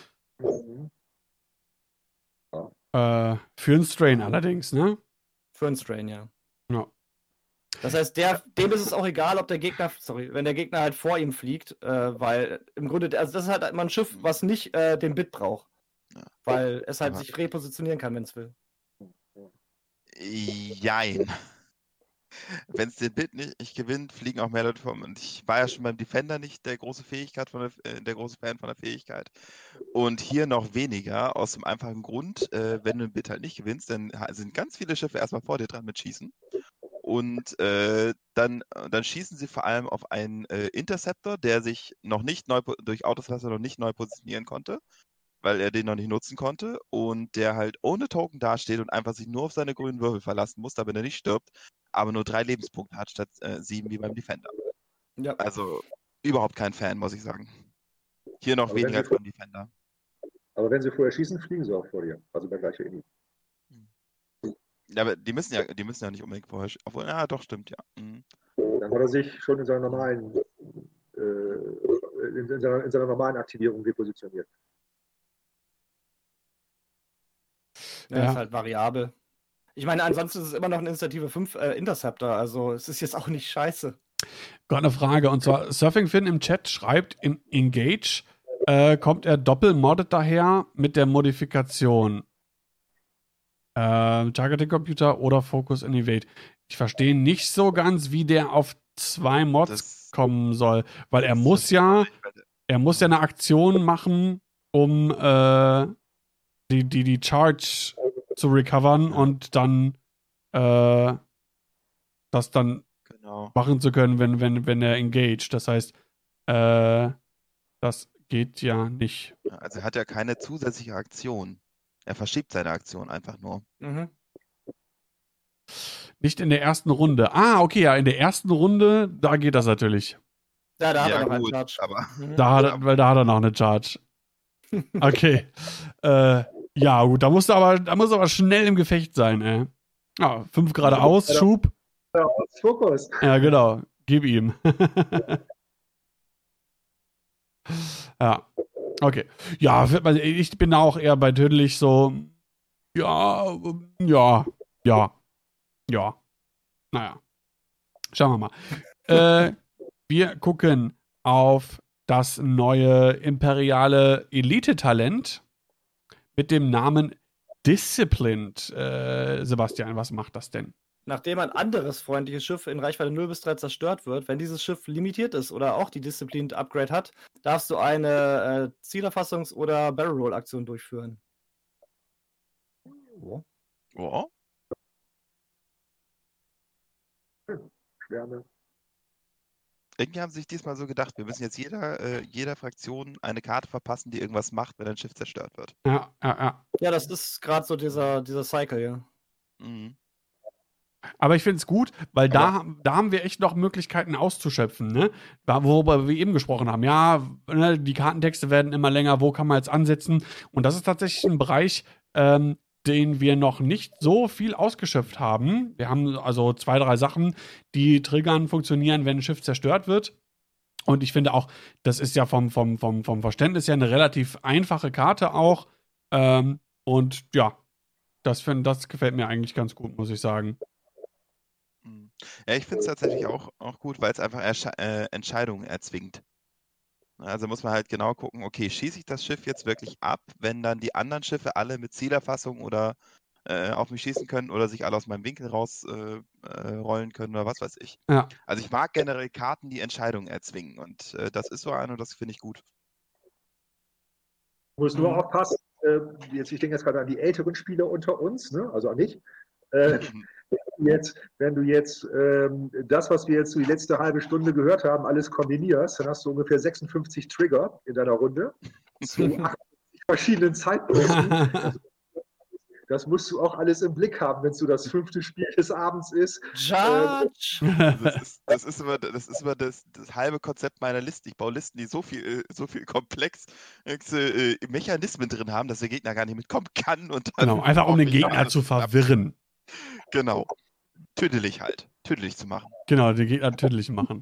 Für einen Strain allerdings, ne? Für einen Strain, ja. Ja. Das heißt, dem ist es auch egal, ob der Gegner, wenn der Gegner halt vor ihm fliegt, weil im Grunde, also das ist halt immer ein Schiff, was nicht den Bit braucht. Ja. Weil es halt sich repositionieren kann, wenn es will. Jein. Wenn es den Bit nicht gewinnt, fliegen auch mehr Leute vom. Und ich war ja schon beim Defender nicht der große der große Fan von der Fähigkeit. Und hier noch weniger, aus dem einfachen Grund, wenn du den Bit halt nicht gewinnst, dann sind ganz viele Schiffe erstmal vor dir dran mit Schießen. Und dann schießen sie vor allem auf einen Interceptor, der sich noch nicht durch Autoslasser noch nicht neu positionieren konnte, weil er den noch nicht nutzen konnte und der halt ohne Token dasteht und einfach sich nur auf seine grünen Würfel verlassen muss, damit er nicht stirbt, aber nur 3 Lebenspunkte hat statt 7 wie beim Defender. Ja. Also überhaupt kein Fan, muss ich sagen. Hier noch Aber wenn weniger als sie- beim Defender. Aber wenn sie vorher schießen, fliegen sie auch vor dir. Also der gleiche Inni. Ja, aber die müssen ja nicht unbedingt vorher. Obwohl, ja, doch, stimmt, ja. Mhm. Dann hat er sich schon in seiner normalen, in seiner normalen Aktivierung repositioniert. Ja, Ja. ist halt variabel. Ich meine, ansonsten ist es immer noch ein Initiative 5 Interceptor, also es ist jetzt auch nicht scheiße. Gerade eine Frage, und zwar Surfing-Fin im Chat schreibt, im Engage kommt er doppelmoddet daher mit der Modifikation Targeting Computer oder Focus and Evade. Ich verstehe nicht so ganz, wie der auf 2 Mods Das- kommen soll, weil er muss ja eine Aktion machen, um die Charge zu recovern und dann das dann Genau. machen zu können, wenn er engaged. Das heißt, das geht ja nicht. Also er hat ja keine zusätzliche Aktion. Er verschiebt seine Aktion einfach nur. Mhm. Nicht in der ersten Runde. Ah, okay, ja, in der ersten Runde, da geht das natürlich. Ja, da hat Ja, er noch einen gut, Charge. aber Mhm. Weil da hat er noch eine Charge. Okay. Ja, gut, da muss er aber schnell im Gefecht sein, ey. Ja, 5 geradeaus, Schub. Fokus. Ja, genau. Gib ihm. Ja. Okay. Ja, ich bin auch eher bei tödlich so. Ja. Naja. Schauen wir mal. Wir gucken auf das neue imperiale Elite-Talent mit dem Namen Disciplined. Sebastian, was macht das denn? Nachdem ein anderes freundliches Schiff in Reichweite 0 bis 3 zerstört wird, wenn dieses Schiff limitiert ist oder auch die Disciplined Upgrade hat, darfst du eine Zielerfassungs- oder Barrel-Roll-Aktion durchführen. Oh. oh, Schwärme. irgendwie haben sie sich diesmal so gedacht, wir müssen jetzt jeder Fraktion eine Karte verpassen, die irgendwas macht, wenn ein Schiff zerstört wird. Ja. Ja, das ist gerade so dieser Cycle, ja. Mhm. Aber ich finde es gut, weil da haben wir echt noch Möglichkeiten auszuschöpfen, ne? Worüber wir eben gesprochen haben. Ja, ne, die Kartentexte werden immer länger, wo kann man jetzt ansetzen? Und das ist tatsächlich ein Bereich, den wir noch nicht so viel ausgeschöpft haben. Wir haben also 2, 3 Sachen, die triggern, funktionieren, wenn ein Schiff zerstört wird. Und ich finde auch, das ist ja vom Verständnis her eine relativ einfache Karte auch. Und ja, das gefällt mir eigentlich ganz gut, muss ich sagen. Mhm. Ja, ich finde es tatsächlich auch gut, weil es einfach Entscheidungen erzwingt. Also muss man halt genau gucken, okay, schieße ich das Schiff jetzt wirklich ab, wenn dann die anderen Schiffe alle mit Zielerfassung oder auf mich schießen können oder sich alle aus meinem Winkel rausrollen können oder was weiß ich. Ja. Also ich mag generell Karten, die Entscheidungen erzwingen und das ist so eine und das finde ich gut. Du musst nur aufpassen, ich denke jetzt gerade an die älteren Spieler unter uns, ne? Also an mich. Wenn du jetzt das, was wir jetzt so die letzte halbe Stunde gehört haben, alles kombinierst, dann hast du ungefähr 56 Trigger in deiner Runde zu 58 verschiedenen Zeitpunkten. Das musst du auch alles im Blick haben, wenn es so das 5. Spiel des Abends ist. Judge! Das ist immer das halbe Konzept meiner Liste. Ich baue Listen, die so viel komplexe Mechanismen drin haben, dass der Gegner gar nicht mitkommen kann. Und dann Genau, einfach um den hoffe ich, Gegner alles zu klappt. verwirren. Genau. Tödlich halt. Tödlich zu machen. Genau, den Gegner tödlich machen.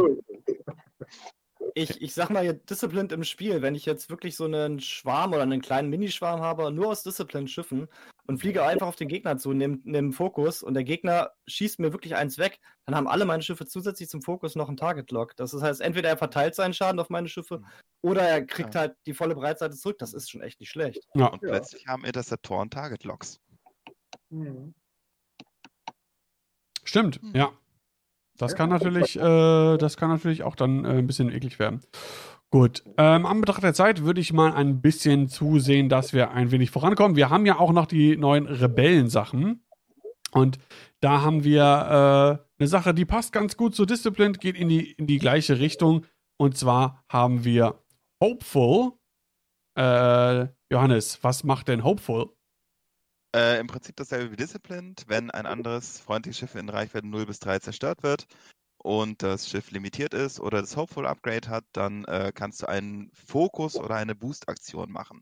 Ich sag mal, Disciplined im Spiel, wenn ich jetzt wirklich so einen Schwarm oder einen kleinen Minischwarm habe, nur aus Disciplined Schiffen und fliege einfach auf den Gegner zu, nehme Fokus und der Gegner schießt mir wirklich eins weg, dann haben alle meine Schiffe zusätzlich zum Fokus noch einen Target-Lock. Das heißt, entweder er verteilt seinen Schaden auf meine Schiffe oder er kriegt halt die volle Breitseite zurück. Das ist schon echt nicht schlecht. Ja. Und plötzlich haben Interceptoren Target-Locks. Mhm. Stimmt, ja. Das kann natürlich auch dann ein bisschen eklig werden. Gut, am Betracht der Zeit würde ich mal ein bisschen zusehen, dass wir ein wenig vorankommen. Wir haben ja auch noch die neuen Rebellensachen. Und da haben wir eine Sache, die passt ganz gut zu Disciplined, geht in die gleiche Richtung. Und zwar haben wir Hopeful. Johannes, was macht denn Hopeful? Im Prinzip dasselbe wie Disciplined, wenn ein anderes freundliches Schiff in Reichweite 0 bis 3 zerstört wird und das Schiff limitiert ist oder das Hopeful Upgrade hat, dann kannst du einen Fokus oder eine Boost-Aktion machen.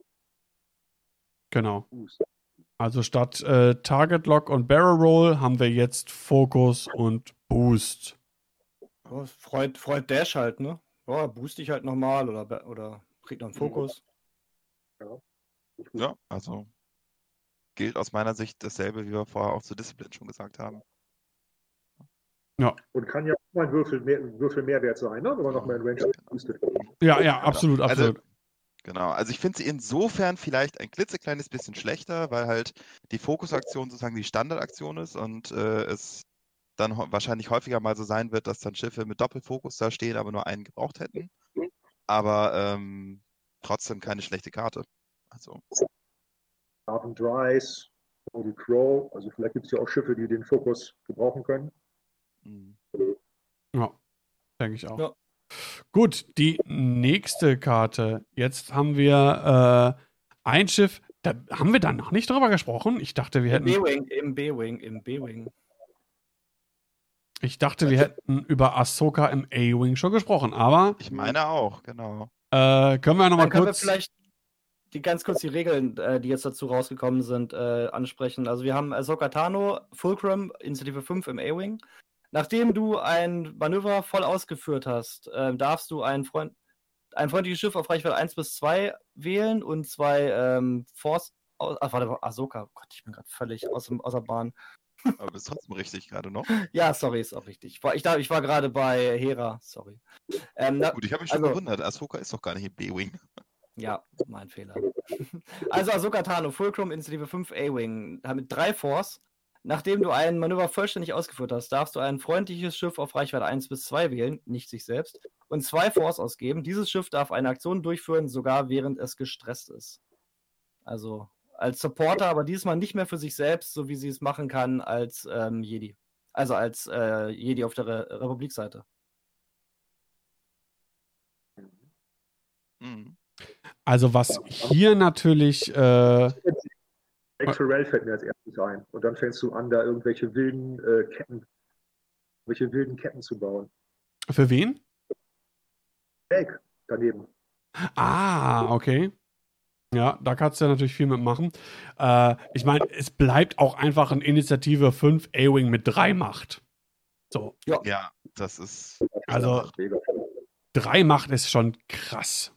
Genau. Also statt Target Lock und Barrel Roll haben wir jetzt Fokus und Boost. Ja, freut Dash halt, ne? Ja, boost dich halt nochmal oder kriegt noch einen Fokus. Ja, also gilt aus meiner Sicht dasselbe, wie wir vorher auch zu Discipline schon gesagt haben. Ja. Und kann ja auch mal ein Würfel Mehrwert sein, ne? Wenn man nochmal in Range boostet. Ja, absolut. Genau, also ich finde sie insofern vielleicht ein klitzekleines bisschen schlechter, weil halt die Fokusaktion sozusagen die Standardaktion ist und es dann wahrscheinlich häufiger mal so sein wird, dass dann Schiffe mit Doppelfokus da stehen, aber nur einen gebraucht hätten. Aber trotzdem keine schlechte Karte. Also. Carbon Dries, Holy Crow, also vielleicht gibt es ja auch Schiffe, die den Fokus gebrauchen können. Ja, denke ich auch. Ja. Gut, die nächste Karte. Jetzt haben wir ein Schiff. Da haben wir dann noch nicht drüber gesprochen. Ich dachte, wir hätten. Im B-Wing. Ich dachte, wir hätten über Ahsoka im A-Wing schon gesprochen, aber. Ich meine auch, genau. Können wir nochmal kurz. Wir vielleicht ganz kurz die Regeln, die jetzt dazu rausgekommen sind, ansprechen. Also wir haben Ahsoka Tano, Fulcrum, Initiative 5 im A-Wing. Nachdem du ein Manöver voll ausgeführt hast, darfst du ein freundliches Schiff auf Reichweite 1 bis 2 wählen und 2 Force. Ahsoka. Oh Gott, ich bin gerade völlig außer Bahn. Aber bist trotzdem richtig gerade noch. Ja, sorry, ist auch richtig. Ich war gerade bei Hera, sorry. Gut, ich habe mich schon gewundert. Ahsoka ist doch gar nicht im B-Wing. Ja, mein Fehler. Also Ahsoka Tano, Fulcrum, Initiative 5 A-Wing, mit 3 Force. Nachdem du ein Manöver vollständig ausgeführt hast, darfst du ein freundliches Schiff auf Reichweite 1 bis 2 wählen, nicht sich selbst, und 2 Force ausgeben. Dieses Schiff darf eine Aktion durchführen, sogar während es gestresst ist. Also als Supporter, aber diesmal nicht mehr für sich selbst, so wie sie es machen kann als Jedi. Also als Jedi auf der Republikseite. Also was hier natürlich Pharrell fällt mir als erstes ein. Und dann fängst du an, da irgendwelche wilden Ketten zu bauen. Für wen? Egg daneben. Ah, okay. Ja, da kannst du ja natürlich viel mitmachen. Ich meine, es bleibt auch einfach ein Initiative 5 A-Wing mit 3 Macht. So. Ja, das ist. Also 3 Macht ist schon krass.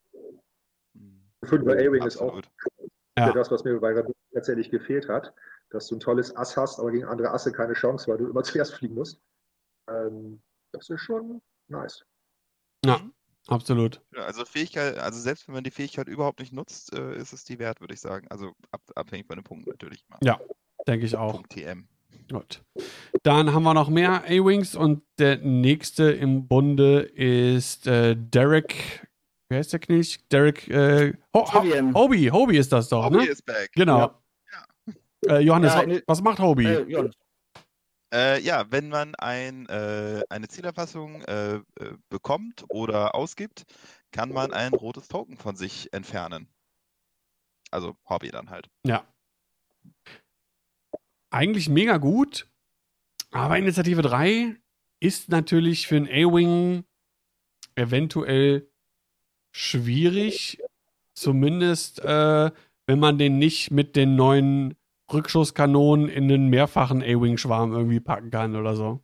5er A-Wing ist auch ja das, was mir bei Rebellion tatsächlich gefehlt hat, dass du ein tolles Ass hast, aber gegen andere Asse keine Chance, weil du immer zuerst fliegen musst. Das ist schon nice. Ja, absolut. Ja, also Fähigkeit, also selbst wenn man die Fähigkeit überhaupt nicht nutzt, ist es die wert, würde ich sagen. Also abhängig von den Punkten natürlich. Ja, denke ich auch. Punkt TM. Gut. Dann haben wir noch mehr A-Wings und der nächste im Bunde ist Derek. Wie heißt der Knilch? Derek Hobie ist das doch, Hobie ne? ist back. Genau. Ja. Johannes, was macht Hobie? Ja, wenn man eine Zielerfassung bekommt oder ausgibt, kann man ein rotes Token von sich entfernen. Also Hobby dann halt. Ja. Eigentlich mega gut, aber Initiative 3 ist natürlich für einen A-Wing eventuell schwierig, zumindest wenn man den nicht mit den neuen Rückschusskanonen in einen mehrfachen A-Wing-Schwarm irgendwie packen kann oder so.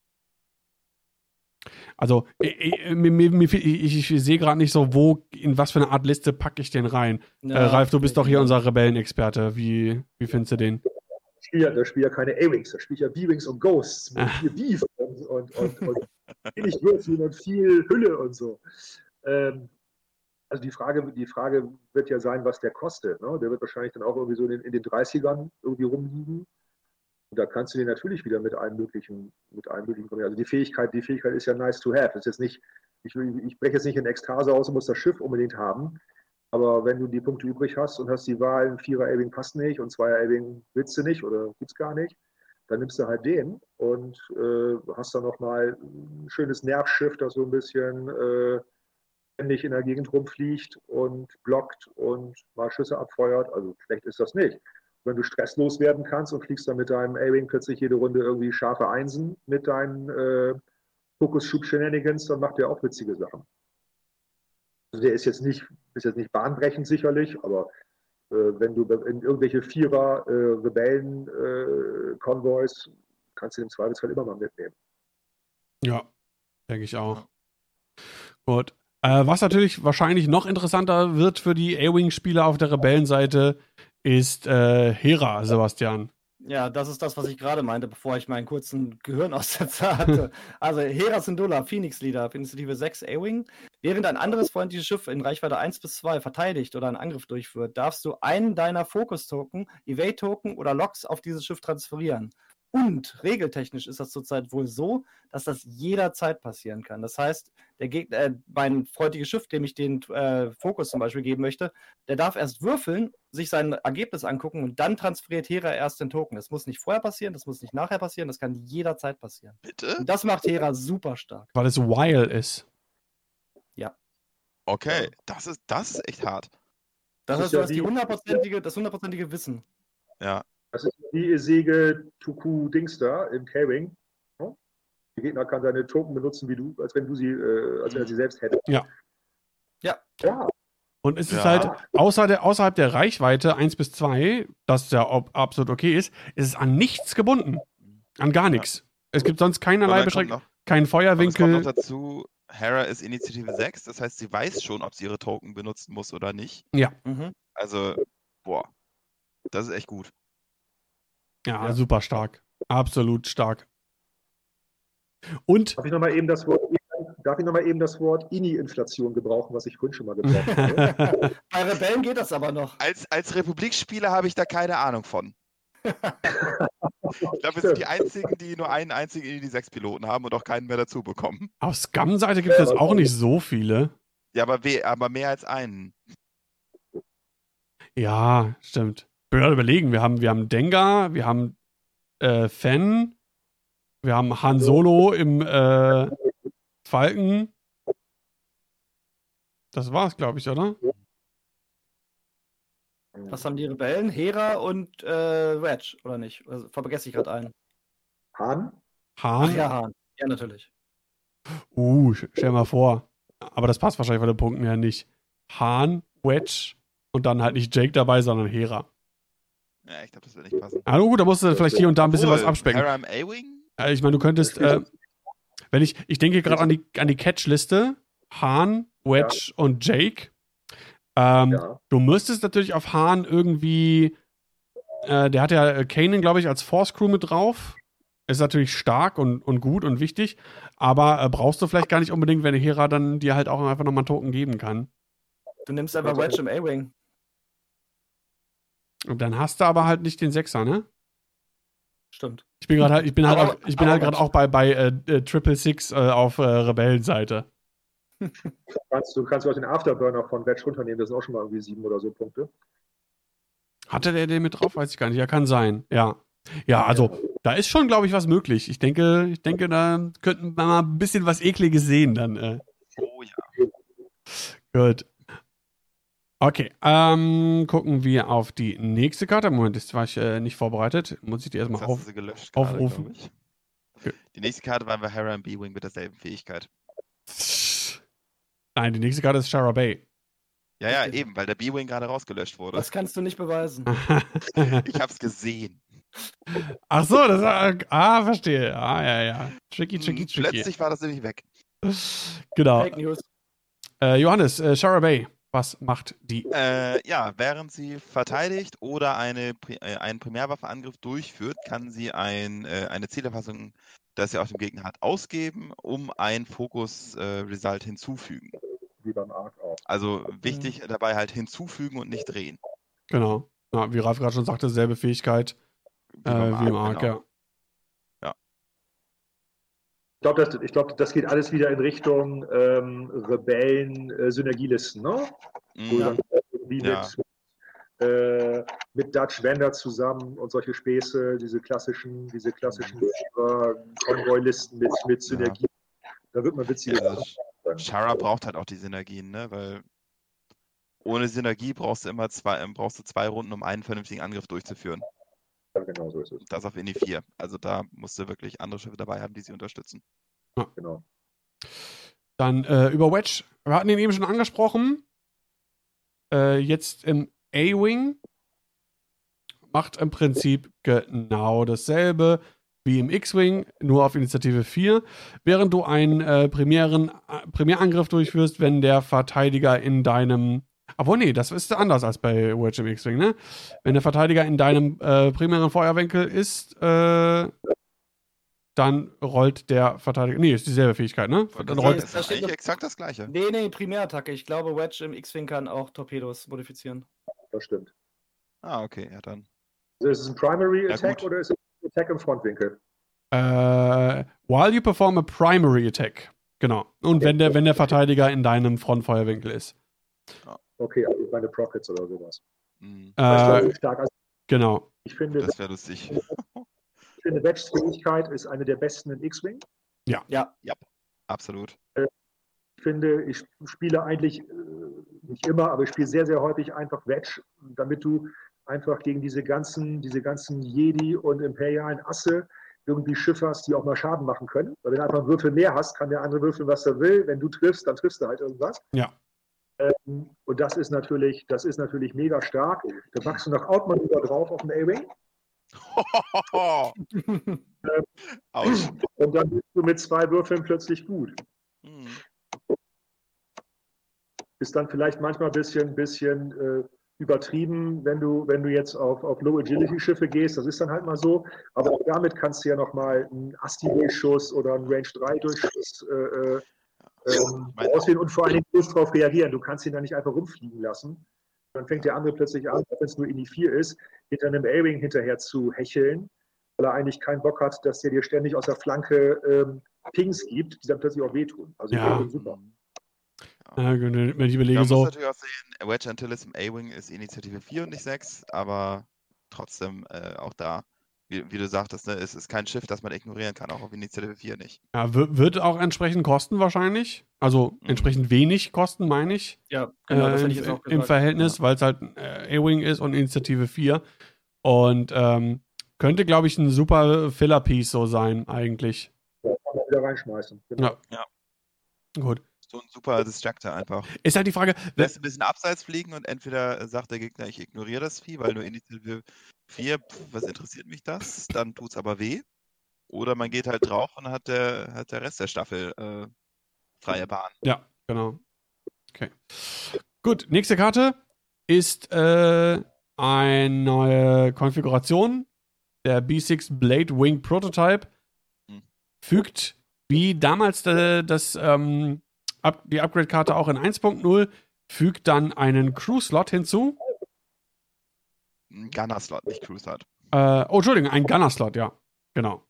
Also ich sehe gerade nicht so, in was für eine Art Liste packe ich den rein. Ja, Ralf, du bist doch hier unser Rebellenexperte. Wie findest du den? Da spielt ja keine A-Wings, da spielt ja B-Wings und Ghosts mit viel Beef und wenig Würfeln und viel Hülle und so. Also die Frage wird ja sein, was der kostet. Ne? Der wird wahrscheinlich dann auch irgendwie so in den 30ern irgendwie rumliegen. Und da kannst du dir natürlich wieder mit allem möglichen kombinieren. Also die Fähigkeit ist ja nice to have. Das ist jetzt nicht, ich breche jetzt nicht in Ekstase aus und muss das Schiff unbedingt haben. Aber wenn du die Punkte übrig hast und hast die Wahl, ein 4er A-Wing passt nicht und 2er A-Wing willst du nicht oder gibt es gar nicht, dann nimmst du halt den und hast dann nochmal ein schönes Nervschiff, das so ein bisschen ständig in der Gegend rumfliegt und blockt und mal Schüsse abfeuert. Also schlecht ist das nicht. Wenn du stresslos werden kannst und fliegst dann mit deinem A-Wing plötzlich jede Runde irgendwie scharfe Einsen mit deinen Fokus-Schub-Shenanigans, dann macht der auch witzige Sachen. Also der ist jetzt nicht bahnbrechend sicherlich, aber wenn du in irgendwelche Vierer-Rebellen-Konvois kannst du im Zweifelsfall immer mal mitnehmen. Ja, denke ich auch. Gut. Was natürlich wahrscheinlich noch interessanter wird für die A-Wing-Spieler auf der Rebellenseite, ist Hera, Sebastian. Ja, das ist das, was ich gerade meinte, bevor ich meinen kurzen Gehirnaussetzer hatte. Also Hera Syndulla, Phoenix Leader, Initiative 6 A-Wing. Während ein anderes freundliches Schiff in Reichweite 1 bis 2 verteidigt oder einen Angriff durchführt, darfst du einen deiner Focus-Token, Evade-Token oder Loks auf dieses Schiff transferieren. Und regeltechnisch ist das zurzeit wohl so, dass das jederzeit passieren kann. Das heißt, der Gegner, mein freundliches Schiff, dem ich den Fokus zum Beispiel geben möchte, der darf erst würfeln, sich sein Ergebnis angucken und dann transferiert Hera erst den Token. Das muss nicht vorher passieren, das muss nicht nachher passieren, das kann jederzeit passieren. Bitte? Und das macht Hera super stark. Weil es Wile ist. Ja. Okay, das ist echt hart. Das heißt, ja du hast das hundertprozentige Wissen. Ja. Das ist die Säge Tuku Dings da im K-Wing. Der Gegner kann seine Token benutzen wie du, als wenn er sie selbst hätte. Ja. Ja. Und es ist halt außerhalb der Reichweite 1 bis 2, das ja absolut okay ist es an nichts gebunden. An gar nichts. Es gibt sonst keinerlei Beschränkung, keinen Feuerwinkel. Es kommt noch dazu, Hera ist Initiative 6, das heißt, sie weiß schon, ob sie ihre Token benutzen muss oder nicht. Ja. Also, das ist echt gut. Ja, super stark. Absolut stark. Und Darf ich nochmal eben das Wort INI-Inflation gebrauchen, was ich vorhin schon mal gebraucht habe? Bei Rebellen geht das aber noch. Als Republikspieler habe ich da keine Ahnung von. Ich glaube, wir sind die einzigen, die nur einen einzigen INI-6-Piloten haben und auch keinen mehr dazu bekommen. auf Scum-Seite gibt es auch nicht so viele. Ja, aber mehr als einen. Ja, stimmt. Ich will gerade überlegen, wir haben Dengar, wir haben Fen, wir haben Han Solo im Falken. Das war's, glaube ich, oder? Was haben die Rebellen? Hera und Wedge, oder nicht? Also, vergesse ich gerade einen. Hahn? Han? Ach ja, Hahn. Ja, natürlich. Stell mal vor. Aber das passt wahrscheinlich von den Punkten her nicht. Han, Wedge und dann halt nicht Jake dabei, sondern Hera. Ja, ich glaube, das wird nicht passen. Ah, gut, da musst du vielleicht hier und da ein bisschen was abspecken. Hera im A-Wing? Ich meine, du könntest, wenn ich denke gerade an die Catch-Liste, Han, Wedge und Jake. Du müsstest natürlich auf Han irgendwie, der hat ja Kanan, glaube ich, als Force-Crew mit drauf. Ist natürlich stark und gut und wichtig, aber brauchst du vielleicht gar nicht unbedingt, wenn Hera dann dir halt auch einfach nochmal einen Token geben kann. Du nimmst einfach Wedge im A-Wing. Und dann hast du aber halt nicht den Sechser, ne? Stimmt. Ich bin halt gerade auch bei Triple Six auf Rebellenseite. Du kannst auch den Afterburner von Wedge runternehmen, das sind auch schon mal irgendwie 7 oder so Punkte. Hatte der den mit drauf? Weiß ich gar nicht. Ja, kann sein. Ja. Ja, also da ist schon, glaube ich, was möglich. Ich denke, da könnten wir mal ein bisschen was Ekliges sehen dann. Oh ja. Gut. Okay, gucken wir auf die nächste Karte. Moment, das war ich nicht vorbereitet. Muss ich die erstmal aufrufen? Okay. Die nächste Karte war bei Hera im B-Wing mit derselben Fähigkeit. Nein, die nächste Karte ist Shara Bay. Ja, eben, weil der B-Wing gerade rausgelöscht wurde. Das kannst du nicht beweisen. Ich hab's gesehen. Ach so, das war, verstehe. Ja. Tricky. Plötzlich war das nämlich weg. Genau. Fake News. Johannes, Shara Bay, was macht die? Während sie verteidigt oder einen Primärwaffenangriff durchführt, kann sie eine Zielerfassung, das sie auf dem Gegner hat, ausgeben, um ein Fokus-Result hinzufügen. Wie beim Arc auch. Also wichtig dabei halt hinzufügen und nicht drehen. Genau. Ja, wie Ralf gerade schon sagte, selbe Fähigkeit. Wie im Arc, genau. ja. Ich glaube, das geht alles wieder in Richtung Rebellen-Synergielisten, ne? Wo du Mhm. dann irgendwie Ja. mit Dutch Vander zusammen und solche Späße, diese klassischen Konvoi-Listen mit Synergie. Da wird man witzige Also, Sachen. Shara braucht halt auch die Synergien, ne? Weil ohne Synergie brauchst du immer zwei Runden, um einen vernünftigen Angriff durchzuführen. Ja, genau so ist es. Das auf Inni 4. Also da musst du wirklich andere Schiffe dabei haben, die sie unterstützen. Genau. Dann über Wedge. Wir hatten ihn eben schon angesprochen. Jetzt im A-Wing. Macht im Prinzip genau dasselbe wie im X-Wing, nur auf Initiative 4. Während du einen Primärangriff durchführst, wenn der Verteidiger in deinem. Obwohl, nee, das ist anders als bei Wedge im X-Wing, ne? Wenn der Verteidiger in deinem primären Feuerwinkel ist, dann rollt der Verteidiger. Nee, ist dieselbe Fähigkeit, ne? Dann rollt, Das ist eigentlich exakt das Gleiche. Nee, Primärattacke. Ich glaube, Wedge im X-Wing kann auch Torpedos modifizieren. Das stimmt. Ah, okay, ja dann. Also ist es ein Primary Ja, Attack gut. oder ist es ein Attack im Frontwinkel? while you perform a primary attack. Genau. Und wenn der Verteidiger in deinem Frontfeuerwinkel ist. Okay, also meine Profits oder sowas. Mhm. Das ist so stark. Also Genau. ich finde, Das wäre lustig. Wedges Fähigkeit ist eine der besten in X-Wing. Ja. Absolut. Ich finde, ich spiele eigentlich nicht immer, aber ich spiele sehr, sehr häufig einfach Wedge, damit du einfach gegen diese ganzen Jedi und imperialen Asse irgendwie Schiffe hast, die auch mal Schaden machen können. Weil wenn du einfach einen Würfel mehr hast, kann der andere würfeln, was er will. Wenn du triffst, dann triffst du halt irgendwas. Ja. Und das ist natürlich mega stark. Da machst du noch Outmanöver drauf auf den A-Wing. Autsch. Und dann bist du mit 2 Würfeln plötzlich gut. Mhm. Ist dann vielleicht manchmal ein bisschen übertrieben, wenn du jetzt auf Low-Agility-Schiffe gehst. Das ist dann halt mal so. Aber auch damit kannst du ja nochmal einen Asti-Durchschuss oder einen Range-3-Durchschuss auswählen und vor allen Dingen bloß darauf reagieren. Du kannst ihn dann nicht einfach rumfliegen lassen. Dann fängt der andere plötzlich an, auch wenn es nur in die 4 ist, hinter einem A-Wing hinterher zu hecheln, weil er eigentlich keinen Bock hat, dass der dir ständig aus der Flanke Pings gibt, die dann plötzlich auch wehtun. Also ich Ja. finde das super. Wenn ich Man überlege, muss so. natürlich auch sehen, Wedge Antilles im A-Wing ist Initiative 4 und nicht 6, aber trotzdem auch da, wie du sagtest, ne, es ist kein Schiff, das man ignorieren kann, auch auf Initiative 4 nicht. Ja, wird auch entsprechend kosten wahrscheinlich. Also entsprechend wenig kosten, meine ich. Ja, genau, das hätte ich jetzt auch Im gesagt. Verhältnis, weil es halt A-Wing ist und Initiative 4. Und könnte, glaube ich, ein super Filler-Piece so sein, eigentlich. Ja, kann man wieder reinschmeißen. Genau. Ja. Gut. So ein super Distractor einfach. Ist halt die Frage, Lässt ein bisschen abseits fliegen und entweder sagt der Gegner, ich ignoriere das Vieh, weil nur Initiative 4, was interessiert mich das? Dann tut's aber weh. Oder man geht halt drauf und hat der Rest der Staffel freie Bahn. ja, genau. Okay. Gut, nächste Karte ist eine neue Konfiguration. Der B6 Blade Wing Prototype fügt, wie damals die Upgrade-Karte auch in 1.0, fügt dann einen Crew-Slot hinzu. Ein Gunner-Slot, nicht Crew-Slot. Entschuldigung, ein Gunner-Slot, ja. Genau.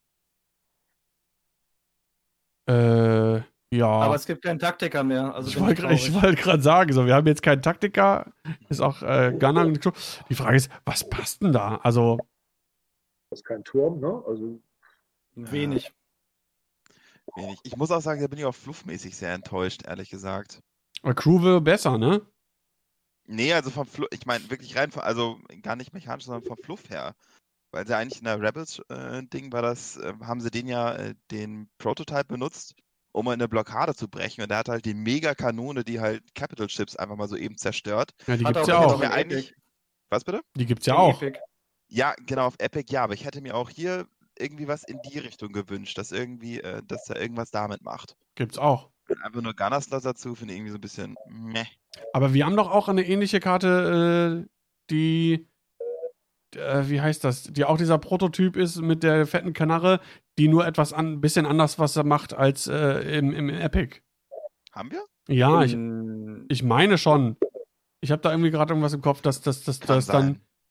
Ja. Aber es gibt keinen Taktiker mehr. Also Ich bin wollte traurig. gerade sagen, so, wir haben jetzt keinen Taktiker, ist auch Gunner und Crew. Die Frage ist, was passt denn da? Also, Das ist kein Turm, ne? Also Wenig. Wenig. Ich muss auch sagen, da bin ich auch fluffmäßig sehr enttäuscht, ehrlich gesagt. Crew wäre besser, ne? Nee, also vom Fluff, ich meine wirklich rein, also gar nicht mechanisch, sondern vom Fluff her. Weil sie eigentlich in der Rebels-Ding war das, haben sie den Prototype benutzt, um eine Blockade zu brechen. Und der hat halt die Mega-Kanone, die halt Capital Ships einfach mal so eben zerstört. Ja, die Hat gibt's auch ja immer auch. noch mir in eigentlich. Epic. Was bitte? Die gibt's ja In auch. Epic. Ja, genau, auf Epic ja, aber ich hätte mir auch hier irgendwie was in die Richtung gewünscht, dass er irgendwas damit macht. Gibt's auch. Einfach nur Gunner-Slot dazu, finde ich irgendwie so ein bisschen meh. Aber wir haben doch auch eine ähnliche Karte, wie heißt das? Die auch dieser Prototyp ist mit der fetten Kanarre, die nur etwas bisschen anders was er macht als im Epic. Haben wir? Ja, In- ich meine schon. Ich habe da irgendwie gerade irgendwas im Kopf, dass Kann sein.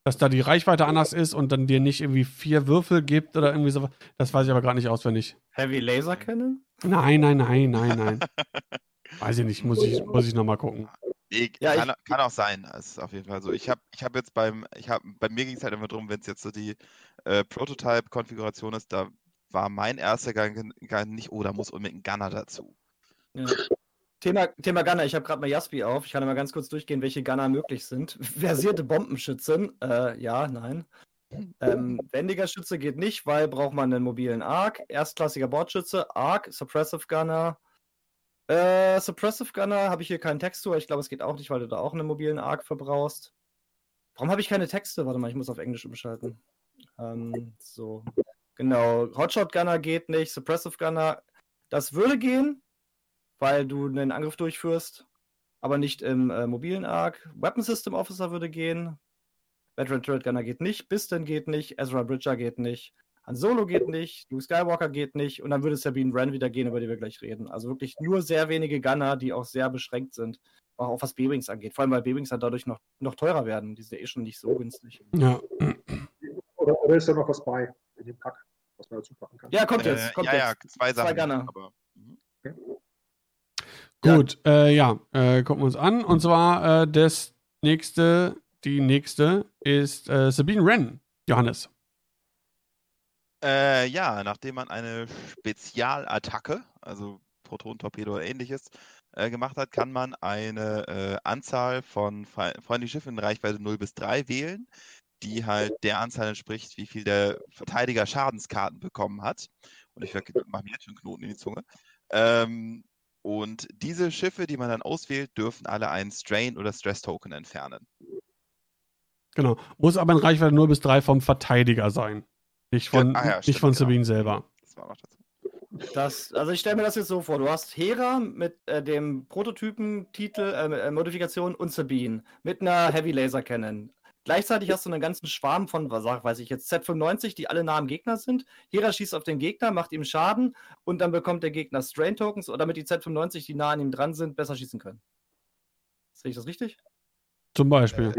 dass da die Reichweite anders ist und dann dir nicht irgendwie 4 Würfel gibt oder irgendwie sowas. Das weiß ich aber gerade nicht auswendig. Heavy Laser Cannon? Nein. Weiß ich nicht, muss ich nochmal gucken. Nee, Ja, kann auch sein. Das ist auf jeden Fall so. Bei mir ging es halt immer darum, wenn es jetzt so die Prototype-Konfiguration ist, da war mein erster Gang nicht, da muss unbedingt ein Gunner dazu. Ja. Thema Gunner, ich habe gerade mal Jaspi auf. Ich kann mal ganz kurz durchgehen, welche Gunner möglich sind. Versierte Bombenschützen, ja, nein. Wendiger Schütze geht nicht, weil braucht man einen mobilen Arc. Erstklassiger Bordschütze, Arc, Suppressive Gunner. Suppressive Gunner habe ich hier keinen Text zu, aber ich glaube, es geht auch nicht, weil du da auch einen mobilen Arc verbrauchst. Warum habe ich keine Texte? Warte mal, ich muss auf Englisch umschalten. So. Genau. Hotshot Gunner geht nicht, Suppressive Gunner, das würde gehen, weil du einen Angriff durchführst, aber nicht im mobilen Arc. Weapon System Officer würde gehen. Veteran Turret Gunner geht nicht, Bistan geht nicht, Ezra Bridger geht nicht, Han Solo geht nicht, Luke Skywalker geht nicht und dann würde Sabine Wren wieder gehen, über die wir gleich reden. Also wirklich nur sehr wenige Gunner, die auch sehr beschränkt sind, auch was B-Wings angeht. Vor allem, weil B-Wings dann dadurch noch teurer werden. Die sind ja eh schon nicht so günstig. Ja. Oder ist da noch was bei in dem Pack, was man dazu packen kann? Ja, kommt jetzt. Ja, zwei Sachen. Gunner. Aber, Gut, gucken wir uns an. Und zwar die nächste ist Sabine Wren, Johannes. nachdem man eine Spezialattacke, also Proton-Torpedo oder ähnliches, gemacht hat, kann man eine Anzahl von feindlichen Schiffen in Reichweite 0 bis 3 wählen, die halt der Anzahl entspricht, wie viel der Verteidiger Schadenskarten bekommen hat. Und ich mache mir jetzt schon einen Knoten in die Zunge. Und diese Schiffe, die man dann auswählt, dürfen alle einen Strain- oder Stress-Token entfernen. Genau. Muss aber in Reichweite 0 bis 3 vom Verteidiger sein. Nicht von, stimmt, von Sabine selber. Das war noch dazu. Also ich stelle mir das jetzt so vor, du hast Hera mit dem Prototypen-Titel, Modifikation und Sabine mit einer Heavy Laser Cannon. Gleichzeitig hast du einen ganzen Schwarm von, weiß ich jetzt, Z95, die alle nah am Gegner sind. Hera schießt auf den Gegner, macht ihm Schaden und dann bekommt der Gegner Strain-Tokens, damit die Z95, die nah an ihm dran sind, besser schießen können. Sehe ich das richtig? Zum Beispiel.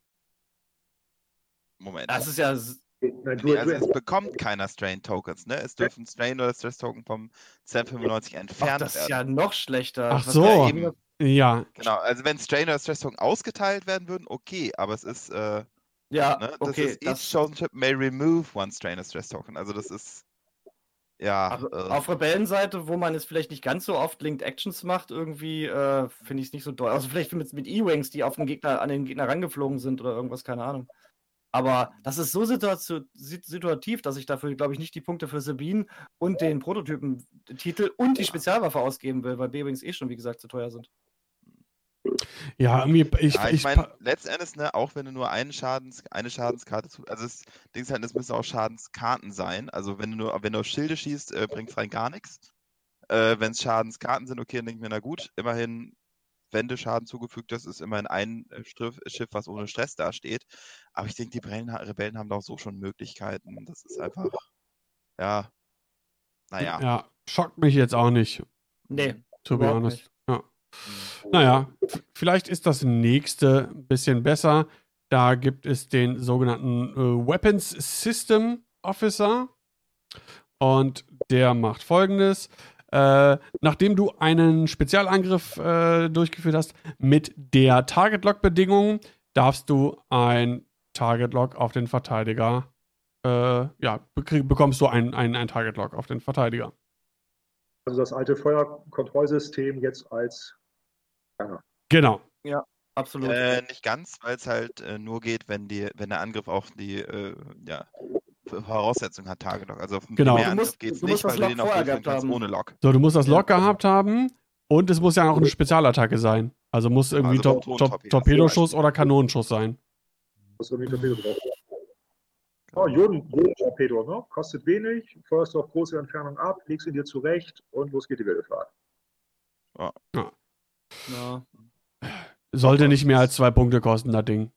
Moment. Das ist ja... es bekommt keiner Strain-Tokens, ne? Es dürfen Strain- oder Stress-Token vom Z95 entfernt werden. Das ist ja noch schlechter. Ach so. Ja. Genau, also wenn Strain- oder Stress-Token ausgeteilt werden würden, okay, aber es ist, ja, ne? Das okay. ist, each chosen ship may remove one Strain- or Stress-Token. Also das ist, ja. Auf Rebellenseite, wo man es vielleicht nicht ganz so oft Linked Actions macht, irgendwie finde ich es nicht so doll. Also vielleicht mit E-Wings, die an den Gegner rangeflogen sind oder irgendwas, keine Ahnung. Aber das ist so situativ, dass ich dafür, glaube ich, nicht die Punkte für Sabine und den Prototypen-Titel und die Spezialwaffe ausgeben will, weil B-Wings eh schon, wie gesagt, zu teuer sind. Ja, irgendwie, ich meine, letztendlich, ne, auch wenn du nur eine Schadenskarte also das Ding ist halt, es müssen auch Schadenskarten sein. Also wenn du auf Schilde schießt, bringt es rein gar nichts. Wenn es Schadenskarten sind, okay, dann denke ich mir, na gut, immerhin, wenn du Schaden zugefügt hast, ist immerhin ein Schiff, was ohne Stress dasteht. Aber ich denke, die Rebellen haben da auch so schon Möglichkeiten. Das ist einfach, ja, naja. Ja, schockt mich jetzt auch nicht. Nee. To be honest. Ja. Naja, vielleicht ist das nächste ein bisschen besser. Da gibt es den sogenannten Weapons System Officer. Und der macht Folgendes. Nachdem du einen Spezialangriff durchgeführt hast, mit der Target-Lock-Bedingung darfst du ein Target-Lock auf den Verteidiger, bekommst du ein Target-Lock auf den Verteidiger. Also das alte Feuerkontrollsystem jetzt als Gunner. Genau. Ja, absolut. Nicht ganz, weil es halt nur geht, wenn der Angriff auch die Voraussetzung hat, Target-Lock. Also auf den Genau. Primärangriff geht es nicht, weil du den auch durchführen kannst ohne Lock. So, du musst das Lock gehabt haben und es muss ja auch eine Spezialattacke sein. Also muss irgendwie Torpedoschuss oder Kanonenschuss sein. Muss irgendwie Torpedo drauf. Oh, Joden-Torpedo, ne? Kostet wenig, feuerst auf große Entfernung ab, legst ihn dir zurecht und los geht die wilde Fahrt. Ja. Sollte nicht mehr als 2 Punkte kosten, das Ding.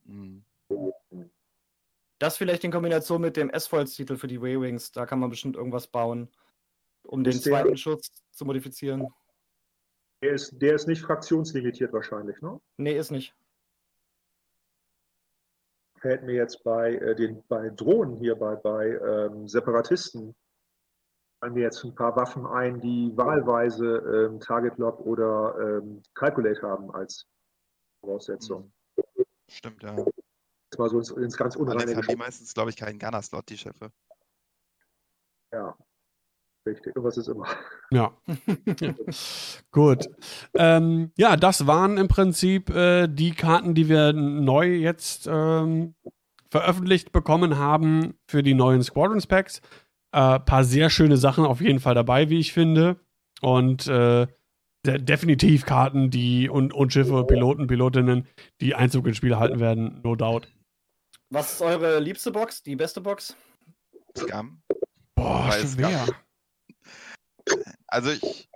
Das vielleicht in Kombination mit dem S-Foils-Titel für die Waywings. Da kann man bestimmt irgendwas bauen, um den zweiten Schutz zu modifizieren. Der ist nicht fraktionslimitiert wahrscheinlich, ne? Nee, ist nicht. fällt mir jetzt bei Drohnen hier, bei Separatisten, fallen mir jetzt ein paar Waffen ein, die wahlweise Target Lock oder Calculate haben als Voraussetzung. Stimmt, ja. Jetzt mal so ins ganz unreine Allerdings haben die Geschäft. meistens, glaube ich, keinen Gunner-Slot, die Schiffe. Ja, richtig. Irgendwas ist immer. Ja. Gut. Ja, das waren im Prinzip die Karten, die wir neu jetzt veröffentlicht bekommen haben für die neuen Squadrons Packs. Paar sehr schöne Sachen auf jeden Fall dabei, wie ich finde. Und definitiv Karten, die und Schiffe, Piloten, Pilotinnen, die Einzug ins Spiel halten werden, no doubt. Was ist eure liebste Box? Die beste Box? Scum. Boah, Weil schwer. Also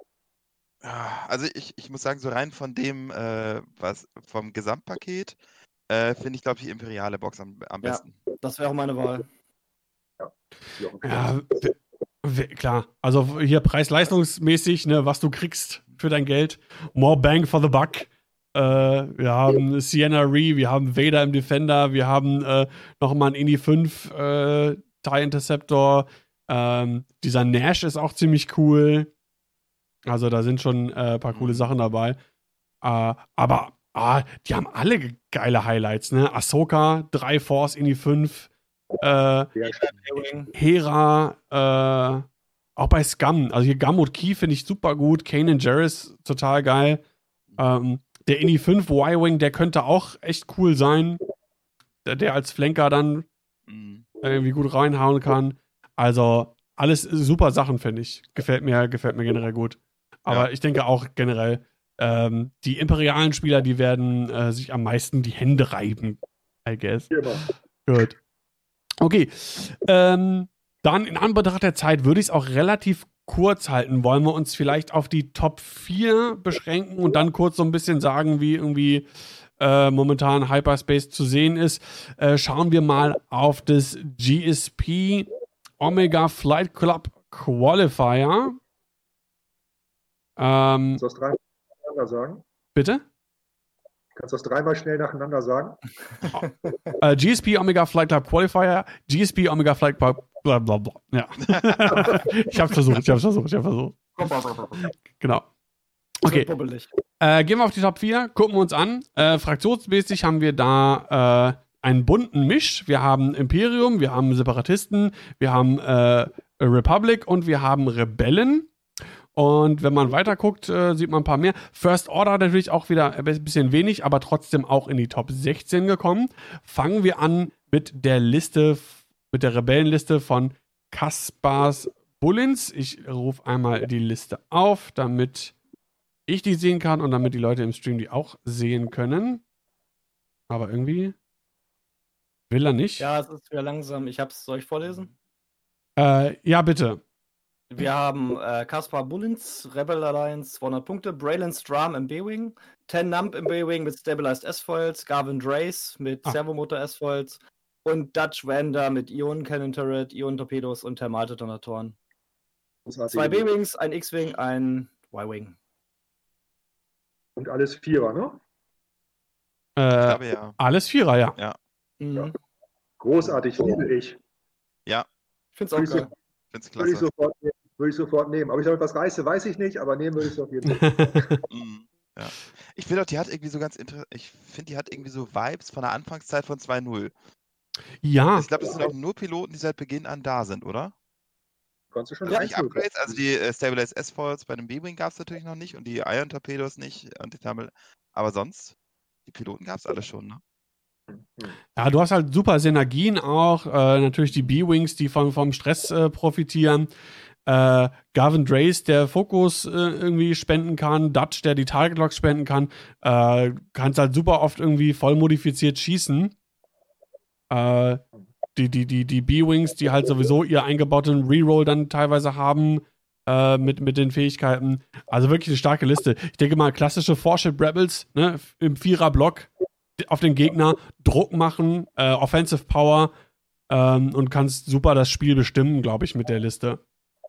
ich muss sagen, so rein von dem, was vom Gesamtpaket, finde ich, glaube ich, die Imperiale Box am Ja. besten. Das wäre auch meine Wahl. Ja, klar. Also hier preis-leistungsmäßig, ne, was du kriegst für dein Geld. More bang for the buck. Wir haben Sienna Ree, wir haben Vader im Defender, wir haben nochmal einen Indy 5 TIE Interceptor. Dieser Nash ist auch ziemlich cool. Also da sind schon ein paar coole Sachen dabei. Aber die haben alle geile Highlights, ne? Ahsoka, 3 Force, Indy 5. Hera, auch bei Scum, also hier Gum Key finde ich super gut, Kanan Jarrus total geil. Der Indy 5 Y-Wing, der könnte auch echt cool sein. Der als Flanker dann irgendwie gut reinhauen kann. Also alles super Sachen, finde ich. Gefällt mir generell gut. Aber Ja. ich denke auch generell, die imperialen Spieler, die werden sich am meisten die Hände reiben, I guess. Genau. Gut. Okay. Dann in Anbetracht der Zeit würde ich es auch relativ kurz halten. Wollen wir uns vielleicht auf die Top 4 beschränken und dann kurz so ein bisschen sagen, wie irgendwie momentan Hyperspace zu sehen ist. Schauen wir mal auf das GSP Omega Flight Club Qualifier. Kannst du das dreimal nacheinander sagen? Bitte? Kannst du das dreimal schnell nacheinander sagen? GSP Omega Flight Club Qualifier, GSP Omega Flight Club, bla bla bla. Ja. ich hab's versucht. Genau. Okay. Gehen wir auf die Top 4, gucken wir uns an. Fraktionsmäßig haben wir da einen bunten Misch. Wir haben Imperium, wir haben Separatisten, wir haben Republic und wir haben Rebellen. Und wenn man weiter guckt, sieht man ein paar mehr. First Order natürlich auch wieder ein bisschen wenig, aber trotzdem auch in die Top 16 gekommen. Fangen wir an mit der Liste, mit der Rebellenliste von Kaspars Bullins. Ich rufe einmal die Liste auf, damit ich die sehen kann und damit die Leute im Stream die auch sehen können. Aber irgendwie will er nicht. Ja, es ist wieder langsam. Soll ich vorlesen? Ja, bitte. Wir haben Kaspar Bullins, Rebel Alliance, 200 Punkte, Braylon Stram im B-Wing, 10 Nump im B-Wing mit Stabilized S-Foils, Garvin Drace mit Servomotor S-Foils und Dutch Vander mit Ionen-Cannon Turret, Ionen-Torpedos und Thermaldetonatoren. 2 B-Wings, ein X-Wing, ein Y-Wing. Und alles Vierer, ne? Ich glaube, ja. Alles Vierer, ja. Ja. Mhm. Großartig, liebe ich. Ja, Ich finde es auch geil. find's Würde ich, klasse. würde ich sofort nehmen. Ob ich damit was reiße, weiß ich nicht, aber nehmen würde ich es auf jeden Fall. Ja. Ich finde auch, die hat irgendwie so ich finde, die hat irgendwie so Vibes von der Anfangszeit von 2.0. Ja. Ich glaube, das sind auch nur Piloten, die seit Beginn an da sind, oder? Kannst du schon Ja, nicht einzeln. Upgrades, also die Stabilized S-Foils bei dem B-Wing gab es natürlich noch nicht und die Ion-Torpedos nicht und die aber sonst, die Piloten gab es alle schon, ne? Ja, du hast halt super Synergien auch. Natürlich die B-Wings, die vom Stress profitieren. Garvin Drace, der Fokus irgendwie spenden kann. Dutch, der die Target Locks spenden kann. Kannst halt super oft irgendwie voll modifiziert schießen. Die B-Wings, die halt sowieso ihr eingebauten Reroll dann teilweise haben mit den Fähigkeiten. Also wirklich eine starke Liste. Ich denke mal, klassische 4-Ship Rebels, ne, im 4er-Block auf den Gegner Druck machen, Offensive Power und kannst super das Spiel bestimmen, glaube ich, mit der Liste.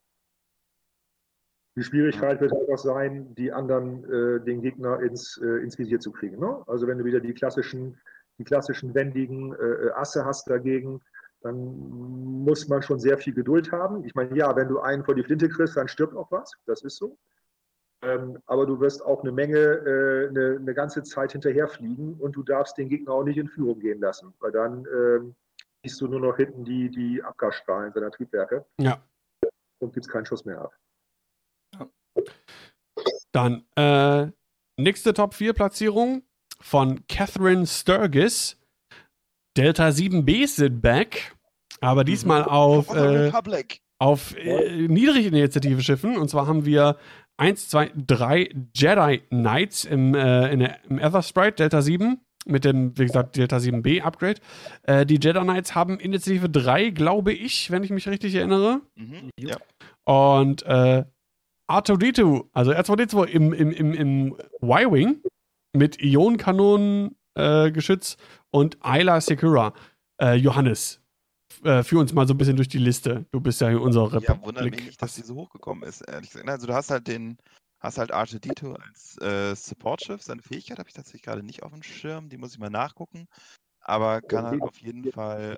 Die Schwierigkeit wird einfach sein, die anderen, den Gegner ins Visier zu kriegen. Ne? Also wenn du wieder die klassischen die klassischen wendigen Asse hast dagegen, dann muss man schon sehr viel Geduld haben. Ich meine, ja, wenn du einen vor die Flinte kriegst, dann stirbt auch was, das ist so. Aber du wirst auch eine Menge, eine ganze Zeit hinterherfliegen und du darfst den Gegner auch nicht in Führung gehen lassen, weil dann siehst du nur noch hinten die Abgasstrahlen seiner Triebwerke. Ja. Und gibt es keinen Schuss mehr ab. Dann nächste Top-4-Platzierung von Catherine Sturgis. Delta 7B sind back, aber diesmal auf Niedriginitiative-Schiffen. Und zwar haben wir 1, 2, 3 Jedi Knights im Aethersprite Delta 7 mit dem, wie gesagt, Delta 7B Upgrade. Die Jedi Knights haben Initiative 3, glaube ich, wenn ich mich richtig erinnere. Ja. Und R2D2, also R2D2 im Y-Wing mit Ionenkanonen-Geschütz und Ayla Secura. Johannes, führ uns mal so ein bisschen durch die Liste. Du bist ja in unserer Republik. Ja, wundert mich nicht, dass die so hochgekommen ist, ehrlich gesagt. Also du hast halt R2D2 als Supportschiff. Seine Fähigkeit habe ich tatsächlich gerade nicht auf dem Schirm. Die muss ich mal nachgucken. Aber kann er auf jeden Fall.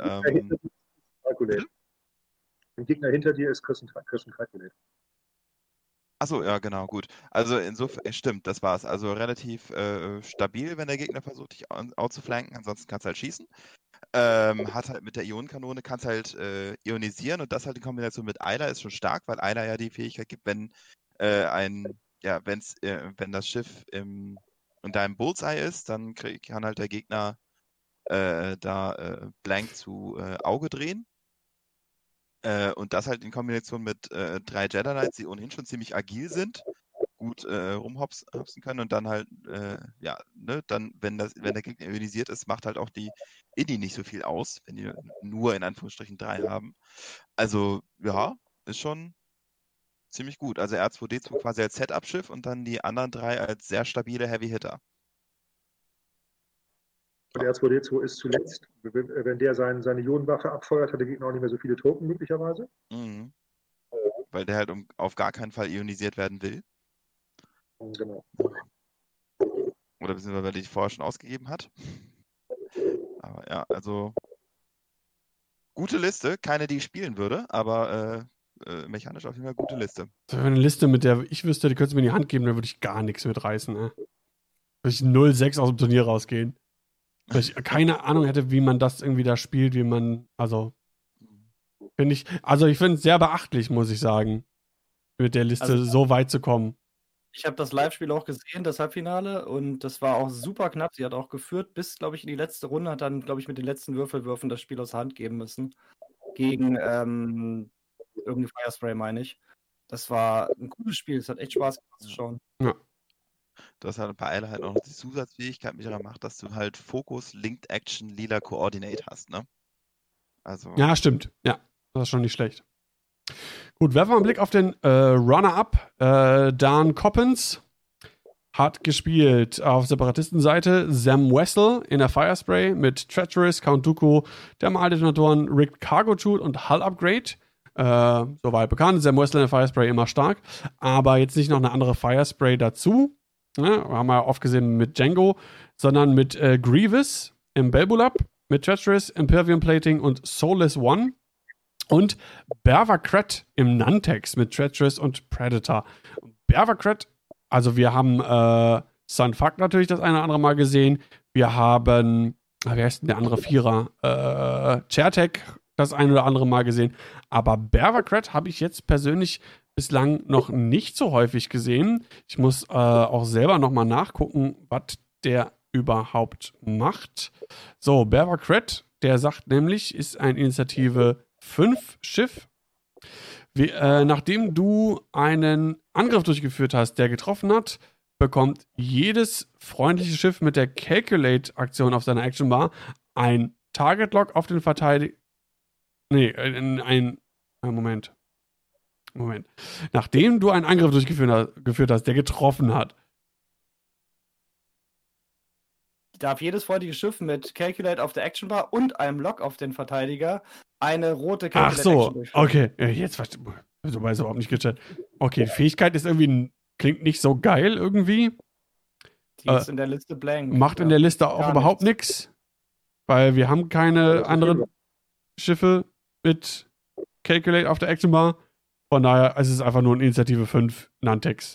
Ein Gegner hinter dir ist Christian Kalkulat. Achso, ja, genau, gut. Also insofern, stimmt, das war's. Also relativ stabil, wenn der Gegner versucht, dich outzuflanken. Ansonsten kannst du halt schießen. Hat halt mit der Ionenkanone, kannst halt ionisieren und das halt in Kombination mit Ayla ist schon stark, weil Ayla ja die Fähigkeit gibt, wenn wenn das Schiff in deinem Bullseye ist, dann kann halt der Gegner blank zu Auge drehen. Und das halt in Kombination mit 3 Jedi Knights, die ohnehin schon ziemlich agil sind, gut rumhopsen können und dann halt, dann, wenn der Gegner ionisiert ist, macht halt auch die Inni nicht so viel aus, wenn die nur in Anführungsstrichen 3 haben. Also, ja, ist schon ziemlich gut. Also R2D2 quasi als Setup-Schiff und dann die anderen 3 als sehr stabile Heavy-Hitter. Und R2D2 ist zuletzt, wenn der seine Ionenwaffe abfeuert, hat der Gegner auch nicht mehr so viele Token möglicherweise. Mhm. Weil der halt auf gar keinen Fall ionisiert werden will. Genau. Oder beziehungsweise weil er die vorher schon ausgegeben hat. Aber ja, also gute Liste. Keine, die ich spielen würde, aber mechanisch auf jeden Fall gute Liste. Das wäre eine Liste, mit der ich wüsste, die könntest du mir in die Hand geben, dann würde ich gar nichts mitreißen. Ne? Würde ich 0-6 aus dem Turnier rausgehen. Weil ich keine Ahnung hätte, wie man das irgendwie da spielt, ich finde es sehr beachtlich, muss ich sagen, mit der Liste so weit zu kommen. Ich habe das Live-Spiel auch gesehen, das Halbfinale, und das war auch super knapp. Sie hat auch geführt bis, glaube ich, in die letzte Runde, hat dann, glaube ich, mit den letzten Würfelwürfen das Spiel aus der Hand geben müssen. Gegen irgendwie Firespray, meine ich. Das war ein cooles Spiel, es hat echt Spaß gemacht zu schauen. Ja. Du hast halt bei Ayla halt auch noch die Zusatzfähigkeit mit ihrer Macht, dass du halt Fokus, Linked Action, Lila Coordinate hast, ne? Also. Ja, stimmt. Ja, das ist schon nicht schlecht. Gut, werfen wir einen Blick auf den Runner-Up. Dan Coppens hat gespielt auf Separatistenseite Sam Wessel in der Firespray mit Treacherous, Count Dooku, Thermaldetonatoren, Rigged Cargo Chute und Hull Upgrade. Soweit bekannt. Sam Wessel in der Firespray immer stark. Aber jetzt nicht noch eine andere Firespray dazu. Ne? Haben wir ja oft gesehen mit Django, sondern mit Grievous im Belbulab, mit Treacherous, Impervium Plating und Soulless One. Und Bervakret im Nantex mit Treacherous und Predator. Bervakret, also wir haben Sunfuck natürlich das eine oder andere Mal gesehen. Wir haben, wie heißt denn der andere Vierer? Chertek das eine oder andere Mal gesehen. Aber Bervakret habe ich jetzt persönlich bislang noch nicht so häufig gesehen. Ich muss auch selber nochmal nachgucken, was der überhaupt macht. So, Bervakret, der sagt nämlich, ist ein Initiative 5 Schiff. Nachdem du einen Angriff durchgeführt hast, der getroffen hat, bekommt jedes freundliche Schiff mit der Calculate-Aktion auf seiner Action-Bar ein Target-Lock auf den Verteidiger. Moment. Nachdem du einen Angriff durchgeführt hast, der getroffen hat. Darf jedes freundliche Schiff mit Calculate auf der Actionbar und einem Lock auf den Verteidiger eine rote Calculate-Action durchführen. Okay. Jetzt verstehe ich. So weiß überhaupt nicht gecheckt. Okay, die Fähigkeit ist irgendwie, klingt nicht so geil irgendwie. Die ist in der Liste blank. Macht in der Liste auch überhaupt nichts. weil wir haben keine Das anderen ist Schiffe mit Calculate auf der Action Bar. Von daher ist es einfach nur ein Initiative 5 Nantex.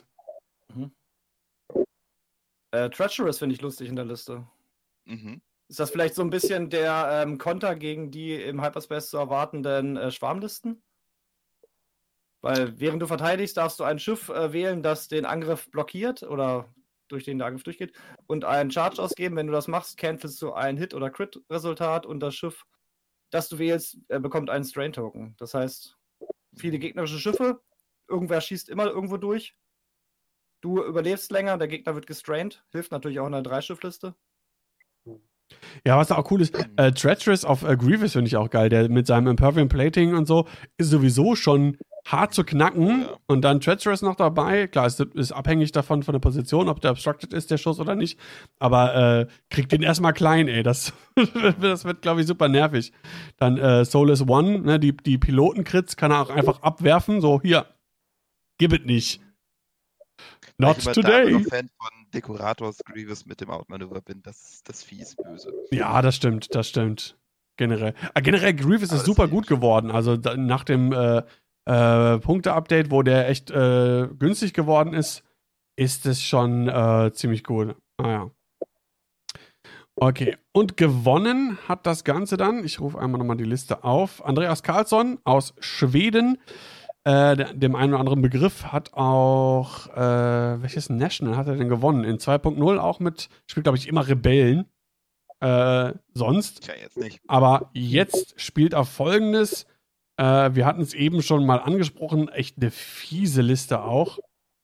Treacherous finde ich lustig in der Liste. Mhm. Ist das vielleicht so ein bisschen der Konter gegen die im Hyperspace zu erwartenden Schwarmlisten? Weil während du verteidigst, darfst du ein Schiff wählen, das den Angriff blockiert oder durch den der Angriff durchgeht und einen Charge ausgeben. Wenn du das machst, cancelst du ein Hit- oder Crit-Resultat und das Schiff, das du wählst, bekommt einen Strain-Token. Das heißt, viele gegnerische Schiffe, irgendwer schießt immer irgendwo durch. Du überlebst länger, der Gegner wird gestrained. Hilft natürlich auch in der 3-Schiff-Liste. Ja, was da auch cool ist, Treacherous auf Grievous finde ich auch geil. Der mit seinem Impervium Plating und so ist sowieso schon hart zu knacken. Ja. Und dann Treacherous noch dabei. Klar, es ist abhängig davon von der Position, ob der obstructed ist, der Schuss oder nicht. Aber kriegt den erstmal klein, ey. Das wird, glaube ich, super nervig. Dann Soulless One, ne, die Pilotenkrits kann er auch einfach abwerfen. So, hier, gib it nicht. Not Weil ich immer da today. noch Fan von Dekorators Grievous mit dem Outmanöver bin. Das Vieh ist böse. Ja, das stimmt. Generell. Generell, Grievous Aber ist das super sehe gut ich. geworden. Also nach dem Punkte-Update, wo der echt günstig geworden ist es schon ziemlich gut. Naja. Okay, und gewonnen hat das Ganze dann, ich rufe einmal nochmal die Liste auf, Andreas Karlsson aus Schweden. Dem einen oder anderen Begriff hat auch, welches National hat er denn gewonnen? In 2.0 auch mit, spielt glaube ich immer Rebellen. Sonst. Tja, jetzt nicht. Aber jetzt spielt er Folgendes. Wir hatten es eben schon mal angesprochen. Echt eine fiese Liste auch.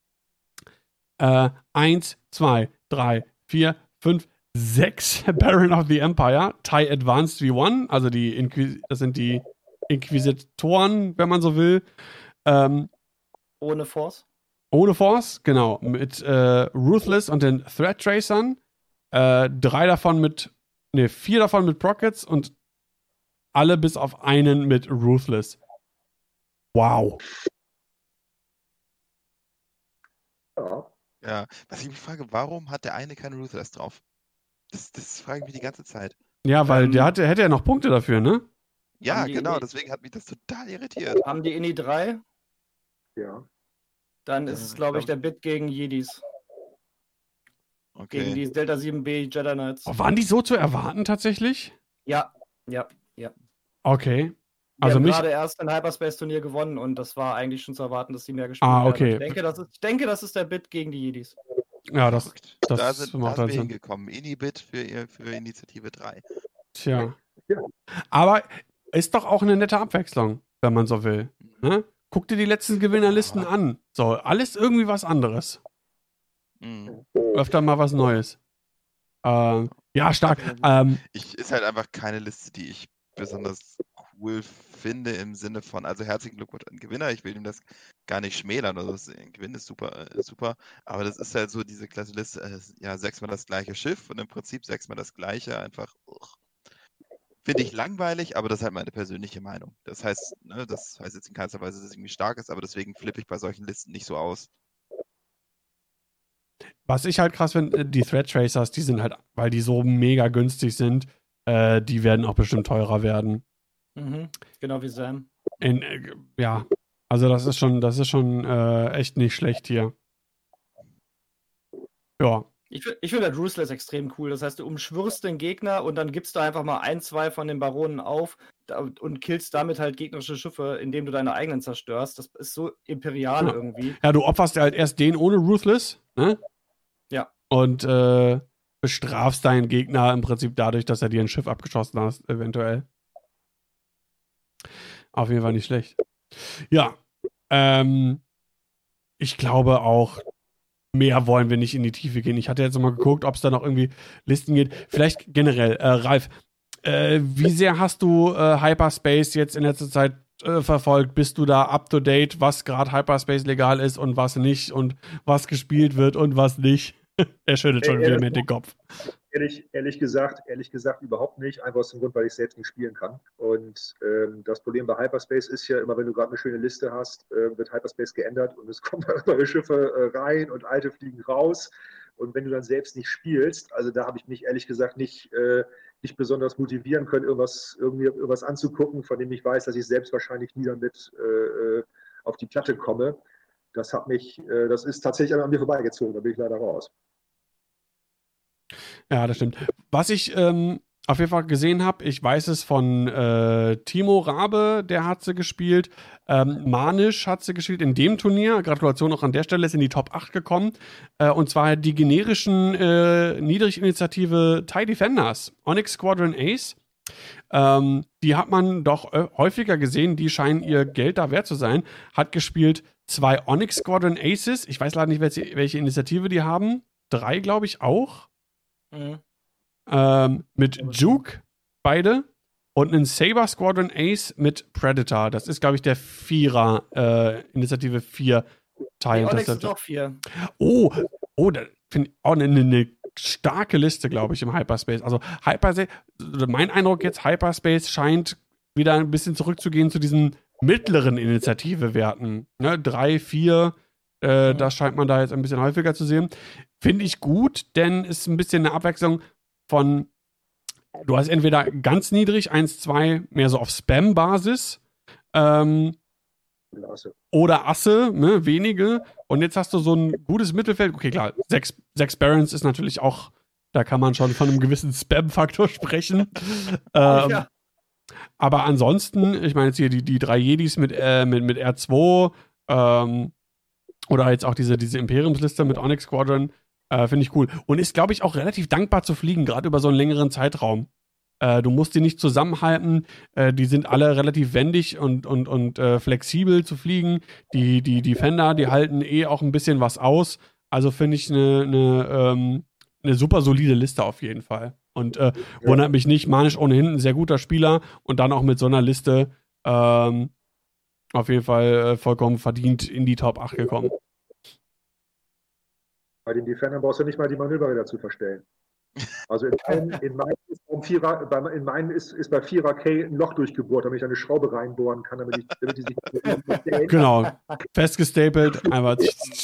1, 2, 3, 4, 5, 6 Baron of the Empire. TIE Advanced V1. Also das sind die Inquisitoren, wenn man so will. Ohne Force. Ohne Force, genau. Mit Ruthless und den Threat Tracern. 4 davon mit Prockets und alle bis auf einen mit Ruthless. Wow. Ja. Ja, was ich mich frage, warum hat der eine keine Ruthless drauf? Das frage ich mich die ganze Zeit. Ja, weil der hätte ja noch Punkte dafür, ne? Ja, Haben die genau, irgendwie- deswegen hat mich das total irritiert. Haben die INI 3, Ja. dann ist es, glaube ich, der Bit gegen Jedis. Gegen Okay. die Delta 7B Jedi Knights. Oh, waren die so zu erwarten tatsächlich? Ja. Okay. Die Also haben mich. gerade erst ein Hyperspace-Turnier gewonnen und das war eigentlich schon zu erwarten, dass die mehr gespielt Ah, werden. okay. Ich denke, das ist der Bit gegen die Jedis. Ja, das Verrückt. das da sind macht wir halt Sinn. hingekommen. Inibit für Initiative 3. Tja. Ja. Aber ist doch auch eine nette Abwechslung, wenn man so will. Ne? Guck dir die letzten Gewinnerlisten an. So, alles irgendwie was anderes. Mhm. Öfter mal was Neues. Ja, stark. Ist halt einfach keine Liste, die ich besonders cool finde im Sinne von, also herzlichen Glückwunsch an den Gewinner, ich will ihm das gar nicht schmälern, also ein Gewinn ist super, aber das ist halt so diese klasse Liste, ja, 6-mal das gleiche Schiff und im Prinzip 6-mal das gleiche, einfach, finde ich langweilig, aber das ist halt meine persönliche Meinung. Das heißt, ne, das heißt jetzt in keinster Weise, dass es irgendwie stark ist, aber deswegen flippe ich bei solchen Listen nicht so aus. Was ich halt krass finde, die Thread Tracers, die sind halt, weil die so mega günstig sind, die werden auch bestimmt teurer werden. Mhm. Genau wie Sam. Ja, also das ist schon echt nicht schlecht hier. Ja. Ich finde der Ruthless extrem cool. Das heißt, du umschwirrst den Gegner und dann gibst du einfach mal 1, 2 von den Baronen auf und killst damit halt gegnerische Schiffe, indem du deine eigenen zerstörst. Das ist so imperial Ja. irgendwie. Ja, du opferst halt erst den ohne Ruthless, ne? Ja. Und bestrafst deinen Gegner im Prinzip dadurch, dass er dir ein Schiff abgeschossen hat, eventuell. Auf jeden Fall nicht schlecht. Ja. Ich glaube auch, mehr wollen wir nicht in die Tiefe gehen. Ich hatte jetzt mal geguckt, ob es da noch irgendwie Listen geht. Vielleicht generell, Ralf, wie sehr hast du Hyperspace jetzt in letzter Zeit verfolgt? Bist du da up to date, was gerade Hyperspace legal ist und was nicht und was gespielt wird und was nicht? Er schüttelt schon wieder mit dem Kopf. Ehrlich gesagt überhaupt nicht. Einfach aus dem Grund, weil ich selbst nicht spielen kann. Und das Problem bei Hyperspace ist ja immer, wenn du gerade eine schöne Liste hast, wird Hyperspace geändert und es kommen neue Schiffe rein und alte fliegen raus. Und wenn du dann selbst nicht spielst, also da habe ich mich ehrlich gesagt nicht nicht besonders motivieren können, irgendwas anzugucken, von dem ich weiß, dass ich selbst wahrscheinlich nie damit auf die Platte komme. Das ist tatsächlich an mir vorbeigezogen, da bin ich leider raus. Ja, das stimmt. Was ich auf jeden Fall gesehen habe, ich weiß es von Timo Rabe, der hat sie gespielt. Manisch hat sie gespielt in dem Turnier. Gratulation auch an der Stelle, ist in die Top 8 gekommen. Und zwar die generischen Niedriginitiative TIE Defenders, Onyx Squadron Ace. Die hat man doch häufiger gesehen, die scheinen ihr Geld da wert zu sein. Hat gespielt 2 Onyx Squadron Aces. Ich weiß leider nicht, welche Initiative die haben. 3, glaube ich, auch. Mit Juke, beide. Und einen Saber Squadron Ace mit Predator. Das ist, glaube ich, der Initiative 4 Teil. Onyx ist noch 4. Oh, da finde ich auch eine starke Liste, glaube ich, im Hyperspace. Also mein Eindruck jetzt, Hyperspace scheint wieder ein bisschen zurückzugehen zu diesen mittleren Initiative-Werten. Ne? 3, 4, das scheint man da jetzt ein bisschen häufiger zu sehen. Finde ich gut, denn es ist ein bisschen eine Abwechslung von, du hast entweder ganz niedrig, 1, 2, mehr so auf Spam-Basis, oder Asse, ne, wenige. Und jetzt hast du so ein gutes Mittelfeld. Okay, klar, 6 Barons ist natürlich auch, da kann man schon von einem gewissen Spam-Faktor sprechen. Ja. Aber ansonsten, ich meine jetzt hier die 3 Jedis mit R2, oder jetzt auch diese Imperiumsliste mit Onyx Squadron, finde ich cool. Und ist, glaube ich, auch relativ dankbar zu fliegen, gerade über so einen längeren Zeitraum. Du musst die nicht zusammenhalten. Die sind alle relativ wendig und flexibel zu fliegen. Die Defender, die halten auch ein bisschen was aus. Also finde ich eine super solide Liste auf jeden Fall. Und wundert mich nicht. Manisch ohnehin ein sehr guter Spieler und dann auch mit so einer Liste auf jeden Fall vollkommen verdient in die Top 8 gekommen. Bei den Defendern brauchst du nicht mal die Manöverräder zu verstellen. Also in meinen ist bei 4K ein Loch durchgebohrt, damit ich eine Schraube reinbohren kann, damit die sich genau, festgestapelt, einmal.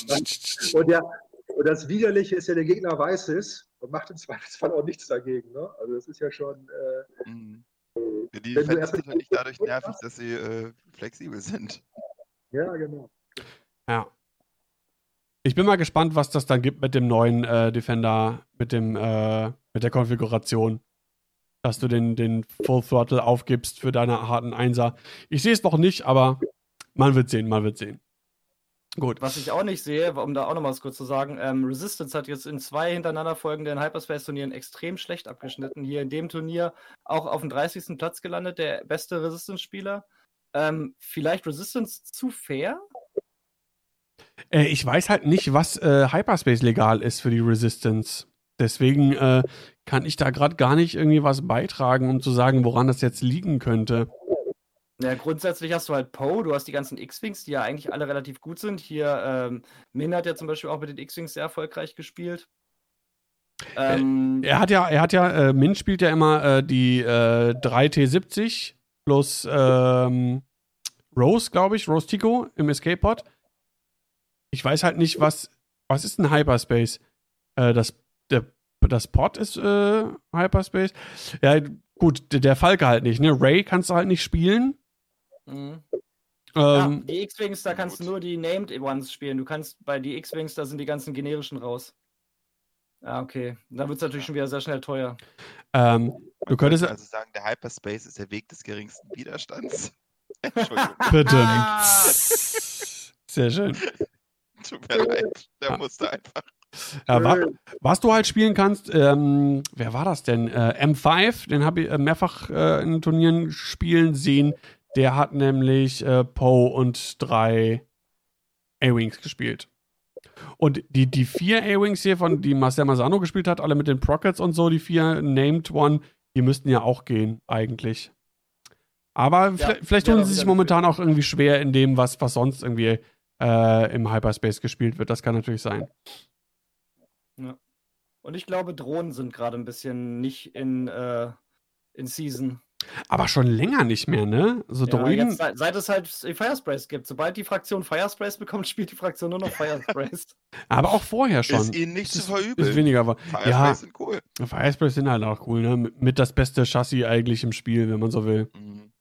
Und das Widerliche ist ja, der Gegner weiß es und macht im Zweifelsfall auch nichts dagegen. Ne? Also das ist ja schon... die Defender sind halt nicht dadurch nervig, dass sie flexibel sind. Ja, genau. Ja. Ich bin mal gespannt, was das dann gibt mit dem neuen Defender, mit der Konfiguration. Dass du den Full Throttle aufgibst für deine harten Einser. Ich sehe es noch nicht, aber man wird sehen. Gut. Was ich auch nicht sehe, um da auch noch mal was kurz zu sagen, Resistance hat jetzt in 2 hintereinander folgenden Hyperspace-Turnieren extrem schlecht abgeschnitten. Hier in dem Turnier auch auf dem 30. Platz gelandet, der beste Resistance-Spieler. Vielleicht Resistance zu fair? Ich weiß halt nicht, was Hyperspace legal ist für die Resistance. Deswegen kann ich da gerade gar nicht irgendwie was beitragen, um zu sagen, woran das jetzt liegen könnte. Ja, grundsätzlich hast du halt Poe, du hast die ganzen X-Wings, die ja eigentlich alle relativ gut sind. Hier, Min hat ja zum Beispiel auch mit den X-Wings sehr erfolgreich gespielt. Min spielt ja immer die 3T70 plus Rose, glaube ich, Rose Tico im Escape-Pod. Ich weiß halt nicht, was ist ein Hyperspace? Das Pod ist Hyperspace. Ja, gut, der Falke halt nicht, ne? Ray kannst du halt nicht spielen. Mhm. Die X-Wings, da kannst du nur die Named Ones spielen. Du kannst bei die X-Wings, da sind die ganzen generischen raus. Ah, okay. Da wird es natürlich schon wieder sehr schnell teuer. Du könntest also sagen, der Hyperspace ist der Weg des geringsten Widerstands. Entschuldigung. Bitte. Sehr schön. Tut mir leid, der musste einfach. Ja, was du halt spielen kannst, wer war das denn? M5, den habe ich mehrfach in Turnieren spielen sehen. Der hat nämlich Poe und 3 A-Wings gespielt. Und die 4 A-Wings hier, von die Marcel Mazzano gespielt hat, alle mit den Prockets und so, die 4 Named One, die müssten ja auch gehen, eigentlich. Aber vielleicht tun sie sich momentan auch irgendwie schwer in dem, was sonst irgendwie im Hyperspace gespielt wird. Das kann natürlich sein. Ja. Und ich glaube, Drohnen sind gerade ein bisschen nicht in Season. Aber schon länger nicht mehr, ne? So Ja, Droiden. jetzt, seit es halt Firesprays gibt. Sobald die Fraktion Firesprays bekommt, spielt die Fraktion nur noch Firesprays. Aber auch vorher schon. Ist ihnen nicht zu Ist verübeln. weniger. Firesprays Ja, sind cool. Firesprays sind halt auch cool, ne? Mit das beste Chassis eigentlich im Spiel, wenn man so will. Mhm.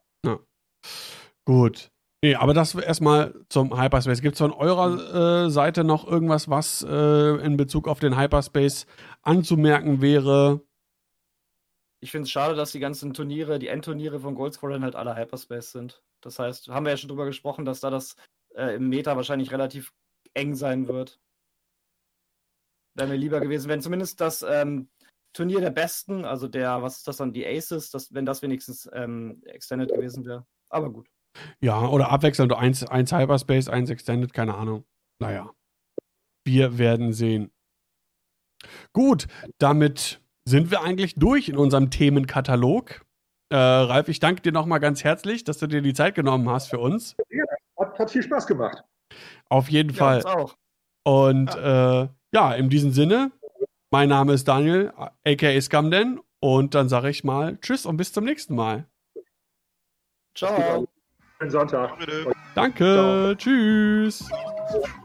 Gut. Nee, aber das erstmal zum Hyperspace. Gibt es von eurer Seite noch irgendwas, was in Bezug auf den Hyperspace anzumerken wäre? Ich finde es schade, dass die ganzen Turniere, die Endturniere von Gold Squadron halt alle Hyperspace sind. Das heißt, haben wir ja schon drüber gesprochen, dass da das im Meta wahrscheinlich relativ eng sein wird. Wäre mir lieber gewesen, wenn zumindest das Turnier der Besten, also was ist das dann, die Aces, wenn das wenigstens Extended gewesen wäre. Aber gut. Ja, oder abwechselnd eins Hyperspace, eins Extended, keine Ahnung. Naja. Wir werden sehen. Gut, damit sind wir eigentlich durch in unserem Themenkatalog. Ralf, ich danke dir nochmal ganz herzlich, dass du dir die Zeit genommen hast für uns. Ja, hat viel Spaß gemacht. Auf jeden Ja, Fall. uns auch. Und in diesem Sinne, mein Name ist Daniel, aka Scamden. Und dann sage ich mal Tschüss und bis zum nächsten Mal. Ciao. Schönen Sonntag. Bitte. Danke, Ciao. tschüss.